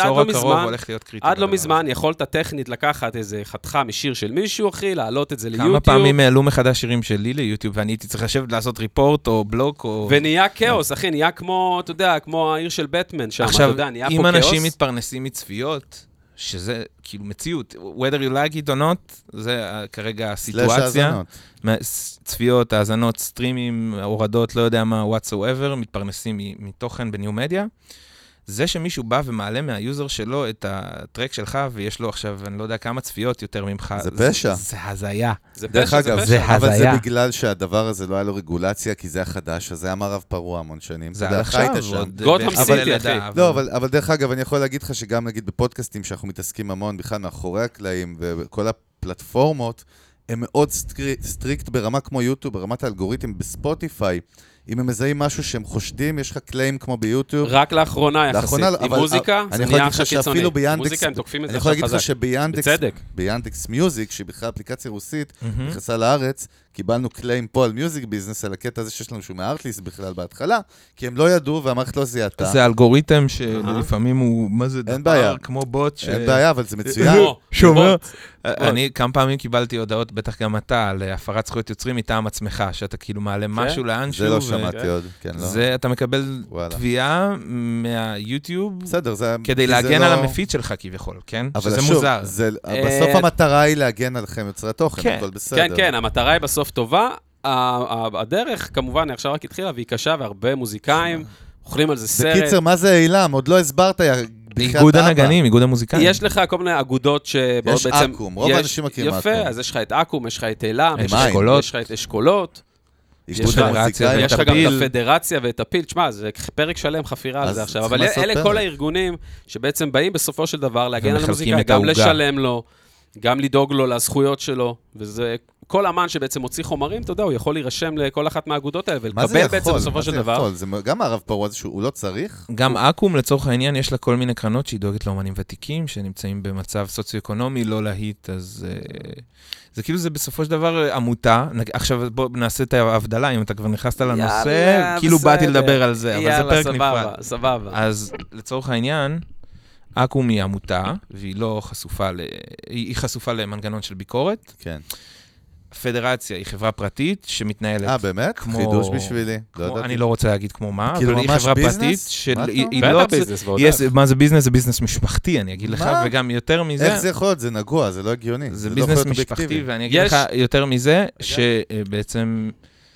עד לא מזמן יכולת טכנית לקחת איזה חתיכה משיר של מישהו, אחי, להעלות את זה ליוטיוב. כמה פעמים העלו מחדש שירים שלי ליוטיוב, ואני הייתי צריך לשבת לעשות ריפורט או בלוק או... ונהיה כאוס, אחי, נהיה כמו, אתה יודע, כמו העיר של בטמן שם, אתה יודע, נהיה פה כאוס. עכשיו, אם אנשים מתפרנסים מצפיות, שזה כאילו מציאות, whether you like it or not, זה כרגע הסיטואציה. צפיות, האזנות, סטרימים, הורדות, לא יודע מה, whatsoever, מתפרנסים מתוכן בניו-מדיה. זה שמישהו בא ומעלה מהיוזר שלו את הטרק שלך, ויש לו עכשיו, אני לא יודע כמה צפיות יותר ממך. זה פשע. זה הזיה. דרך אגב, זה הזיה. אבל זה בגלל שהדבר הזה לא היה לו רגולציה, כי זה היה חדש, אז זה היה מערב פרוע המון שנים. זה עד עכשיו. גותם סיטי, אחי. לא, אבל דרך אגב, אני יכול להגיד לך שגם נגיד בפודקאסטים שאנחנו מתעסקים המון, בכלל מאחורי הקלעים, וכל הפלטפורמות, הם מאוד סטריקט ברמה כמו יוטיוב, ברמת האלגוריתם בספוטיפיי. אם הם מזהים משהו שהם חושדים, יש לך קליים כמו ביוטיוב. רק לאחרונה יחסית. עם מוזיקה, זה נהיה עכשיו קיצוני. מוזיקה הם תוקפים את זה עכשיו חזק. אני יכול להגיד לך שביאנדקס מיוזיק, שהיא בכלל אפליקציה רוסית, נכנסה לארץ, קיבלנו קליים פה על מיוזיק ביזנס, על הקטע הזה שיש לנו שהוא מארטליסט בכלל בהתחלה, כי הם לא ידעו והמערכת לא זיהתה. זה אלגוריתם שלפעמים הוא, מה זה דבר, כמו בוט אין בעיה, אבל זה מצוין. שומר. אני כמה פעמים קיבלתי הודעות, בטח גם אתה, על הפרת זכויות יוצרים מטעם עצמך, שאתה כאילו מעלה משהו לאנשהו. זה לא שמעתי עוד, כן, לא. זה, אתה מקבל תביעה מהיוטיוב, כדי להגן על המפיץ שלך כביכול, כן? שזה מוזר. בסוף המטרה היא להגן עליכם יוצרי תוכן, הכל בסדר. כן, המטרה היא בסוף טובה. הדרך, כמובן, עכשיו רק התחילה, והיא קשה, והרבה מוזיקאים אוכלים על זה סרט. בקיצר, מה זה אילם? עוד לא הסברת. איגוד הנגנים, איגוד המוזיקאים. יש לך כל מיני אגודות שבאות בעצם... יש אקום, רוב האנשים מכירים אקום. יפה, אז יש לך את אקום, יש לך את אילם, יש לך את אשכולות. יש לך גם את הפדרציה ואת הפיל, תשמע, זה פרק שלם חפירה על זה עכשיו, אבל אלה כל הארגונים שבעצם באים בסופו של דבר להגן על המוזיקאי, גם לשלם לו, גם לדאוג לו לזכויות שלו, וזה כל אמן שבעצם מוציא חומרים, אתה יודע, הוא יכול להירשם לכל אחת מהאגודות האלה, ולקבל בעצם בסופו של דבר. זה גם הרב פרוע הזה שהוא לא צריך. גם אקום, לצורך העניין, יש לה כל מיני קרנות שהיא דואגת לאמנים ותיקים, שנמצאים במצב סוציו-אקונומי, לא להיט, אז זה כאילו זה בסופו של דבר עמותה. עכשיו בוא נעשה את ההבדלה, אם אתה כבר נכנסת לנושא, כאילו באתי לדבר על זה, אבל זה פרק נפרד. סבבה. אז לצורך העניין, אקום היא עמותה, והיא לא חשופה היא חשופה למנגנון של ביקורת. כן. פדרציה היא חברה פרטית שמתנהלת באמת? חידוש בשבילי. אני לא רוצה להגיד כמו מה, אבל היא חברה פרטית מה זה ביזנס? זה ביזנס משפחתי, אני אגיד לך, וגם יותר מזה... איך זה יכול להיות? זה נגוע, זה לא הגיוני. זה ביזנס משפחתי, ואני אגיד לך יותר מזה, שבעצם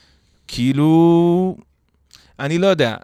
כאילו... אני לא יודע,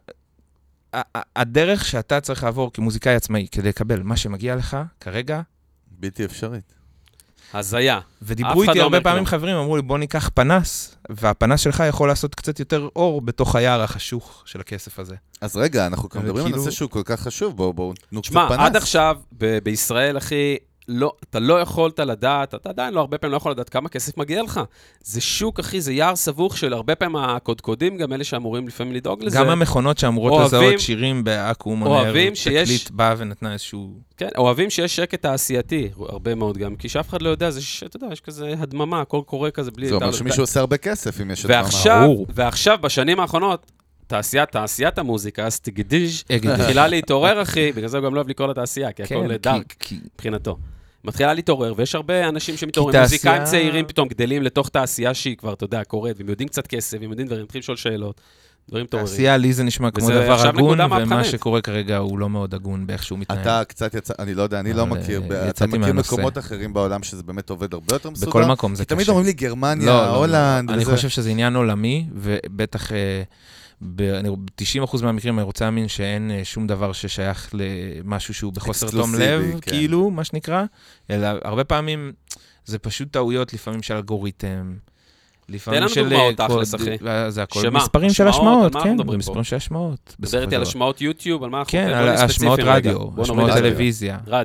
הדרך שאתה צריך לעבור כמוזיקאי עצמאי, כדי לקבל מה שמגיע לך כרגע... בלתי אפשרית. הזיה. ודיברו איתי הרבה פעמים חברים, אמרו לי, בוא ניקח פנס, והפנס שלך יכול לעשות קצת יותר אור בתוך היער החשוך של הכסף הזה. אז רגע, אנחנו כבר מדברים על נושא שהוא כל כך חשוב, בואו תנו קצת פנס. עד עכשיו, בישראל, אחי, אתה לא יכולת לדעת, אתה עדיין לא הרבה פעמים לא יכול לדעת כמה כסף מגיע לך. זה שוק, אחי, זה יער סבוך של הרבה פעמים הקודקודים, גם אלה שאמורים לפעמים לדאוג לזה. גם המכונות שאמורות לזהות שירים באקום, תקליט בא ונתנה איזשהו... כן, אוהבים שיש שקט תעשייתי, הרבה מאוד גם, כי שאף אחד לא יודע, אתה יודע, יש כזה הדממה, הכל קורה כזה בלי... זה אומר שמישהו עושה הרבה כסף אם יש הדממה. ועכשיו, בשנים האחרונות, תעשיית המוזיקה, סטיגדיז' מתחילה להתעורר, אחי, בגלל זה הוא גם לא אוהב לקרוא לתעשייה, כי הכל דארק מבחינתו. מתחילה להתעורר, ויש הרבה אנשים שמתעוררים, מוזיקאים צעירים פתאום גדלים לתוך תעשייה שהיא כבר, אתה יודע, קורית, והם יודעים קצת כסף, והם יודעים דברים, מתחילים לשאול שאלות, דברים תעוררים. תעשייה, לי זה נשמע כמו דבר הגון, ומה שקורה כרגע הוא לא מאוד הגון באיך שהוא מתנהל. אתה קצת יצא, אני לא יודע, אני לא מכיר, אתה מכיר מקומות אחרים בעולם שזה באמת עובד הרבה יותר מסודר? בכל מקום זה קשה. תמיד אומרים לי גרמניה, הולנד. אני חושב שזה עניין עולמי, ובטח 90% מהמקרים אני רוצה להאמין שאין שום דבר ששייך למשהו שהוא בחוסר תום לב, כאילו, מה שנקרא, אלא הרבה פעמים זה פשוט טעויות, לפעמים של אלגוריתם, לפעמים של... תן לנו דוגמאות תכלס, אחי. זה הכל מספרים של השמעות, כן, מספרים של השמעות. מדבר איתי על השמעות יוטיוב, על מה אנחנו... כן, על השמעות רדיו, השמעות טלוויזיה. רדיו.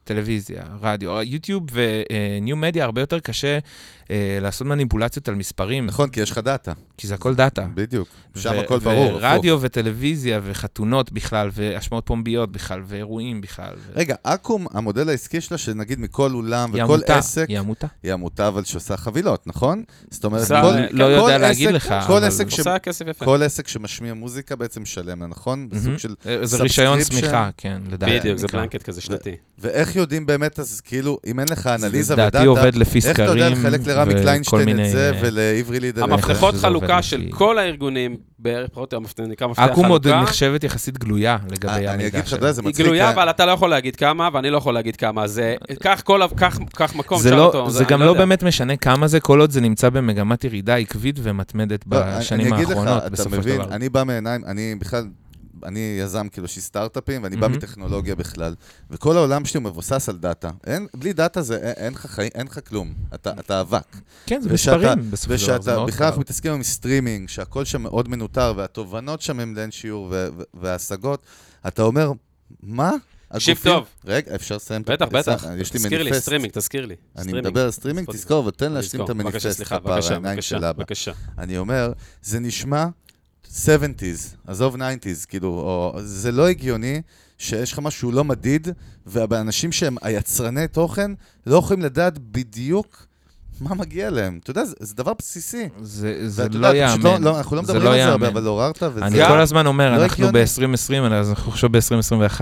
טלוויזיה, רדיו, יוטיוב וניו מדיה הרבה יותר קשה לעשות מניפולציות על מספרים. נכון, כי יש לך דאטה. כי זה הכל דאטה. בדיוק. שם הכל ברור. ורדיו וטלוויזיה וחתונות בכלל, והשמעות פומביות בכלל, ואירועים בכלל. רגע, אקו"ם, המודל העסקי שלה, שנגיד מכל אולם וכל עסק... היא עמותה. היא עמותה, אבל שעושה חבילות, נכון? זאת אומרת, לא יודע להגיד לך. כל עסק שמשמיע מוזיקה בעצם משלם, נכון? בסוג של זה רישיון סמיכה, כן, לדעתי. בדיוק, זה בלנקט כזה שנתי. ואיך יודעים באמת, אז כאילו, אם אין לך אנליזה ודאטה, לדעתי עובד לפי סקרים, איך אתה יודע לחלק לרמי קליינשטיין את זה ולעברי לידר? המפתחות חלוקה של כל הארגונים, בערך פחות נקרא מפתח חלוקה. אקו"ם עוד נחשבת יחסית גלויה לגבי המידע. אני אגיד לך, אתה יודע, זה מצחיק. היא גלויה, אבל אתה לא יכול להגיד כמה, ואני לא יכול להגיד כמה. זה, קח מקום, זה גם לא באמת משנה כמה זה, כל עוד זה נמצא במגמת ירידה עקבית ומתמדת בשנים האחרונות, בסופו של דבר. אני בא מעיניים, אני בכלל... אני יזם כאילו שהיא סטארט-אפים, ואני בא מטכנולוגיה בכלל, וכל העולם שלי הוא מבוסס על דאטה. בלי דאטה אין לך כלום, אתה אבק. כן, זה מספרים, בסופו של דבר, זה מאוד בכלל אנחנו מתעסקים עם סטרימינג, שהכל שם מאוד מנותר, והתובנות שם הם לאין שיעור, וההשגות, אתה אומר, מה? תקשיב טוב. רגע, אפשר לסיים את בטח, בטח. יש לי תזכיר לי, מניפסט. סטרימינג, תזכיר לי. אני מדבר על סטרימינג, תזכור, ותן להשלים את המניפסט. בבקשה. אני אומר, זה נשמע 70s, עזוב 90s, כאילו, זה לא הגיוני שיש לך משהו לא מדיד, והאנשים שהם היצרני תוכן לא יכולים לדעת בדיוק מה מגיע להם. אתה יודע, זה דבר בסיסי. זה לא יאמן. אנחנו לא מדברים על זה הרבה, אבל עוררת. אני כל הזמן אומר, אנחנו ב-2020, אז אנחנו חושב ב-2021,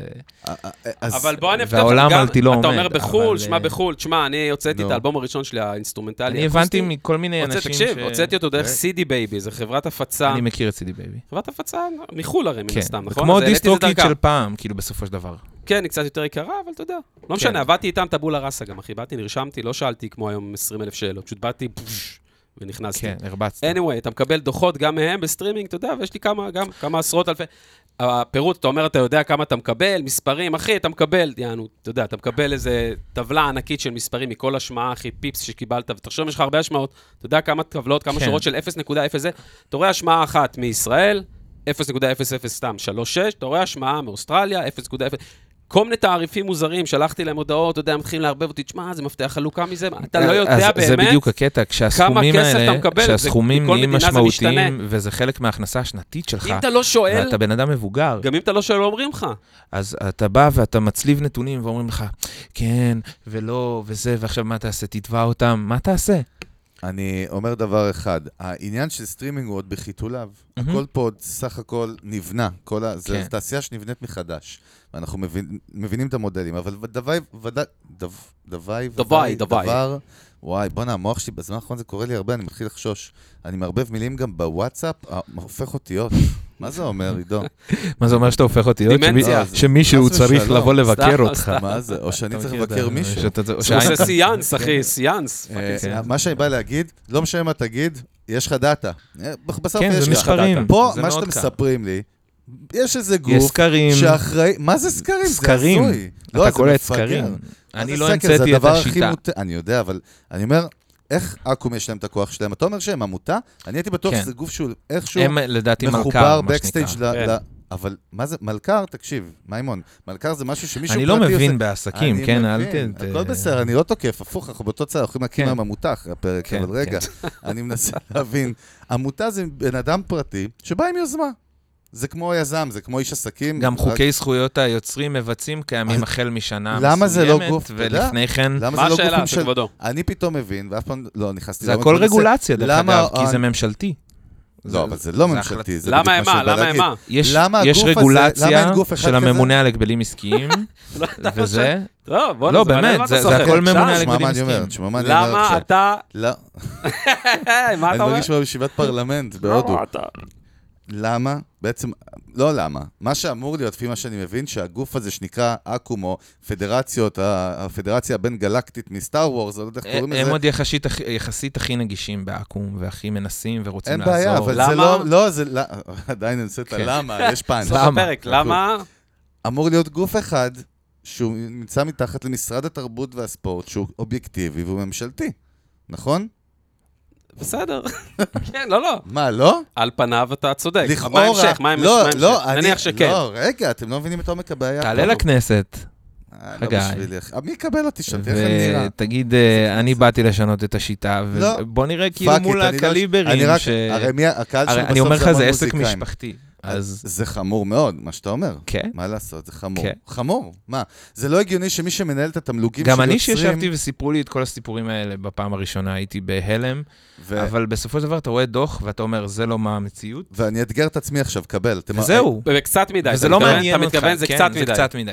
אבל בוא נפתח, והעולם אלתי לא עומד. אתה אומר בחול, שמע בחול, תשמע, אני הוצאתי את האלבום הראשון שלי, האינסטרומנטלי. אני הבנתי מכל מיני אנשים תקשיב, הוצאתי אותו דרך CD Baby, זה חברת הפצה. אני מכיר את CD Baby. חברת הפצה מחול הרי, מן הסתם, נכון? כמו דיסטרוקיט של פעם, כאילו בסופו של דבר. כן, היא קצת יותר יקרה, אבל אתה יודע. לא משנה, עבדתי איתם טבולה ראסה גם, אחי. באתי, נרשמתי, לא שאלתי כמו היום 20,000 שאלות. פשוט באתי ונכנסתי. כן, הרבצת. anyway, אתה מקבל דוחות גם מהם בסטרימינג, אתה יודע, ויש לי כמה עשרות אלפי... הפירוט, אתה אומר, אתה יודע כמה אתה מקבל, מספרים, אחי, אתה מקבל, יענו, אתה יודע, אתה מקבל איזה טבלה ענקית של מספרים מכל השמעה, אחי, פיפס שקיבלת, ותחשוב, יש לך הרבה השמעות, אתה יודע כמה טבלות, כמה שורות של 0.0, אתה רואה השמעה אחת מישראל, 0.00 סתם 3.6, אתה רואה השמעה מאוסטרליה, 0.0, כל מיני תעריפים מוזרים, שלחתי להם הודעות, אתה יודע, מתחילים להרבב אותי, תשמע, זה מפתח חלוקה מזה, אתה לא יודע באמת זה בדיוק הקטע, כשהסכומים האלה, כשהסכומים נהיים משמעותיים, וזה חלק מההכנסה השנתית שלך, אם אתה לא שואל, ואתה בן אדם מבוגר, גם אם אתה לא שואל, לא אומרים לך. אז אתה בא ואתה מצליב נתונים, ואומרים לך, כן, ולא, וזה, ועכשיו מה תעשה? תתבע אותם, מה תעשה? אני אומר דבר אחד, העניין של סטרימינג הוא עוד בחיתוליו, הכל פה עוד סך הכל נבנה, זו תעשייה שנבנית מחדש, ואנחנו מבינים את המודלים, אבל דבר, וואי, בוא נעמוח שלי, בזמן האחרון זה קורה לי הרבה, אני מתחיל לחשוש, אני מערבב מילים גם בוואטסאפ, הופך אותיות, מה זה אומר, עידו? מה זה אומר שאתה הופך אותיות? שמישהו צריך לבוא לבקר אותך. מה זה? או שאני צריך לבקר מישהו. זה סיאנס, אחי, סיאנס. מה שאני בא להגיד, לא משנה מה תגיד, יש לך דאטה. בסוף כן, יש לך דאטה. פה, מה שאתם מספרים לי, יש איזה גוף שאחראי... מה זה סקרים? סקרים. אתה קורא סקרים. אני לא המצאתי את השיטה. אני יודע, אבל אני אומר... איך אקו"ם יש להם את הכוח שלהם? אתה אומר שהם עמותה? אני הייתי בטוח שזה גוף שהוא איכשהו מחובר בקסטייג' אבל מה זה? מלכר, תקשיב, מיימון, מלכר זה משהו שמישהו פרטי עושה. אני לא מבין בעסקים, כן, אל ת... הכל בסדר, אני לא תוקף, הפוך, אנחנו באותו צד, יכולים להקים עם עמותה אחרי הפרק, אבל רגע, אני מנסה להבין. עמותה זה בן אדם פרטי שבא עם יוזמה. זה כמו יזם, זה כמו איש עסקים. גם חוקי זכויות היוצרים מבצעים קיימים החל משנה מסוימת. למה זה לא גוף? ולפני כן... מה השאלה של כבודו? אני פתאום מבין, ואף פעם לא נכנסתי... זה הכל רגולציה, דרך אגב, כי זה ממשלתי. לא, אבל זה לא ממשלתי. למה מה? למה מה? יש רגולציה של הממונה על הגבלים עסקיים, וזה... לא, באמת, זה הכל ממונה על הגבלים עסקיים. למה אתה... לא. מה אתה אומר? אני מרגיש בישיבת פרלמנט בהודו. למה? בעצם, לא למה. מה שאמור להיות, לפי מה שאני מבין, שהגוף הזה שנקרא אקו"ם, או פדרציות, הפדרציה הבין-גלקטית מסטאר וורס, לא יודע איך קוראים לזה. הם עוד יחסית הכי נגישים באקו"ם, והכי מנסים ורוצים לעזור. אין בעיה, אבל זה לא, זה לא, עדיין אני את הלמה, יש פאנץ'. סוף הפרק, למה? אמור להיות גוף אחד, שהוא נמצא מתחת למשרד התרבות והספורט, שהוא אובייקטיבי והוא ממשלתי, נכון? בסדר. כן, לא. מה, לא? על פניו אתה צודק. לכאורה... מה ההמשך? מה ההמשך? לא, נניח שכן. לא, רגע, אתם לא מבינים את עומק הבעיה. תעלה לכנסת. לא בשבילי. מי יקבל אותי שם? תראה איך אני נראה. ותגיד, אני באתי לשנות את השיטה, ובוא נראה כאילו מול הקליברים, אני אומר לך, זה עסק משפחתי. אז זה חמור מאוד, מה שאתה אומר. כן. מה לעשות? זה חמור. חמור. מה? זה לא הגיוני שמי שמנהל את התמלוגים גם אני שישבתי וסיפרו לי את כל הסיפורים האלה בפעם הראשונה, הייתי בהלם, אבל בסופו של דבר אתה רואה דוח, ואתה אומר, זה לא מה המציאות. ואני אתגר את עצמי עכשיו, קבל. וזהו. וקצת מדי. וזה לא מעניין אותך. אתה מתכוון, זה קצת מדי.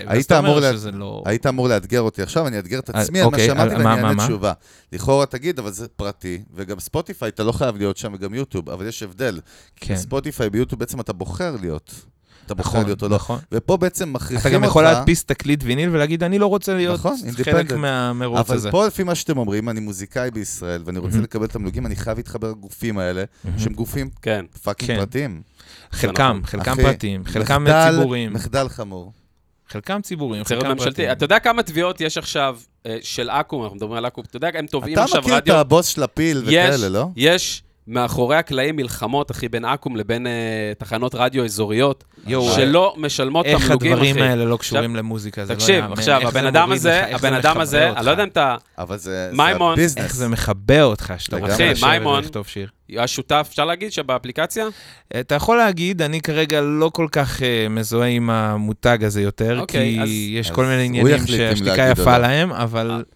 היית אמור לאתגר אותי עכשיו, אני אתגר את עצמי על מה שאמרתי ואני אענה תשובה. לכאורה תגיד, אבל זה פרטי, וגם ספוטיפיי, אתה לא חייב להיות שם, וגם יוטיוב, אבל יש הבדל. בספוטיפיי, ביוטיוב בעצם אתה בוחר להיות. אתה בוחר להיות או לא. ופה בעצם מכריחים אותך... אתה גם יכול להדפיס תקליט ויניל ולהגיד, אני לא רוצה להיות חלק מהמרוץ הזה. אבל פה לפי מה שאתם אומרים, אני מוזיקאי בישראל, ואני רוצה לקבל תמלוגים, אני חייב להתחבר לגופים האלה, שהם גופים פאקינג פרטיים. חלקם פרטיים, חלקם ציבוריים. מחדל חמור. חלקם ציבוריים, חלקם פרטיים. אתה יודע כמה תביעות יש עכשיו של אקו"ם, אנחנו מדברים על אקו"ם, אתה יודע, הם תובעים עכשיו רדיו. אתה מכיר את הבוס של הפיל וכאלה, לא? יש מאחורי הקלעים מלחמות, אחי, בין אקו"ם לבין תחנות רדיו אזוריות, שלא משלמות תמלוגים, אחי. איך הדברים האלה לא קשורים למוזיקה? תקשיב, עכשיו, הבן אדם הזה, אני לא יודע אם אתה... אבל זה הביזנס. איך זה מחבא אותך, שאתה אחי, מיימון, השותף, אפשר להגיד שבאפליקציה? אתה יכול להגיד, אני כרגע לא כל כך מזוהה עם המותג הזה יותר, כי יש כל מיני עניינים שהשתיקה יפה להם, אבל...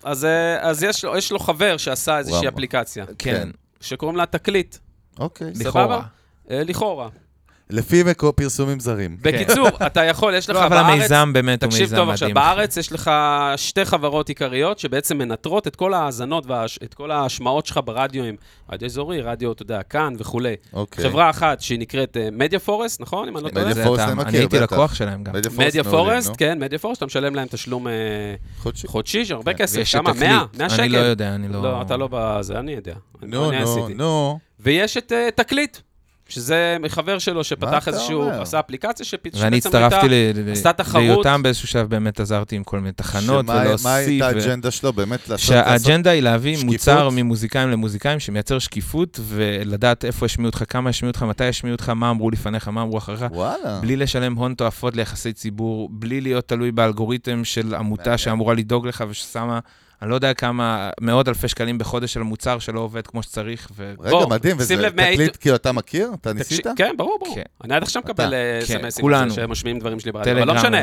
אז יש לו חבר שעשה איזושהי אפליקציה. כן. שקוראים לה תקליט. אוקיי. לכאורה. לכאורה. לפי פרסומים זרים. בקיצור, אתה יכול, יש לך בארץ... אבל המיזם באמת הוא מיזם מדהים. תקשיב טוב עכשיו, בארץ יש לך שתי חברות עיקריות שבעצם מנטרות את כל ההאזנות ואת כל ההשמעות שלך ברדיואים. רדיו אזורי, רדיו, אתה יודע, כאן וכולי. חברה אחת שהיא נקראת מדיה פורסט, נכון? אם אני לא טועה. מדיה פורסט אני מכיר, אני הייתי לקוח שלהם גם. מדיה פורסט, כן, מדיה פורסט, אתה משלם להם תשלום חודשי, הרבה כסף. כמה? 100 שקל? אני לא יודע, לא, אתה לא בזה, אני יודע. נו. ויש את תקליט. שזה חבר שלו שפתח איזשהו, עשה אפליקציה ואני הצטרפתי ליותם באיזשהו שלב, באמת עזרתי עם כל מיני תחנות ולהוסיף. מה הייתה האג'נדה שלו? באמת לעשות... שהאג'נדה היא להביא מוצר ממוזיקאים למוזיקאים שמייצר שקיפות, ולדעת איפה השמיעו אותך, כמה השמיעו אותך, מתי השמיעו אותך, מה אמרו לפניך, מה אמרו אחריך. בלי לשלם הון תועפות ליחסי ציבור, בלי להיות תלוי באלגוריתם של עמותה שאמורה לדאוג לך וששמה... אני לא יודע כמה, מאות אלפי שקלים בחודש של מוצר שלא עובד כמו שצריך. רגע, מדהים, וזה תקליט כאילו אתה מכיר? אתה ניסית? כן, ברור. אני עד עכשיו מקבל סמסים שמשמיעים דברים שלי ברדיו, אבל לא משנה.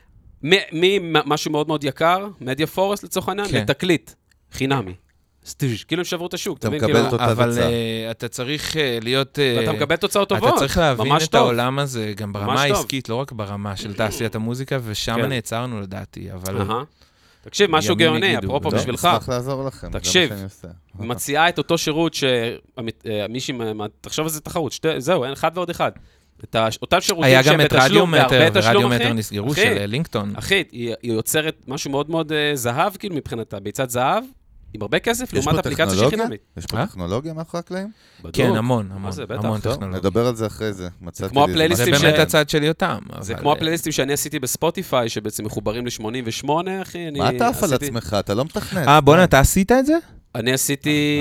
משהו מאוד מאוד יקר, מדיה פורסט לצורך העניין, לתקליט, חינמי. כאילו הם שברו את השוק. אתה מקבל את אותה תוצאה. אבל אתה צריך להיות... אתה מקבל תוצאות טובות. אתה צריך להבין את העולם הזה, גם ברמה העסקית, לא רק ברמה של תעשיית המוזיקה, ושם נעצרנו לדעתי, אבל... תקשיב, משהו גאוני, אפרופו בשבילך. נשמח לעזור לכם. תקשיב, מציעה את אותו שירות שמישהי, תחשוב על זה תחרות, זהו, אין אחד ועוד אחד. אותם שירותים שבתשלום והרבה תשלום, אחי. נסגרו של לינקטון. אחי, היא יוצרת משהו מאוד מאוד זהב, כאילו מבחינתה, ביצת זהב, עם הרבה כסף, לעומת אפליקציה שהיא חינמית. יש פה טכנולוגיה מאחורי הקלעים? כן, המון טכנולוגיה. נדבר על זה אחרי זה. זה באמת הצד שלי אותם. זה כמו הפלייליסטים שאני עשיתי בספוטיפיי, שבעצם מחוברים ל-88, אחי. מה אתה עף על עצמך? אתה לא מתכנן. בוא'נה, אתה עשית את זה? אני עשיתי...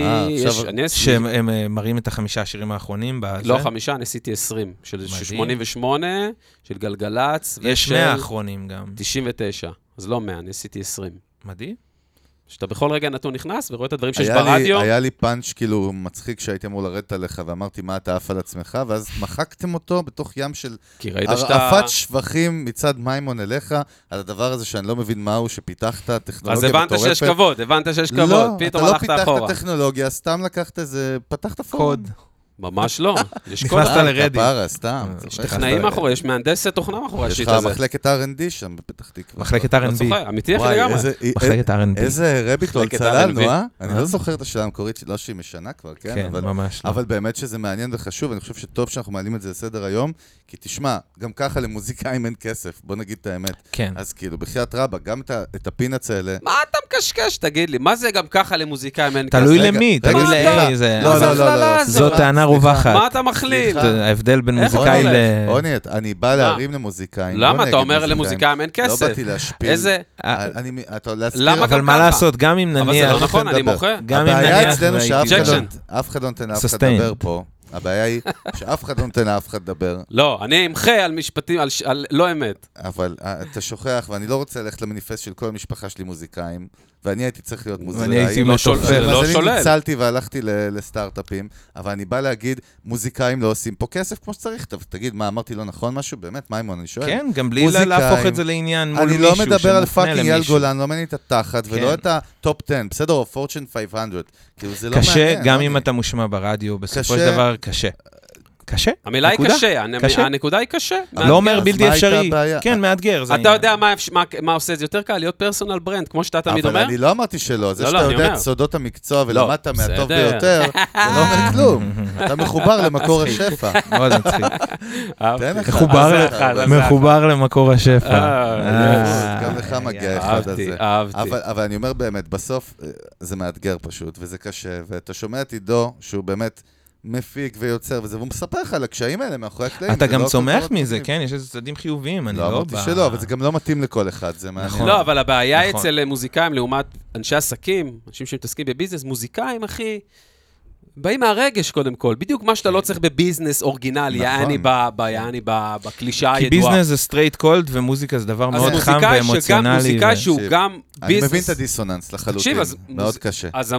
שהם מראים את 5 השירים האחרונים? לא 5, אני עשיתי 20. של 88, של גלגלץ. יש 100 האחרונים גם. 99. אז לא 100, אני עשיתי 20. מדהים. שאתה בכל רגע נתון נכנס ורואה את הדברים שיש ברדיו. היה לי פאנץ' כאילו מצחיק שהייתי אמור לרדת עליך, ואמרתי מה אתה עף על עצמך, ואז מחקתם אותו בתוך ים של הרעפת שבחים מצד מיימון אליך, על הדבר הזה שאני לא מבין מהו, שפיתחת טכנולוגיה מטורפת. אז הבנת שיש כבוד, פתאום הלכת אחורה. לא, אתה לא פיתחת טכנולוגיה, סתם לקחת איזה, פתחת קוד. ממש לא. נכנסת לרדיט. כפרה, סתם. יש טכנאים מאחורי, יש מהנדסת תוכנה מאחורי השיט הזה. הזה. יש לך מחלקת R&D שם בפתח תקווה. מחלקת R&B. אמיתי אחי לגמרי. מחלקת R&B. איזה רביטול צללנו, אני לא זוכר את השאלה המקורית, לא שהיא משנה כבר, כן? כן, ממש לא. אבל באמת שזה מעניין וחשוב, אני חושב שטוב שאנחנו מעלים את זה לסדר היום, כי תשמע, גם ככה למוזיקאים אין כסף, בוא נגיד את האמת. כן. אז כאילו, בחיית רבא, גם את הפינאץ האלה... מה אתה מקשקש, תגיד לי? מה זה גם ככה למוזיקאים אין כסף? תלוי למי, תלוי לאיזה. זאת טענה רווחת. מה אתה מחליט? ההבדל בין מוזיקאי ל... עוני, אני בא להרים למוזיקאים. למה? אתה אומר למוזיקאים אין כסף. לא באתי להשפיל. איזה... אבל מה לעשות, גם אם נניח... אבל זה לא נכון, אני מוחה. הבעיה אצלנו שאף אחד לא נותן לאף אחד לדבר פה. הבעיה היא שאף אחד לא נותן לאף אחד לדבר. לא, אני אמחה על משפטים, על לא אמת. אבל אתה שוכח, ואני לא רוצה ללכת למניפסט של כל המשפחה שלי מוזיקאים, ואני הייתי צריך להיות מוזיקאי. ואני הייתי לא משופר. לא אז אני שולל. ניצלתי והלכתי לסטארט-אפים, אבל אני בא להגיד, מוזיקאים לא עושים פה כסף כמו שצריך. תגיד, מה, אמרתי לא נכון משהו? באמת, מיימון, אני שואל. כן, גם בלי להפוך את זה לעניין מול מישהו אני לא מדבר על שמופנה פאקינג אייל למישהו. גולן, לא מעניין את התחת, ולא את הטופ 10, בסדר, או פורצ'ן 500. כאילו, זה לא מעניין. קשה, גם אם אתה מושמע ברדיו, בסופו של דבר קשה. קשה? המילה היא קשה, הנקודה היא קשה. לא אומר אז בלתי מה הייתה אפשרי. הבעיה? כן, מאתגר. זה אתה העניין. יודע מה עושה את זה יותר קל? להיות פרסונל ברנד, כמו שאתה תמיד אומר? אבל אני לא אמרתי שלא, זה לא, שאתה אני יודע אומר. את סודות המקצוע ולמדת מהטוב בסדר. ביותר, זה לא אומר כלום. אתה מחובר למקור השפע. מאוד מצחיק. תן לך. מחובר למקור השפע. גם לך מגיע אחד הזה. אהבתי. אבל אני אומר באמת, בסוף זה מאתגר פשוט, וזה קשה, ואתה שומע את עידו, שהוא באמת מפיק ויוצר וזה, והוא מספר לך על הקשיים האלה מאחורי הקלעים. אתה גם לא צומח כל מזה, דבר כן? יש איזה צדדים חיוביים, אני לא לא אמרתי בא... שלא, אבל זה גם לא מתאים לכל אחד, זה מעניין. לא, אבל הבעיה נכון. אצל מוזיקאים, לעומת אנשי עסקים, אנשים שמתעסקים בביזנס, מוזיקאים, אחי, באים מהרגש קודם כל. בדיוק מה שאתה לא צריך בביזנס אורגינלי, יעני בקלישה כי הידועה. ביזנס זה סטרייט קולד, ומוזיקה זה דבר מאוד חם מוזיקאי ואמוציונלי. מוזיקאי שהוא גם אני ביזנס. מבין את הדיסוננס לחלוטין, תקשיב, אז מאוד קשה. אז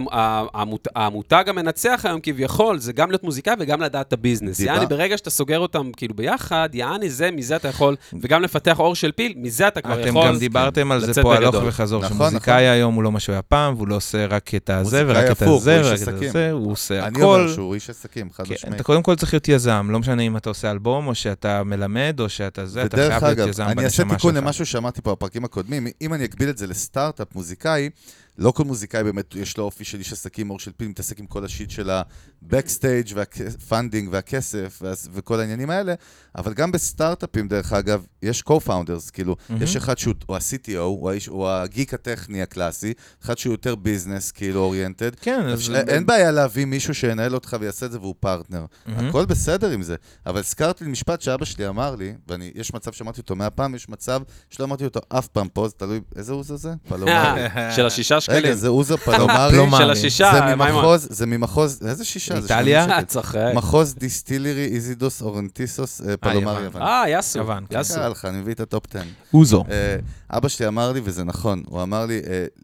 המותג המנצח היום כביכול, זה גם להיות מוזיקאי וגם לדעת את הביזנס. יעני, ברגע שאתה סוגר אותם כאילו ביחד, יעני זה, מזה אתה יכול, וגם לפתח אור של פיל, מזה אתה כבר יכול. אתם גם דיברתם על זה פה הלוך וחזור, שמוזיקאי היום הוא לא מה שהוא היה פעם, והוא לא עושה רק את הזה ורק את הזה ורק את הזה, הוא עושה אני הכל. אומר שהוא איש עסקים, חד משמעית. אתה קודם כל צריך להיות יזם, לא משנה אם אתה עושה אלבום, או שאתה מלמד, או שאתה זה, אתה חייב להיות יזם בנשמה שלך. אני אעשה תיקון למשהו שאמרתי פה בפרקים הקודמים, אם אני אקביל את זה לסטארט-אפ מוזיקאי, לא כל מוזיקאי באמת יש לו אופי של איש עסקים, אור של פיל, מתעסק עם כל השיט של הבקסטייג' והפנדינג והכסף וכל העניינים האלה, אבל גם בסטארט-אפים, דרך אגב, יש co-founders, כאילו, יש אחד שהוא ה-CTO, הוא הגיק הטכני הקלאסי, אחד שהוא יותר ביזנס, כאילו, אוריינטד. אין בעיה להביא מישהו שינהל אותך ויעשה את זה והוא פרטנר. הכל בסדר עם זה. אבל הזכרתי לי משפט שאבא שלי אמר לי, ויש מצב שאמרתי אותו 100 פעם, יש מצב שלא אמרתי אותו אף פעם פה, זה תלוי, איזה אוז זה? פלומרי. של השישה שקלים. רגע, זה אוזו פלומרי. של השישה, זה ממחוז, איזה שישה? איטליה? צוחק. מחוז דיסטילרי, איזידוס, אורנטיסוס, פלומרי יוון. יסו. יוון. קרה לך, אני מביא את הטופ 10. אוזו. אבא שלי אמר לי, וזה נכון, הוא אמר לי,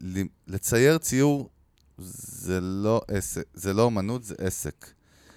לצייר ציור זה לא עסק, זה לא אומנות, זה עסק.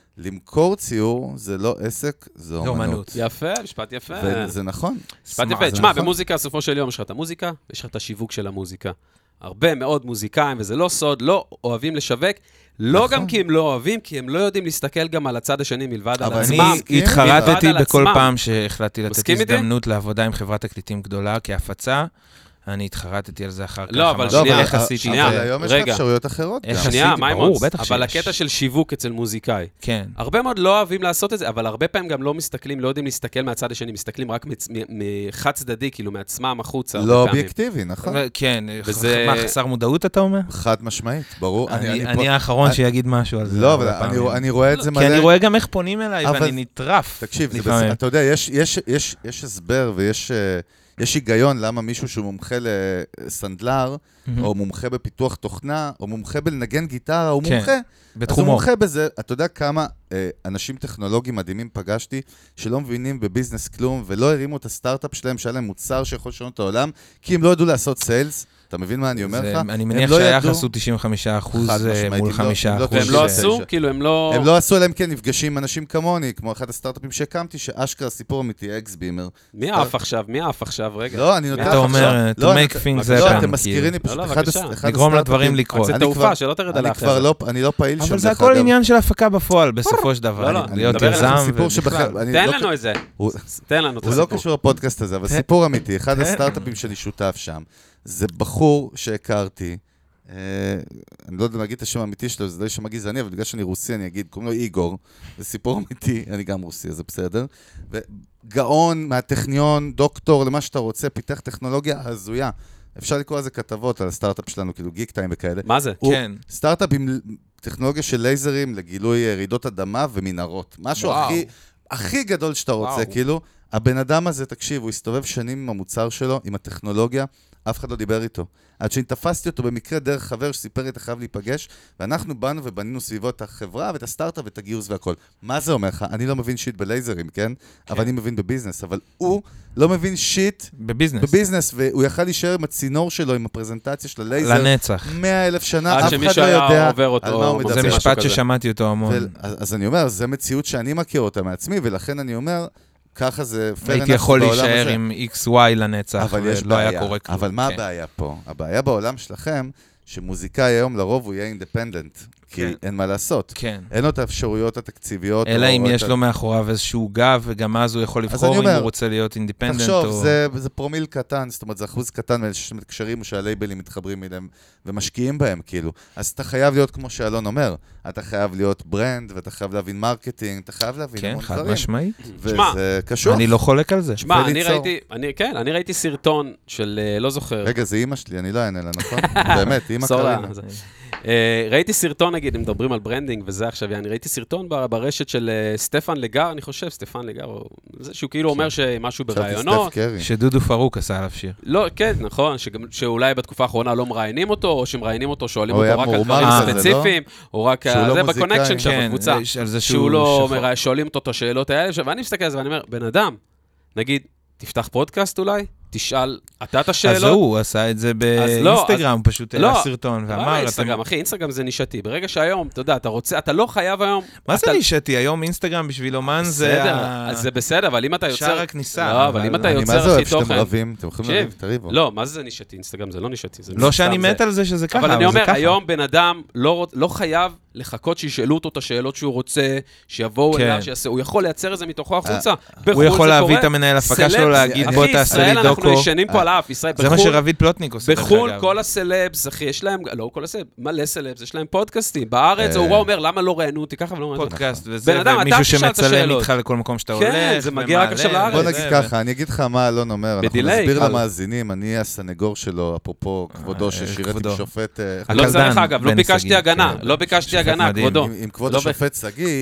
למכור ציור זה לא עסק, זה אומנות. יפה, משפט יפה. וזה נכון. משפט יפה. תשמע, במוזיקה, בסופו של יום, יש לך את המוזיקה, ויש לך את השיווק של המוזיקה. הרבה מאוד מוזיקאים, וזה לא סוד, לא אוהבים לשווק, לא גם כי הם לא אוהבים, כי הם לא יודעים להסתכל גם על הצד השני מלבד על עצמם. אני התחרטתי בכל פעם שהחלטתי לתת הזדמנות לעבודה עם חברת תקליטים גדולה כהפצה, אני התחרטתי על זה אחר כך. לא, אבל שנייה, אבל היום יש אפשרויות אחרות. שנייה, מיימונס, אבל הקטע של שיווק אצל מוזיקאי. כן. הרבה מאוד לא אוהבים לעשות את זה, אבל הרבה פעמים גם לא מסתכלים, לא יודעים להסתכל מהצד השני, מסתכלים רק מחד צדדי, כאילו מעצמם החוצה. לא אובייקטיבי, נכון? כן, מה, חסר מודעות אתה אומר? חד משמעית, ברור. אני האחרון שיגיד משהו על זה. לא, אבל אני רואה את זה מלא. כי אני רואה גם איך פונים אליי, ואני נטרף. תקשיב, אתה יודע, יש הסבר ויש היגיון למה מישהו שהוא מומחה לסנדלר, או מומחה בפיתוח תוכנה, או מומחה בלנגן גיטרה, הוא מומחה. בתחומו. אז הוא מומחה בזה. אתה יודע כמה אנשים טכנולוגיים מדהימים פגשתי, שלא מבינים בביזנס כלום, ולא הרימו את הסטארט-אפ שלהם, שהיה להם מוצר שיכול לשנות את העולם, כי הם לא ידעו לעשות סיילס. אתה מבין מה אני אומר לך? אני מניח שהיחס הוא 95% מול 5%. והם לא עשו? כאילו הם לא... הם לא עשו, אלא הם כן נפגשים עם אנשים כמוני, כמו אחד הסטארט-אפים שהקמתי, שאשכרה סיפור אמיתי, אקס-בימר. מי אף עכשיו? רגע. לא, אני נותן לך עכשיו. אתה אומר, to make things happen. לא, אתם מזכירים לי פשוט אחד לגרום לדברים לקרות. זה תעופה, שלא תרד על האחר. אני לא פעיל שם. אבל זה הכל עניין של הפקה בפועל, בסופו של דבר. להיות יזם ובכלל. תן לנו את זה. תן לנו את הוא לא קשור לפודקאסט הזה, אבל סיפור אמיתי. אחד הסטארט-אפים שאני שותף שם. זה בחור שהכרתי, אני לא יודע להגיד את השם האמיתי שלו, זה לא שם גזעני, אבל בגלל שאני רוסי, אני אגיד, קוראים לו איגור, זה סיפור אמיתי, אני גם רוסי, אז זה בסדר. וגאון מהטכניון, דוקטור, למה שאתה רוצה, פיתח טכנולוגיה הזויה. אפשר לקרוא לזה כתבות על הסטארט-אפ שלנו, כאילו גיק טיים וכאלה. מה זה? כן. סטארט-אפ עם טכנולוגיה של לייזרים לגילוי רעידות אדמה ומנהרות. משהו הכי גדול שאתה רוצה, כאילו. הבן אדם הזה, תקשיב, הוא הסתובב שנים עם המוצר שלו, עם הטכנולוגיה, אף אחד לא דיבר איתו. עד שנתפסתי אותו במקרה דרך חבר שסיפר לי, אתה חייב להיפגש, ואנחנו באנו ובנינו סביבו את החברה ואת הסטארט-אפ ואת הגיוס והכל. מה זה אומר לך? אני לא מבין שיט בלייזרים, כן? אבל אני מבין בביזנס, אבל הוא לא מבין שיט בביזנס, והוא יכל להישאר עם הצינור שלו, עם הפרזנטציה של הלייזר. לנצח. 100,000 שנה, אף אחד לא יודע על מה הוא מדבר. זה משפט ששמעתי אותו המון. אז אני אומר, זו מציאות שאני מכיר אותה מעצמי, ולכן אני אומר, ככה זה fair enough בעולם הזה. הייתי יכול להישאר עם XY לנצח, ולא היה קורה כלום. אבל מה הבעיה פה? הבעיה בעולם שלכם, שמוזיקאי היום לרוב הוא יהיה אינדפנדנט, כי אין מה לעשות. אין לו את האפשרויות התקציביות. אלא אם יש לו מאחוריו איזשהו גב, וגם אז הוא יכול לבחור אם הוא רוצה להיות אינדפנדנט. תחשוב, זה פרומיל קטן, זאת אומרת, זה אחוז קטן מאלה שמתקשרים, שהלייבלים מתחברים אליהם ומשקיעים בהם, כאילו. אז אתה חייב להיות כמו שאלון אומר, אתה חייב להיות ברנד, ואתה חייב להבין מרקטינג, אתה חייב להבין המון דברים. כן, חד משמעית. וזה קשור. אני לא חולק על זה. שמע, אני ראיתי סרטון של, לא זוכר. רגע, זה אמא שלי, אני לא אענה לה, נכון? באמת, אמא קרינה. ראיתי סרטון, נגיד, אם מדברים על ברנדינג וזה עכשיו, אני ראיתי סרטון ברשת של סטפן לגר, אני חושב, סטפן לגר, זה שהוא כאילו אומר שמשהו ברעיונות. שדודו פרוק עשה עליו שיר. לא, כן, נכון, שאולי בתקופה האחרונה לא מראיינים אותו, או שמראיינים אותו, שואלים אותו רק על דברים ספציפיים, או רק זה בקונקשן שם, בקבוצה, שהוא לא שואלים אותו את השאלות האלה, ואני מסתכל על זה ואני אומר, בן אדם, נגיד, תפתח פודקאסט אולי? תשאל, אתה את השאלות. אז הוא עשה את זה באינסטגרם, פשוט העלה סרטון, ואמר... אינסטגרם, אחי, אינסטגרם זה נישתי. ברגע שהיום, אתה יודע, אתה לא חייב היום... מה זה נישתי? היום אינסטגרם בשביל אומן זה... אז זה בסדר, אבל אם אתה יוצר... שער הכניסה. לא, אבל אם אתה יוצר הכי תוכן... מה זה אוהב שאתם רבים? אתם יכולים לריב, תריבו. לא, מה זה נישתי? אינסטגרם זה לא נישתי. לא שאני מת על זה שזה ככה, אבל אני אומר, היום בן אדם לא חייב לחכות שישאלו אותו את השאלות שהוא רוצה, שיבואו אליו, הוא יכול לייצר את זה מתוכו החוצה. הוא יכול להביא את המנהל הפקה שלו להגיד, בוא תעשה לי דוקו. אנחנו ישנים פה על האף, ישראל, זה מה שרביד פלוטניק עושה. בחול כל הסלבס, אחי, יש להם, לא כל הסלבס, מלא סלבס, יש להם פודקאסטים. בארץ, הוא אומר, למה לא ראיינו אותי ככה ולא ראיינו אותי? פודקאסט וזה, ומישהו שמצלם איתך לכל מקום שאתה הולך. כן, זה מגיע רק עכשיו לארץ. בוא נגיד ככה, אני אגיד לך מה אלון אומר, אנחנו נסביר למאזינים, אני הסנגור שלו, אפרופו כבודו ששירת עם שופט... לא צריך אגב, לא ביקשתי הגנה, לא ביקשתי הגנה, כבודו. עם כבוד השופט סגי,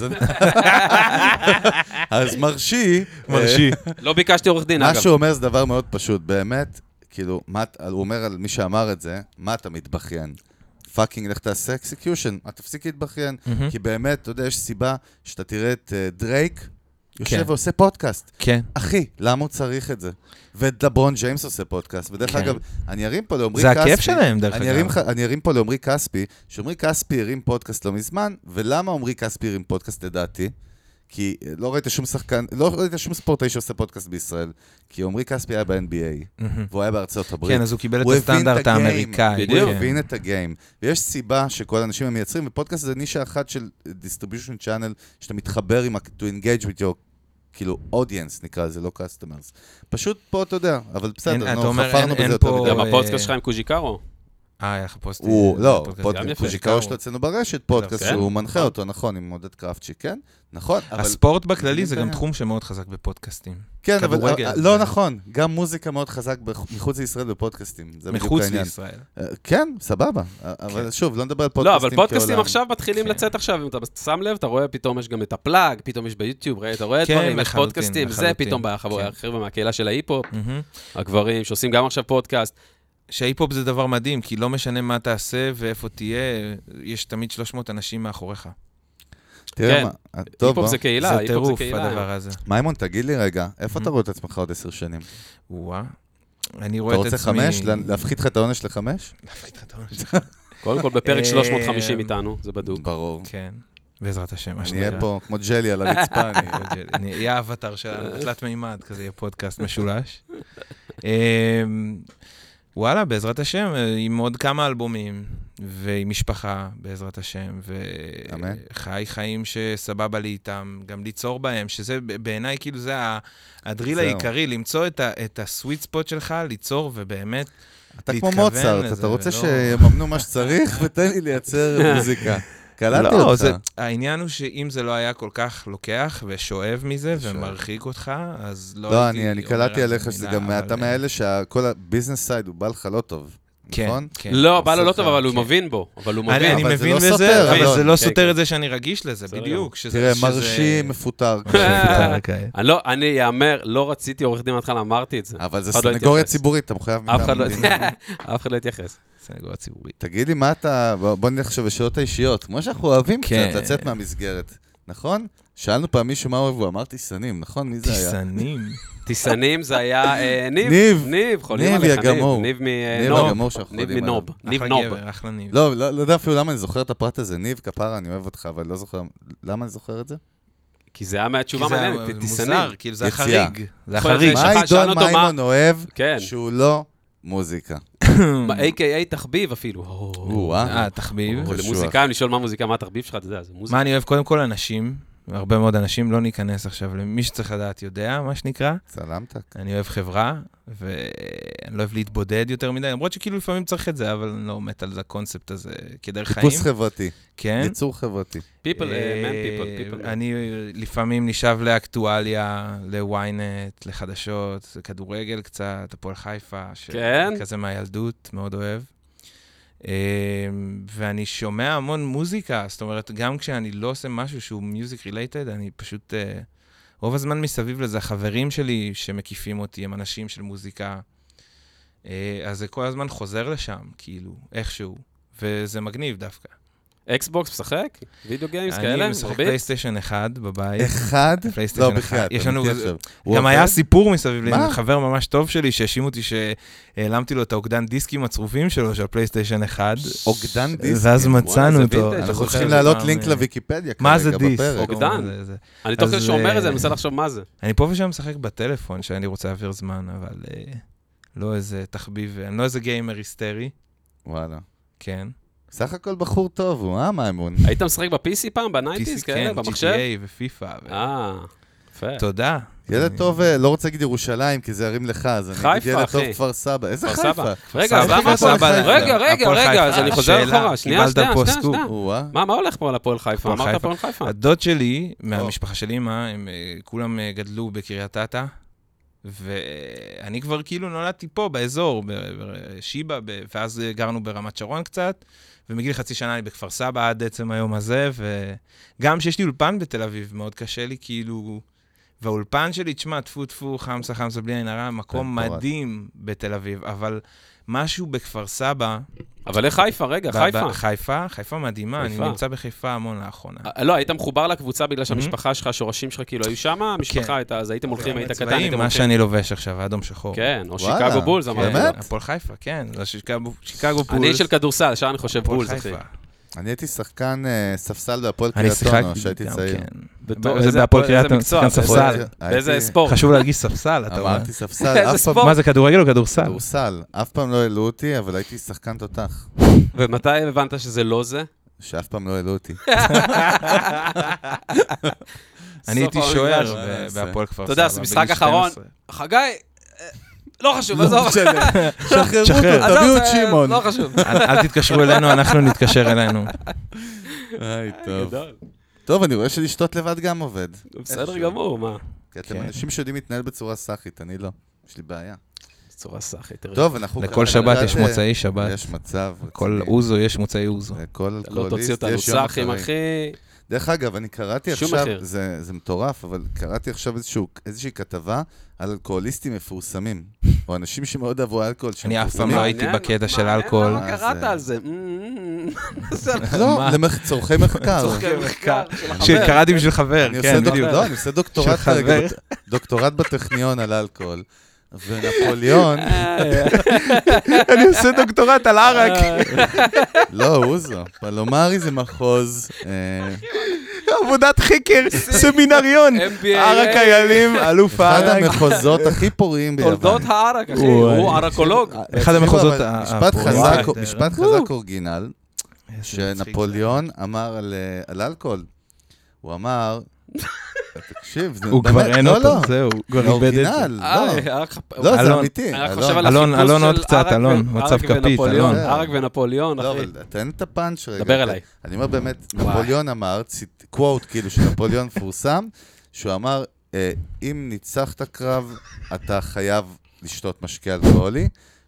אז מרשי. לא ביקשתי עורך דין, אגב. מה שהוא אומר זה דבר מאוד פשוט, באמת, כאילו, הוא אומר על מי שאמר את זה, מה אתה מתבכיין? פאקינג, לך תעשה אקסקיושן, תפסיק להתבכיין, כי באמת, אתה יודע, יש סיבה שאתה תראה את דרייק, יושב ועושה פודקאסט. כן. אחי, למה הוא צריך את זה? ודברון ג'יימס עושה פודקאסט, ודרך אגב, אני ארים פה לעומרי כספי. זה הכיף שלהם, דרך אגב. אני ארים פה לעומרי כספי, שעומרי כספי הרים פודקאסט לא מזמן, ולמה עומרי כספי הרים פודקאסט לדעתי? כי לא ראית שום שחקן, לא ראית שום ספורטאי שעושה פודקאסט בישראל, כי עומרי כספי היה ב-NBA, והוא היה בארצות הברית. כן, אז הוא קיבל את הסטנדרט האמריקאי. הוא הבין את הגיים. ויש סיבה שכל האנשים הם מייצרים, ופודקאסט זה נישה אחת של distribution channel, שאתה מתחבר עם, to engage with your, כאילו, audience נקרא, זה לא customers. פשוט פה, אתה יודע, אבל בסדר, חפרנו בזה יותר מדי. גם הפודקאסט שלך עם קוז'יקארו. היה לך פוסט... לא, קוז'יקארו שלו אצלנו ברשת, פודקאסט שהוא מנחה אותו, נכון, עם עודד קרפצ'י, כן? נכון, אבל... הספורט בכללי זה גם תחום שמאוד חזק בפודקאסטים. כן, אבל לא נכון, גם מוזיקה מאוד חזק מחוץ לישראל בפודקאסטים. מחוץ לישראל. כן, סבבה, אבל שוב, לא נדבר על פודקאסטים כעולם. לא, אבל פודקאסטים עכשיו מתחילים לצאת עכשיו, אם אתה שם לב, אתה רואה פתאום יש גם את הפלאג, פתאום יש ביוטיוב, אתה רואה דברים, יש פודקאסטים, זה פתאום החבר'ה מהקהילה של ההיפ-הופ, הגברים שעושים גם עכשיו פודקאסט. שההיפ-הופ זה דבר מדהים, כי לא משנה מה תעשה ואיפה תהיה, יש תמיד 300 אנשים מאחוריך. תראה מה, טוב, היפ-הופ זה קהילה, זה טירוף הדבר הזה. מיימון, תגיד לי רגע, איפה אתה רואה את עצמך עוד 10 שנים? אני רואה את עצמי... אתה רוצה 5? להפחית לך את העונש ל5? להפחית לך את העונש. קודם כל בפרק 350 איתנו, זה בדוק. ברור. כן. בעזרת השם. אני אהיה פה כמו ג'לי על הרצפה. אני אהיה האבטר של תלת מימד, כזה יהיה פודקאסט משולש. וואלה, בעזרת השם, עם עוד כמה אלבומים, ועם משפחה, בעזרת השם, וחי חיים שסבבה לי איתם, גם ליצור בהם, שזה בעיניי כאילו זה הדריל העיקרי, למצוא את הסוויט ספוט שלך, ליצור ובאמת אתה כמו מוצרט, אתה רוצה שיממנו מה שצריך, ותן לי לייצר מוזיקה. קלטתי אותך. העניין הוא שאם זה לא היה כל כך לוקח ושואב מזה ומרחיק אותך, אז לא... לא, אני קלטתי עליך שזה גם מעטה מאלה שכל הביזנס סייד הוא בא לך לא טוב. נכון? לא, בא לו לא טוב, אבל הוא מבין בו. אבל הוא מבין. אני מבין בזה, אבל זה לא סותר את זה שאני רגיש לזה, בדיוק. תראה, מרשי מפוטר. אני יאמר, לא רציתי עורך דין מההתחלה, אמרתי את זה. אבל זה סנגוריה ציבורית, אתה מחויב מטעם. אף אחד לא יתייחס. סנגוריה ציבורית. תגיד לי, מה אתה... בוא נלך עכשיו לשאלות האישיות. כמו שאנחנו אוהבים קצת לצאת מהמסגרת, נכון? שאלנו פעם מישהו מה אוהב, הוא אמר טיסנים, נכון? מי זה היה? טיסנים. טיסנים זה היה ניב. ניב, חולים עליך, ניב מנוב. ניב מנוב. ניב נוב. אחלה ניב. לא יודע אפילו למה אני זוכר את הפרט הזה. ניב, כפרה, אני אוהב אותך, אבל לא זוכר... למה אני זוכר את זה? כי זה היה מהתשובה מעניינת, טיסנים. כאילו זה החריג. זה החריג. מה עידון מימון אוהב שהוא לא מוזיקה? A.K.A. תחביב אפילו. תחביב. למוזיקאים, לשאול מה מוזיקה, מה התחביב שלך, אתה יודע, זה מוזיקה. מה אני אוהב? קודם כל אנשים, הרבה מאוד אנשים, לא ניכנס עכשיו למי שצריך לדעת יודע, מה שנקרא. צלמתק. אני אוהב חברה, ואני לא אוהב להתבודד יותר מדי, למרות שכאילו לפעמים צריך את זה, אבל אני לא מת על זה, הקונספט הזה כדרך חיים. טיפוס חברתי. כן. יצור חברתי. people. אני לפעמים נשאב לאקטואליה, לוויינט, לחדשות, כדורגל קצת, הפועל חיפה, כזה מהילדות, מאוד אוהב. ואני שומע המון מוזיקה, זאת אומרת, גם כשאני לא עושה משהו שהוא מיוזיק רילייטד, אני פשוט, רוב הזמן מסביב לזה, החברים שלי שמקיפים אותי, הם אנשים של מוזיקה, אז זה כל הזמן חוזר לשם, כאילו, איכשהו, וזה מגניב דווקא. אקסבוקס משחק? וידאו גיימס כאלה? אני משחק פלייסטיישן 1 בבית. אחד? לא, בכלל. יש לנו, גם היה סיפור מסביב לי, חבר ממש טוב שלי, שהאשים אותי שהעלמתי לו את האוגדן דיסקים הצרופים שלו, של פלייסטיישן 1. אוגדן דיסקים? ואז מצאנו אותו. אנחנו צריכים להעלות לינק לוויקיפדיה. מה זה דיסק? אוגדן. אני תוך כדי שאומר את זה, אני מנסה לחשוב מה זה. אני פה ושם משחק בטלפון, שאני רוצה להעביר זמן, אבל לא איזה תחביב, אני לא איזה גיימר היסטרי. וואלה. כן. סך הכל בחור טוב, הוא מאמון. היית משחק ב-PC פעם, ב-90s כאלה, במחשב? GTA ופיפה. יפה. תודה. ילד טוב, לא רוצה להגיד ירושלים, כי זה ירים לך, אז אני אגיד ילד טוב כפר סבא. איזה חיפה? רגע, אז למה רגע, אז אני חוזר אחורה. שנייה. מה הולך פה על הפועל חיפה? אמרת הפועל חיפה. הדוד שלי, מהמשפחה של אמא, הם כולם גדלו בקריית אתא, ואני כבר כאילו נולדתי פה, באזור, בשיבה, ואז גרנו ברמת שרון קצת, ומגיל חצי שנה אני בכפר סבא עד עצם היום הזה, וגם שיש לי אולפן בתל אביב, מאוד קשה לי כאילו, והאולפן שלי, תשמע, טפו, חמסה, בלי עין הרע, מקום מדהים בתל אביב, אבל משהו בכפר סבא... אבל לחיפה, רגע, חיפה. חיפה מדהימה, אני נמצא בחיפה המון לאחרונה. לא, היית מחובר לקבוצה בגלל שהמשפחה שלך, השורשים שלך כאילו היו שם, המשפחה הייתה, אז הייתם הולכים, היית קטן, הייתם מה שאני לובש עכשיו, האדום שחור. כן, או שיקגו בולס, אמרתי. הפועל חיפה, כן, זה שיקגו בולס. אני של כדורסל, עכשיו אני חושב בולס, אחי. אני הייתי שחקן ספסל בהפועל קריית-אונו, שהייתי צעיר. זה בהפועל קריית-אונו, שחקן ספסל. באיזה ספורט? חשוב להרגיש ספסל, אתה אומר. אמרתי ספסל. מה זה, כדורגל או כדורסל? כדורסל. אף פעם לא העלו אותי, אבל הייתי שחקן תותח. ומתי הבנת שזה לא זה? שאף פעם לא העלו אותי. אני הייתי שוער בהפועל כפר סבא. אתה יודע, זה משחק אחרון. חגי... לא חשוב, עזוב. שחררו אותו, תביאו את שמעון. לא חשוב. אל תתקשרו אלינו, אנחנו נתקשר אלינו. טוב. טוב, אני רואה שלשתות לבד גם עובד. בסדר גמור, מה? כי אתם אנשים שיודעים להתנהל בצורה סאחית, אני לא. יש לי בעיה. בצורה סאחית. טוב, אנחנו... לכל שבת יש מוצאי שבת. יש מצב. לכל אוזו יש מוצאי אוזו. לכל לא תוציא אותנו סאחים, אחי. דרך אגב, אני קראתי עכשיו, זה מטורף, אבל קראתי עכשיו איזושהי כתבה על אלכוהוליסטים מפורסמים, או אנשים שמאוד אהבו אלכוהול. אני אף פעם לא הייתי בקטע של אלכוהול. מה קראת על זה? לא, לצורכי מחקר. שקראתי בשביל חבר, כן, בדיוק. לא, אני עושה דוקטורט בטכניון על אלכוהול. ונפוליאון... אני עושה דוקטורט על ערק. לא, אוזו. פלומרי זה מחוז... עבודת חקר, סמינריון. ערק איילים, אלוף הערק. אחד המחוזות הכי פוריים ביוון. תולדות הערק, אחי. הוא ערקולוג. אחד המחוזות... משפט חזק אורגינל, שנפוליאון אמר על אלכוהול. הוא אמר... תקשיב, הוא כבר אין אותו, זהו, הוא כבר איבד את זה. לא, זה אמיתי. אלון עוד קצת, אלון, מצב כפית, אלון. ערק ונפוליאון, אחי. לא, אבל תן את הפאנץ' רגע. דבר אליי. אני אומר באמת, נפוליאון אמר, קוואט כאילו שנפוליאון פורסם, שהוא אמר, אם ניצחת קרב, אתה חייב לשתות משקה אלכוהולי,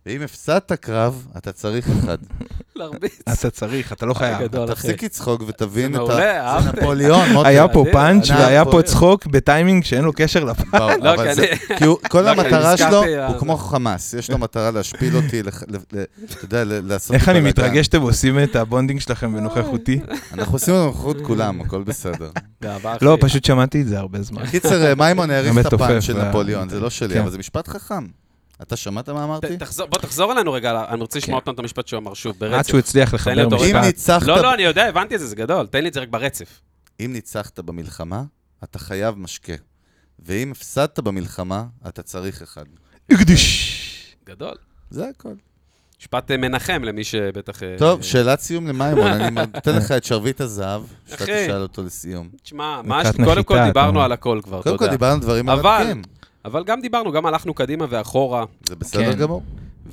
ואם הפסדת קרב, אתה צריך אחד. להרביץ. אתה צריך, אתה לא חייב. גדול, אחי. תפסיק לצחוק ותבין זה את מעולה, זה אהבתי. נפוליאון, מוטי. היה פה פאנץ' אני והיה פה- פה צחוק בטיימינג שאין לו קשר לפאנץ'. לא, אבל כי זה- אני- כי כל לא, כי המטרה אני שלו נזכרתי, הוא כמו חמאס, יש לו מטרה להשפיל אותי, אתה יודע, לעשות... איך אני בלגן. מתרגש שאתם עושים את הבונדינג שלכם בנוכחותי? אנחנו עושים לנו נוכחות כולם, הכל בסדר. גאווה, אחי. לא, פשוט שמעתי את זה הרבה זמן. קיצר, מימון העריך את מתופף, הפאנץ' של וה- נפוליאון, זה לא שלי, כן. אבל זה משפט חכם. אתה שמעת מה אמרתי? בוא תחזור אלינו רגע, אני רוצה לשמוע כן. אותם את המשפט שהוא אמר שוב, עד ברצף. שהוא הצליח תן לי לחבר אותו אם משפט. ניצחת... לא, אני יודע, הבנתי את זה, זה גדול. תן לי את זה רק ברצף. אם ניצחת במלחמה, אתה חייב משקה. ואם הפסדת במלחמה, אתה צריך אחד. הקדיש. גדול. זה הכל. משפט מנחם למי שבטח... טוב, שאלת סיום למימון, אני נותן לך את שרביט הזהב, שאתה אחי. תשאל אותו לסיום. תשמע, לקראת קודם כל נחיתה, דיברנו אתה על הכל כבר, קודם כל תודה. דיברנו דברים אבל- מרתקים. אבל גם דיברנו, גם הלכנו קדימה ואחורה, זה בסדר כן. גמור.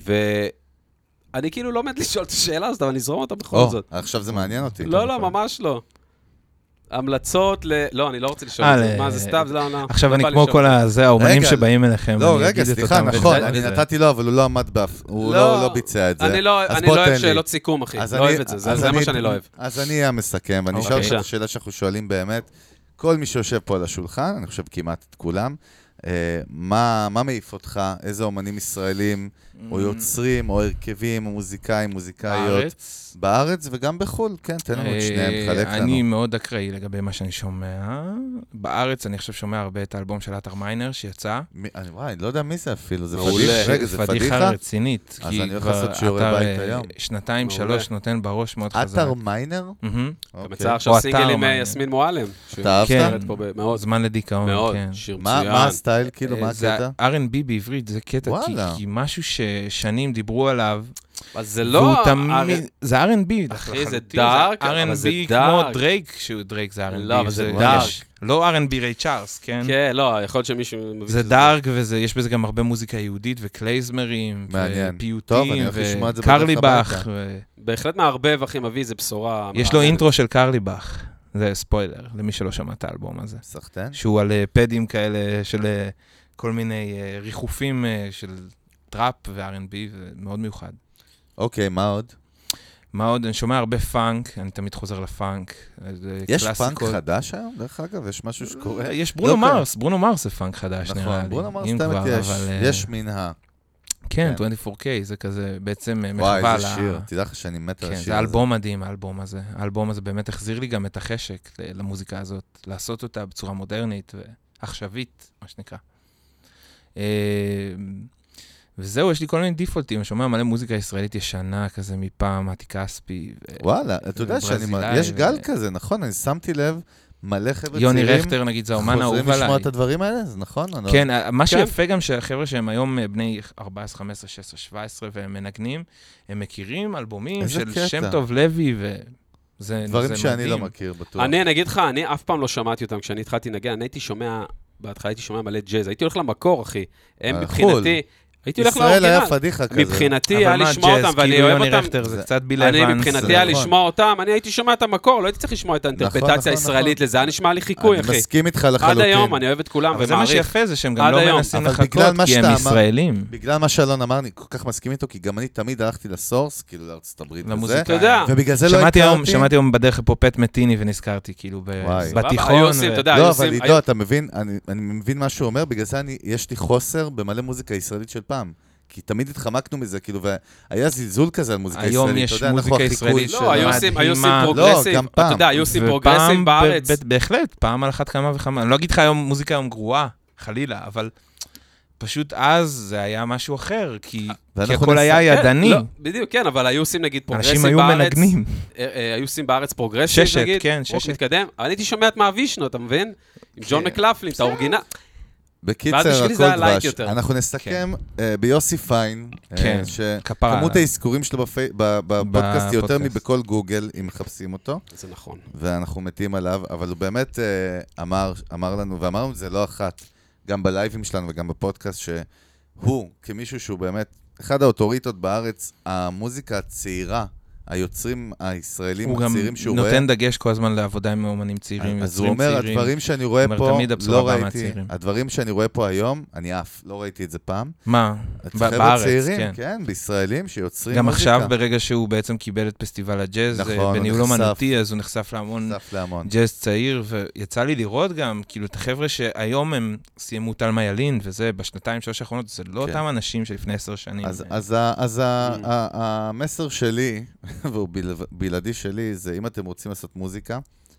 ואני כאילו לא עומד לשאול את השאלה הזאת, אבל אני אזרום אותה בכל זאת. עכשיו זה מעניין אותי. לא, לא, ממש לא. המלצות ל... לא, אני לא רוצה לשאול את זה. מה, זה סתם, זה לא... עכשיו לא אני בא לי כמו לשאול. כל האומנים רגע, שבאים אליכם. לא, אני רגע, אגיד את סליחה, אותם נכון, וזה. אני נתתי לו, אבל הוא לא עמד הוא לא ביצע את זה. אני לא אז בוא אוהב תן לי. שאלות סיכום, אחי. אז לא אני- אוהב את זה, אז זה מה אני- שאני לא אוהב. אז אני אהיה המסכם, ואני אשאל אותך את השאלה שאנחנו שואלים באמת. כל מי שיושב פה על השולחן, אני חושב כמעט את כולם, מה מעיף אותך? איזה אומנים ישראלים, או יוצרים, או הרכבים, או מוזיקאים, מוזיקאיות? בארץ? בארץ וגם בחו"ל, כן, תן לנו את שניהם, חלק לנו. אני מאוד אקראי לגבי מה שאני שומע. בארץ אני עכשיו שומע הרבה את האלבום של אתר מיינר שיצא. וואי, אני לא יודע מי זה אפילו, זה מעולה. פדיחה? רגע, זה פדיחה? רצינית. אז כי אני הולך כבר לעשות שיעורי אתר, בית היום. שנתיים, מעולה. 3 נותן בראש מאוד חזק. אתר מיינר? מהמם. אתה אוקיי. מצא עכשיו או סינגל אתר, עם מה- יסמין מועלם. אתה אהבת? כן. פה מאוד, זמן לדיכאון, מאוד, כן. שיר מה מצוין. הסטייל, כאילו, מה זה הקטע? R&B בעברית, זה קטע, וואלה. כי משהו ששנים דיברו עליו, אז זה והוא לא... תמיד, זה R&B. אחי, זה לחלוטין, דארק, אבל זה R&B כמו דארק. דרייק, שהוא דרייק זה R&B. לא, אבל זה יש- דארק. לא R&B ריי צ'ארלס, כן? כן, לא, יכול להיות שמישהו... מביא זה את דארק, ויש בזה גם הרבה מוזיקה יהודית, וקלייזמרים, מעניין. ופיוטים, טוב, אני הולך לשמוע את זה בדרך וקרליבך. הביתה. בהחלט מערבב, אחי, מביא איזה בשורה. יש לו אינטרו של קרליבך. זה ספוילר, למי שלא שמע את האלבום הזה. סחטן? שהוא על פדים כאלה של כל מיני ריחופים של טראפ ו-R&B, ומאוד מיוחד. אוקיי, מה עוד? מה עוד? אני שומע הרבה פאנק, אני תמיד חוזר לפאנק. יש פאנק חדש היום, דרך אגב? יש משהו שקורה? יש ברונו לא מרס, ברונו מרס זה פאנק חדש, נראה לי. נכון, ברונו מרס אם תמיד כבר, יש. אבל, יש מנהה. כן, כן. 24K, זה כזה בעצם וואי, מחווה איזה שיר. תדע לך שאני מת על כן, השיר זה הזה. אלבום מדהים, האלבום הזה. האלבום הזה באמת החזיר לי גם את החשק למוזיקה הזאת, לעשות אותה בצורה מודרנית ועכשווית, מה שנקרא. וזהו, יש לי כל מיני דיפולטים, אני שומע מלא מוזיקה ישראלית ישנה, כזה מפעם, מתי כספי. וואלה, אתה יודע ברזילאי יש גל כזה, נכון? אני שמתי לב, מלא חבר'ה יוני צעירים רכטר, נגיד, זה האומן האהוב חוזרים לשמוע עליי. את הדברים האלה? זה נכון? אני לא- כן, מה שיפה גם שהחבר'ה שהם היום בני 14, 15, 16, 17 והם מנגנים, הם מכירים אלבומים איזה של קטע. שם טוב לוי, וזה מדהים. דברים שאני לא מכיר, בטוח. אני אגיד לך, אני אף פעם לא שמעתי אותם כשאני התחלתי לנגן, אני הייתי שומע, בהתחלה הייתי שומע מלא ג'אז, הייתי הולך למקור, אחי. הם חול. מבחינתי, הייתי הולך ישראל היה לאורגינל. פדיחה כזה. מבחינתי היה לשמוע אותם, ואני אוהב אותם. זה קצת ביל אבנס. אני מבחינתי זה היה נכון. לשמוע אותם, אני הייתי שומע את המקור, לא הייתי צריך לשמוע את נכון, האינטרפטציה הישראלית נכון. לזה, היה נשמע לי חיקוי, אני אחי. מסכים איתך עד לחלוטין. היום, אני אוהב את כולם אבל זה מה ומעריך. שיפה, זה שהם גם עד לא היום. מנסים אבל בגלל לחכות, מה כי הם שאתה אמר- ישראלים. בגלל מה שאלון אמר, אני כל כך מסכים איתו, כי גם אני תמיד הלכתי לסורס, כאילו לארצות הברית וזה, למוזיקה. אתה יודע, ובגלל זה לא שמעתי היום בדרך פה פט מטיני ונזכרתי, כאילו, וואי. בתיכון. היו עושים, אתה יודע, היו לא, עושים- אבל עידו, אתה מבין, אני מבין מה שהוא אומר, בגלל זה יש לי חוסר במלא מוזיקה ישראלית של פעם. כי תמיד התחמקנו מזה, כאילו, והיה זלזול כזה על מוזיקה היום ישראלית. יש אתה יודע, אנחנו מוזיקה החיקוי ישראלית של- לא, היו עושים מדהימה. פרוגרסיב, לא, גם אתה פעם. יודע, היו עושים ופעם פרוגרסיב בארץ. בהחלט, פעם על אחת כמה וכמה. אני לא אגיד לך היום מוזיקה היום גרועה, חלילה, אבל פשוט אז זה היה משהו אחר, כי ואנחנו הכל היה כן, ידני. לא, בדיוק, כן, אבל היו עושים נגיד פרוגרסיב אנשים בארץ. היו מנגנים. היו עושים בארץ פרוגרסיב, ששת, נגיד. כן, רוק ששת. מתקדם. אבל אני הייתי שומע את מהווישנו, אתה מבין? עם ג'ון כן. מקלפלין, את האורגינל. ואז בקיצר, בשבילי זה היה הכל לייט דבש. יותר. אנחנו נסכם ביוסי פיין, כן, כפרה שכמות עליו. האזכורים שלו בפודקאסט היא יותר בפודקאסט. מבכל גוגל, אם מחפשים אותו, זה נכון. ואנחנו מתים עליו, אבל הוא באמת אמר לנו, ואמרנו את זה לא אחת, גם בלייבים שלנו וגם בפודקאסט, שהוא, כמישהו שהוא באמת אחד האוטוריטות בארץ, המוזיקה הצעירה, היוצרים הישראלים הוא גם הצעירים שהוא רואה... נותן דגש כל הזמן לעבודה עם אומנים צעירים, אז הוא אומר, הדברים שאני רואה פה, לא ראיתי, הדברים שאני רואה פה היום, אני אף, לא ראיתי את זה פעם. מה? בארץ, כן, בישראלים שיוצרים גם מוזיקה. עכשיו, ברגע שהוא בעצם קיבל את פסטיבל הג'אז, בניהול אומנותי, אז הוא נחשף להמון ג'אז צעיר, ויצא לי לראות גם, כאילו, את החבר'ה שהיום הם סיימו תלמה ילין, וזה בשנתיים, 3 האחרונות, זה לא אותם אנשים שלפני 10 שנים. אז המסר שלי, והוא בלעדי שלי, זה אם אתם רוצים לעשות מוזיקה,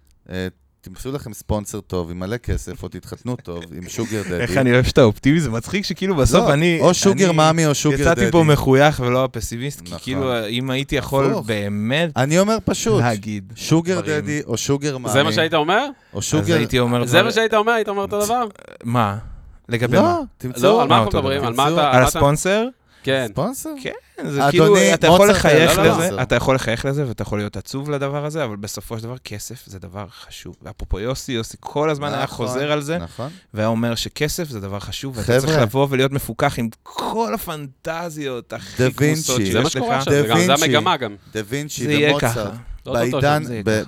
תמצאו לכם ספונסר טוב, עם מלא כסף, או תתחתנו טוב, עם שוגר דדי. איך אני אוהב שאתה אופטימי, זה מצחיק שכאילו בסוף אני... או שוגר מאמי או שוגר דדי. יצאתי פה מחויך ולא הפסימיסט, כי כאילו אם הייתי יכול באמת... אני אומר פשוט, להגיד. שוגר דדי או שוגר מאמי. זה מה שהיית אומר? או שוגר... זה מה שהיית אומר? היית אומר אותו דבר? מה? לגבי מה? לא, תמצאו... על מה אנחנו מדברים? על הספונסר? כן. ספונסר? כן, זה כאילו, אתה יכול לחייך לזה, אתה יכול לחייך לזה, ואתה יכול להיות עצוב לדבר הזה, אבל בסופו של דבר, כסף זה דבר חשוב. ואפרופו יוסי כל הזמן היה חוזר על זה, והיה אומר שכסף זה דבר חשוב, ואתה צריך לבוא ולהיות מפוקח עם כל הפנטזיות הכי כמוסות שיש לך. זה מה שקורה עכשיו, זה המגמה גם. דה וינצ'י ומוצרט. בעידן...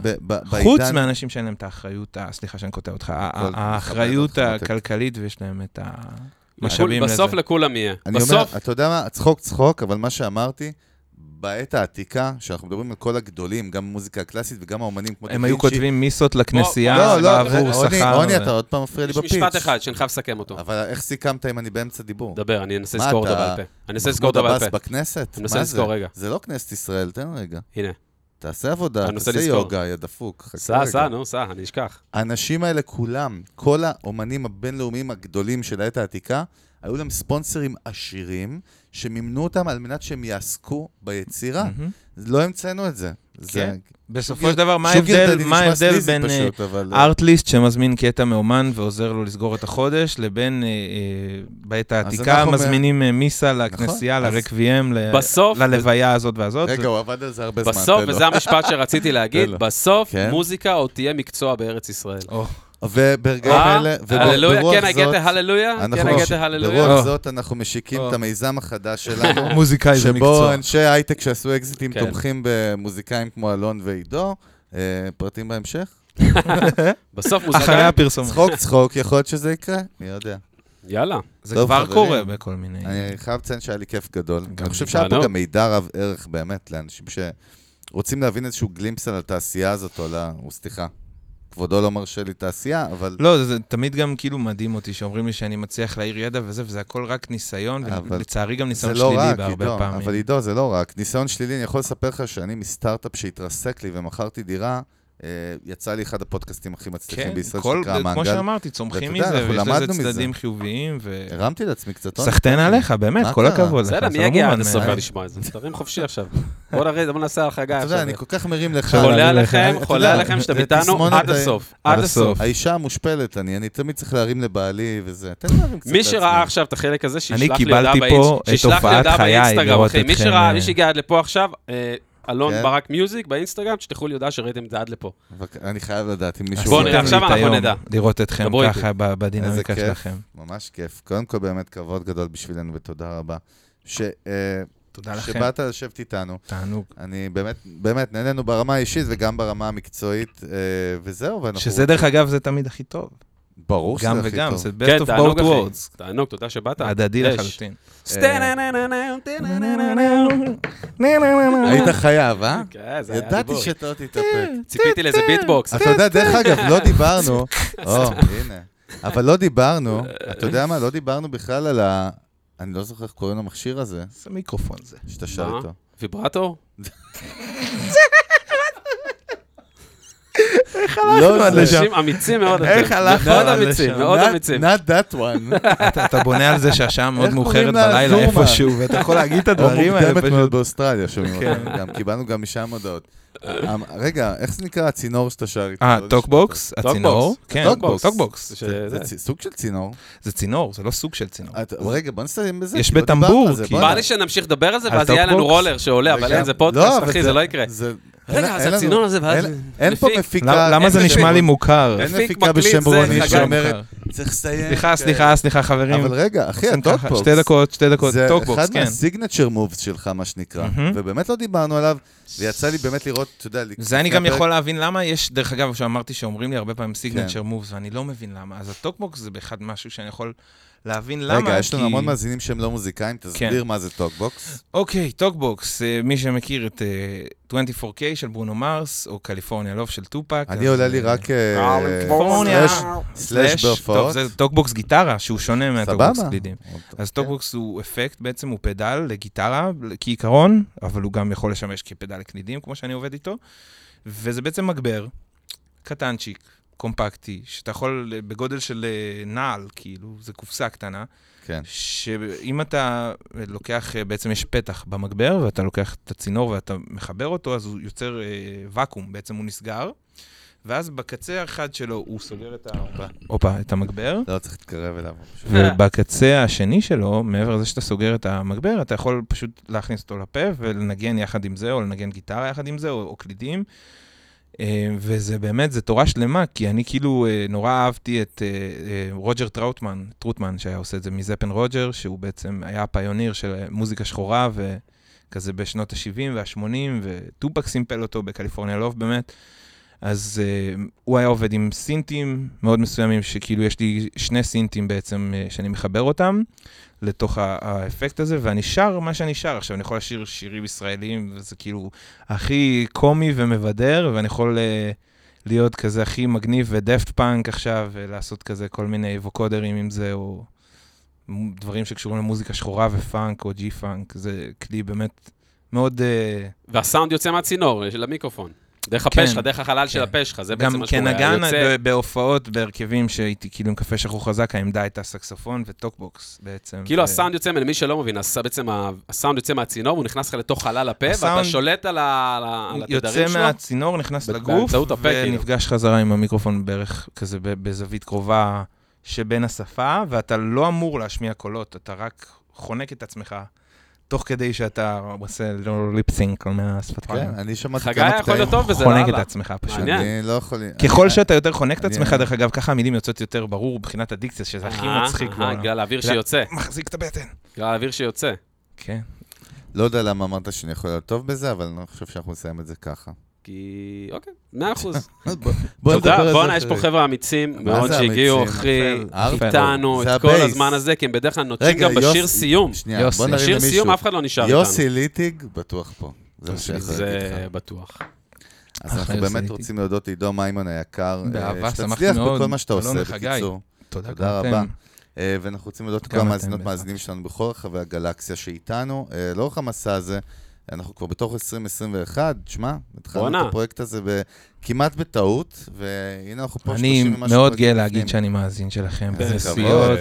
חוץ מאנשים שאין להם את האחריות, סליחה שאני קוטע אותך, האחריות הכלכלית ויש להם את ה... בסוף לכולם יהיה. אני אומר, אתה יודע מה, צחוק, אבל מה שאמרתי, בעת העתיקה, שאנחנו מדברים על כל הגדולים, גם המוזיקה הקלאסית וגם האומנים כמו... הם היו כותבים מיסות לכנסייה בעבור שכר. רוני, אתה עוד פעם מפריע לי בפיץ'. יש משפט אחד שאני חייב לסכם אותו. אבל איך סיכמת אם אני באמצע דיבור? דבר, אני אנסה לזכור אותו בעל פה. אני אנסה לזכור אותו בעל פה. בכנסת? אני אנסה לזכור רגע. זה לא כנסת ישראל, תן רגע. הנה. תעשה עבודה, תעשה יוגה, יא דפוק. סע, אני אשכח. האנשים האלה כולם, כל האומנים הבינלאומיים הגדולים של העת העתיקה, היו להם ספונסרים עשירים, שמימנו אותם על מנת שהם יעסקו ביצירה. לא המצאנו את זה. בסופו של דבר, מה ההבדל בין ארטליסט שמזמין קטע מאומן ועוזר לו לסגור את החודש, לבין בעת העתיקה מזמינים מיסה לכנסייה, לרקביים, ללוויה הזאת והזאת. רגע, הוא עבד על זה הרבה זמן. בסוף, וזה המשפט שרציתי להגיד, בסוף מוזיקה עוד תהיה מקצוע בארץ ישראל. וברגעים אלה, הללויה, כן הגעת הללויה? כן הגעת הללויה? ברוח זאת אנחנו משיקים את המיזם החדש שלנו, מוזיקאי זה מקצוע. שבו אנשי הייטק שעשו אקזיטים תומכים במוזיקאים כמו אלון ועידו, פרטים בהמשך. בסוף מוזיקאים. אחרי הפרסום. צחוק, יכול להיות שזה יקרה, מי יודע. יאללה. זה כבר קורה בכל מיני... אני חייב לציין שהיה לי כיף גדול. אני חושב שהיה פה גם מידע רב ערך באמת לאנשים שרוצים להבין איזשהו גלימפס על התעשייה הזאת, או סליחה. כבודו לא מרשה לי תעשייה, אבל... לא, זה תמיד גם כאילו מדהים אותי, שאומרים לי שאני מצליח להעיר ידע וזה הכל רק ניסיון, ולצערי גם ניסיון שלילי בהרבה פעמים. אבל עידו, זה לא רק. ניסיון שלילי, אני יכול לספר לך שאני מסטארט-אפ שהתרסק לי ומכרתי דירה, יצא לי אחד הפודקאסטים הכי מצליחים בישראל שנקרא מעגל. כמו שאמרתי, צומחים מזה, ויש לזה צדדים חיוביים. הרמתי לעצמי קצת. סחטן עליך, באמת, כל הכבוד. בסדר, מי יגיע עד הסוף לשמוע את זה? תרים חופשי עכשיו. בוא נעשה לך הגעה עכשיו. אתה יודע, אני כל כך מרים לך. חולה עליכם שאתם איתנו עד הסוף. עד הסוף. האישה המושפלת, אני תמיד צריך להרים לבעלי וזה. מי שראה עכשיו את החלק הזה, אני קיבלתי פה את הופעת חיי לראות אתכם. מי שהגיע עד לפה עכשיו, אלון ברק מיוזיק באינסטגרם, שתלכו לי הודעה שראיתם את זה עד לפה. אני חייב לדעת אם מישהו... בואו נראה, עכשיו אנחנו נדע. לראות אתכם ככה בדינמיקה שלכם. ממש כיף. קודם כל באמת כבוד גדול בשבילנו ותודה רבה. תודה לכם. שבאת לשבת איתנו. תענוג. אני באמת נהנינו ברמה האישית וגם ברמה המקצועית, וזהו. שזה דרך אגב זה תמיד הכי טוב. ברור שזה הכי טוב. גם וגם, זה best of both worlds. תענוג, תודה שבאת. הדדי לחלוטין. היית חייב, אה? כן, זה היה דיבור. ידעתי שאתה עוד תתאפק. ציפיתי לאיזה ביטבוקס. אתה יודע, דרך אגב, לא דיברנו, הנה, אבל לא דיברנו, אתה יודע מה, לא דיברנו בכלל על ה... אני לא זוכר איך קוראים למכשיר הזה. זה מיקרופון זה. שאתה שר איתו. ויברטור? איך הלכנו עד לשם? אנשים אמיצים מאוד. איך הלכנו עד לשם? מאוד אמיצים. Not that one. אתה בונה על זה שהשעה מאוד מאוחרת בלילה איפשהו, ואתה יכול להגיד את הדברים האלה. או מוקדמת מאוד באוסטרליה, שומעים אותם. קיבלנו גם משם הודעות. רגע, איך זה נקרא הצינור שאתה שר איתו? טוקבוקס, הצינור. כן, טוקבוקס. זה סוג של צינור. זה צינור, זה לא סוג של צינור. רגע, בוא נסיים בזה. יש בטמבור. בא לי שנמשיך לדבר על זה, ואז יהיה לנו רולר שעולה, אבל אין, זה פודקאסט, אחי, זה לא יקרה. רגע, אז הצינור הזה, ואז... אין פה מפיקה... למה זה נשמע לי מוכר? אין מפיקה בשם רוני שאומרת, צריך לסיים. סליחה, חברים. אבל רגע, אחי, הטוקבוקס. 2 דקות, זה טוקבוקס, אחד כן. מהסיגנצ'ר מובס שלך, מה שנקרא. ובאמת לא דיברנו עליו, ויצא לי באמת לראות, אתה יודע, זה אני גם יכול להבין למה יש, דרך אגב, שאמרתי שאומרים לי הרבה פעמים סיגנצ'ר מובס, ואני לא מבין למה. אז הטוקבוקס זה באחד משהו שאני יכול להבין למה. רגע, יש לנו המון מאזינים שהם לא מוזיקאים, תסביר מה זה טוקבוקס. אוקיי, טוקבוקס, מי שמכיר את 24K של ברונו מרס, או קליפורניה לוב של טופק. אני עולה לי רק סלאש בהופעות. טוב, זה טוקבוקס גיטרה, שהוא שונה מהטוקבוקס קלידים. אז טוקבוקס הוא אפקט, בעצם הוא פדל לגיטרה, כעיקרון, אבל הוא גם יכול לשמש כפדל לקלידים, כמו שאני עובד איתו. וזה בעצם מגבר, קטנצ'יק, קומפקטי, שאתה יכול בגודל של נעל, כאילו, זה קופסה קטנה, כן. שאם אתה לוקח, בעצם יש פתח במגבר, ואתה לוקח את הצינור ואתה מחבר אותו, אז הוא יוצר וקום, בעצם הוא נסגר, ואז בקצה האחד שלו הוא סוגר את המגבר. לא צריך להתקרב אליו. ובקצה השני שלו, מעבר לזה שאתה סוגר את המגבר, אתה יכול פשוט להכניס אותו לפה ולנגן יחד עם זה, או לנגן גיטרה יחד עם זה, או קלידים. וזה באמת, זה תורה שלמה, כי אני כאילו נורא אהבתי את רוג'ר טרוטמן, שהיה עושה את זה מזפן רוג'ר, שהוא בעצם היה הפיוניר של מוזיקה שחורה, וכזה בשנות ה-70 וה-80, וטופק סימפל אותו בקליפורניה לוב באמת. אז הוא היה עובד עם סינטים מאוד מסוימים, שכאילו יש לי 2 סינטים בעצם שאני מחבר אותם לתוך האפקט הזה, ואני שר מה שאני שר. עכשיו, אני יכול לשיר שירים ישראלים, וזה כאילו הכי קומי ומבדר, ואני יכול להיות כזה הכי מגניב ודפט פאנק עכשיו, ולעשות כזה כל מיני ווקודרים עם זה, או דברים שקשורים למוזיקה שחורה ופאנק, או ג'י פאנק. זה כלי באמת מאוד... והסאונד יוצא מהצינור של המיקרופון. דרך הפה שלך, דרך החלל של הפה שלך, זה בעצם מה שקורה. גם כנגן בהופעות, בהרכבים שהייתי כאילו עם קפה שחור חזק, העמדה הייתה סקסופון וטוקבוקס בעצם. כאילו הסאונד יוצא, למי שלא מבין, בעצם הסאונד יוצא מהצינור, הוא נכנס לך לתוך חלל הפה, ואתה שולט על התדרים שלו. יוצא מהצינור, נכנס לגוף, ונפגש חזרה עם המיקרופון בערך כזה בזווית קרובה שבין השפה, ואתה לא אמור להשמיע קולות, אתה רק חונק את עצמך. תוך כדי שאתה עושה ליפסינק מהשפת חיים. כן, אני שמעתי חגי יכול להיות טוב וזה חונק את עצמך פשוט. אני לא יכול... ככל שאתה יותר חונק את עצמך, דרך אגב, ככה המילים יוצאות יותר ברור בחינת הדיקציה, שזה הכי מצחיק. בגלל האוויר שיוצא. מחזיק את הבטן. בגלל האוויר שיוצא. כן. לא יודע למה אמרת שאני יכול להיות טוב בזה, אבל אני חושב שאנחנו נסיים את זה ככה. כי... אוקיי, 100%. תודה, בוא'נה, יש פה חבר'ה אמיצים מאוד שהגיעו, אחי, איתנו את כל הזמן הזה, כי הם בדרך כלל נוטשים גם בשיר סיום. שנייה, בוא נרים בשיר למישהו. סיום אף אחד לא נשאר איתנו. יוסי ליטיג, בטוח פה. זה בטוח. אז אנחנו באמת רוצים להודות לעידו מימון היקר. באהבה, שמחתי שתצליח מאוד. בכל מה שאתה עושה, שלום לחגי. בקיצור. תודה רבה. ואנחנו רוצים להודות לכל המאזינים שלנו בכל רחבי הגלקסיה שאיתנו. לאורך המסע הזה, אנחנו כבר בתוך 2021, תשמע, התחלנו את הפרויקט הזה כמעט בטעות, והנה אנחנו פה 30 ומשהו. אני מאוד גאה להגיד שאני מאזין שלכם, בנסיעות,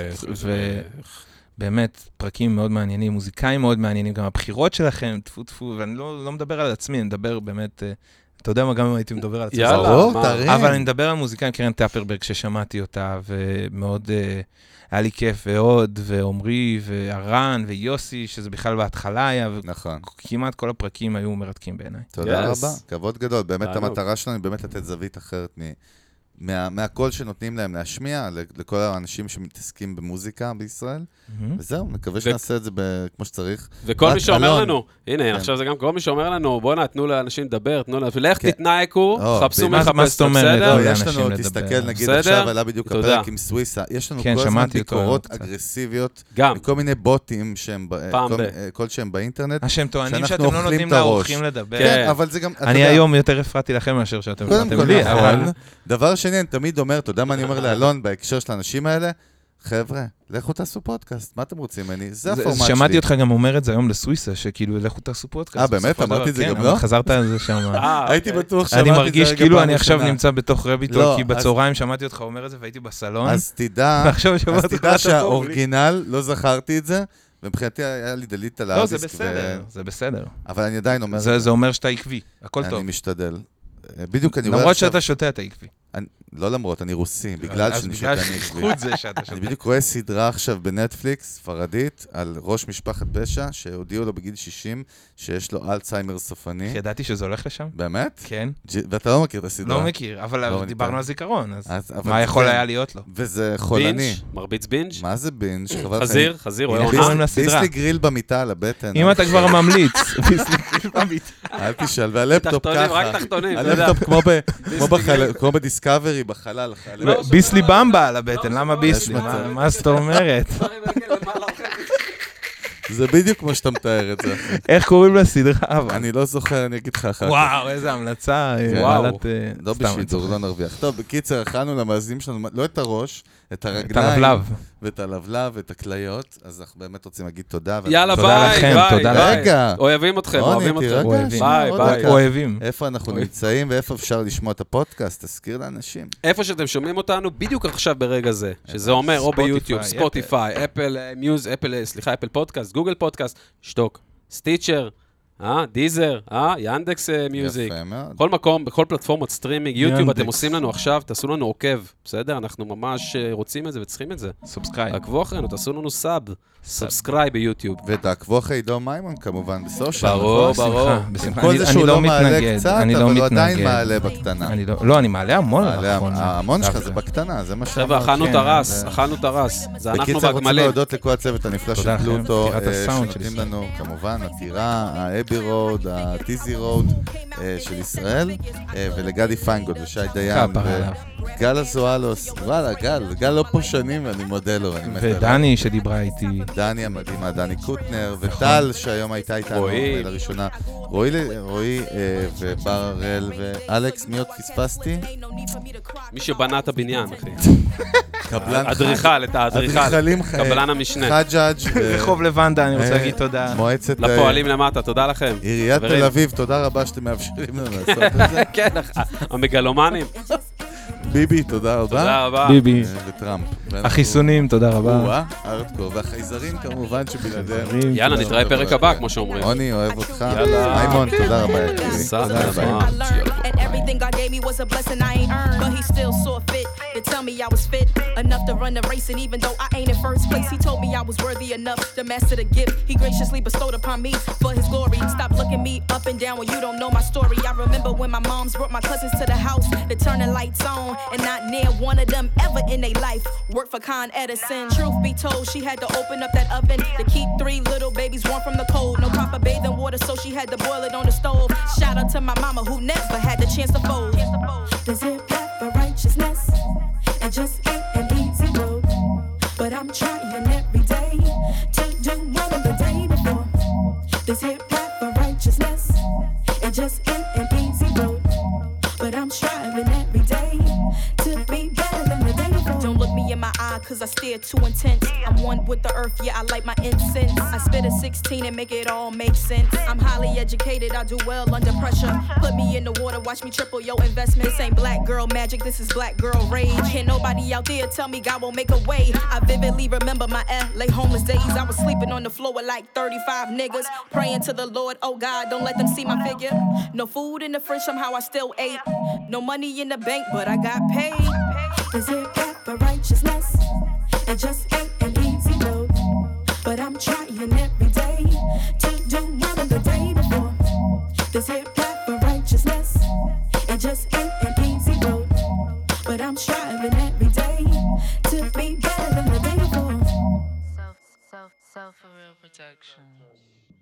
ובאמת פרקים מאוד מעניינים, מוזיקאים מאוד מעניינים, גם הבחירות שלכם, טפו טפו, ואני לא מדבר על עצמי, אני מדבר באמת, אתה יודע מה, גם אם הייתי מדבר על עצמי. יאללה, אבל אני מדבר על מוזיקאים, קרן טפרברג, ששמעתי אותה, ומאוד... היה לי כיף, ועוד, ועומרי, והרן, ויוסי, שזה בכלל בהתחלה היה, נכון. וכמעט כל הפרקים היו מרתקים בעיניי. תודה רבה, כבוד גדול. באמת המטרה שלנו היא באמת לתת זווית אחרת מהקול שנותנים להם להשמיע, לכל האנשים שמתעסקים במוזיקה בישראל. וזהו, מקווה שנעשה את זה כמו שצריך. וכל מי שאומר לנו, הנה, עכשיו זה גם כל מי שאומר לנו, בוא נתנו לאנשים לדבר, תנו לאנשים, לך תתנאקו, חפשו מחפש, בסדר? יש לנו, תסתכל, נגיד עכשיו עלה בדיוק הפרק עם סוויסה, יש לנו כל הזמן ביקורות אגרסיביות, מכל מיני בוטים כלשהם באינטרנט, שהם טוענים שאתם לא נותנים לאורחים לדבר. כן, אבל זה גם... אני היום יותר הפרעתי לכם מאשר שאתם לי, אבל... דבר שני, אני תמיד אומר, אתה יודע מה אני אומר לאלון בהקשר של האנשים האלה? חבר'ה, לכו תעשו פודקאסט, מה אתם רוצים ממני? זה הפורמט שלי. שמעתי אותך גם אומר את זה היום לסוויסה, שכאילו לכו תעשו פודקאסט. באמת? אמרתי את זה גם לא? כן, חזרת על זה שם. הייתי בטוח שמעתי את זה רגע פעם ראשונה. אני מרגיש כאילו אני עכשיו נמצא בתוך רביטול, כי בצהריים שמעתי אותך אומר את זה והייתי בסלון. אז תדע שהאורגינל, לא זכרתי את זה, ומבחינתי היה לי דלית על הדיסק. לא, זה בסדר, זה בסדר. אבל אני עדיין אומר... זה אומר שאתה עקבי, הכל טוב. אני משתדל. בדיוק אני רואה... למרות שאתה שותה, אתה עקבי. לא למרות, אני רוסי, בגלל שאני שותה אני בזכות זה שאתה שותה. אני בדיוק רואה סדרה עכשיו בנטפליקס, ספרדית, על ראש משפחת פשע, שהודיעו לו בגיל 60, שיש לו אלצהיימר סופני. ידעתי שזה הולך לשם? באמת? כן. ואתה לא מכיר את הסדרה? לא מכיר, אבל דיברנו על זיכרון, אז אבל מה יכול היה להיות לו? וזה חולני. בינג'? מרביץ בינג'? מה זה בינג'? חזיר, רואה איך עונה. קוראים לסדרה? ביסלי גריל במיטה על הבטן. אם אתה כבר ממליץ, ביסלי גריל במיטה. אל תשאל, והלפטופ תחתונים, ככה. רק תחתונים, אתה יודע. הלפטופ כמו בדיסקאברי בחלל. ביסלי במבה על הבטן, למה ביסלי? מה זאת אומרת? זה בדיוק כמו שאתה מתאר את זה. איך קוראים לסדרה? אבל? אני לא זוכר, אני אגיד לך אחר כך. וואו, איזה המלצה. וואו. לא בשידור, לא נרוויח. טוב, בקיצר, הכנו למאזינים שלנו, לא את הראש, את הרגליים. את הלבלב. ואת הלבלב, ואת הכליות, אז אנחנו באמת רוצים להגיד תודה. יאללה, תודה ביי, לכם, ביי. תודה ביי. רגע. אוהבים אתכם, רוני, אוהבים אתכם. תירגע, ביי, עוד ביי. דקה. אוהבים. איפה אנחנו נמצאים ואיפה אפשר לשמוע את הפודקאסט, תזכיר לאנשים. איפה שאתם שומעים אותנו, בדיוק עכשיו ברגע זה, שזה אומר או ביוטיוב, ספוטיפיי, אפל פודקאסט, גוגל פודקאסט, שטוק, סטיצ'ר, דיזר, ינדקס מיוזיק, יפה מאוד. כל מקום, בכל פלטפורמות סטרימינג, יוטיוב, ינדקס. אתם עושים לנו עכשיו, תעשו לנו עוקב, בסדר? אנחנו ממש רוצים את זה וצריכים את זה. סובסקרייב. עקבו אחרינו, תעשו לנו סאבסקרייב ביוטיוב. ותעקבו אחרי עידו מימון כמובן בסושיאל. ברור, נכון? ברור. עם כל זה שהוא לא מעלה קצת, אבל הוא עדיין מעלה בקטנה. לא, אני מעלה המון לאחרונה. המון שלך זה בקטנה, זה מה חבר'ה, שאמרתי. אכלנו את הרס. זה אנחנו בקיצר, רוצים והגמלים. להודות לכל הצוות הנפלא של תודה לכם, פלוטו, פתירת הסאונד של שנותנים ישראל. לנו כמובן הטירה, האבי רוד, הטיזי רוד של ישראל, ולגדי פיינגולד ושי דיין, כפרה עליו. וגל הזואלוס, וואלה, גל לא פה שנים ואני מודה לו, אני מת עליו. ודני שדיברה איתי. דני המדהימה, דני קוטנר, וטל שהיום הייתה איתנו רועי. לראשונה. רועי ובר הראל ואלכס, מי עוד פספסתי? מי שבנה את הבניין, אחי. קבלן אדריכל, את האדריכל. אדריכלים קבלן המשנה. חג'אג' רחוב לבנדה, אני רוצה להגיד תודה. מועצת לפועלים למטה, תודה לכם. עיריית חברים. תל אביב, תודה רבה שאתם מאפשרים לנו לעשות את זה. כן, המגלומנים. ביבי, תודה רבה. תודה רבה. ביבי. וטראמפ. ואנחנו- החיסונים, תודה רבה. או-אה, ארדקור. והחייזרים כמובן שבלעדיהם. יאללה, נתראה פרק הבא, כמו שאומרים. רוני, אוהב אותך. יאללה. מימון, תודה רבה, יקירי. סע, תודה רבה. And everything God gave me was a blessing I ain't earned. But he still saw fit to tell me I was fit enough to run the race. And even though I ain't in first place, he told me I was worthy enough to master the gift he graciously bestowed upon me for his glory. Stop looking me up and down when you don't know my story. I remember when my moms brought my cousins to the house to turn the lights on, and not near one of them ever in their life worked for Con Edison. Truth be told, she had to open up that oven to keep 3 little babies warm from the cold. No proper bathing water, so she had to boil it on the stove. Shout out to my mama who never had the chance to fold. There's a path for righteousness, it just ain't an easy road. But I'm trying every day to do more than the day before. This here path for righteousness, it just ain't an easy road. But I'm striving every day to be better than the day before. Don't look me in my eye, cause I stare too intense. I'm one with the earth, yeah, I light my incense. I spit a 16 and make it all make sense. I'm highly educated, I do well under pressure. Put me in the water, watch me triple your investment. This ain't black girl magic, this is black girl rage. Can't nobody out there tell me God won't make a way. I vividly remember my LA homeless days. I was sleeping on the floor with like 35 niggas. Praying to the Lord, oh God, don't let them see my figure. No food in the fridge, somehow I still ate. No money in the bank, but I got paid. Is it path for righteousness? It just ain't an easy road. But I'm trying every day to do more than the day before. This here path for righteousness, it just ain't an easy road. But I'm striving every day to be better than the day before. Self for real protection.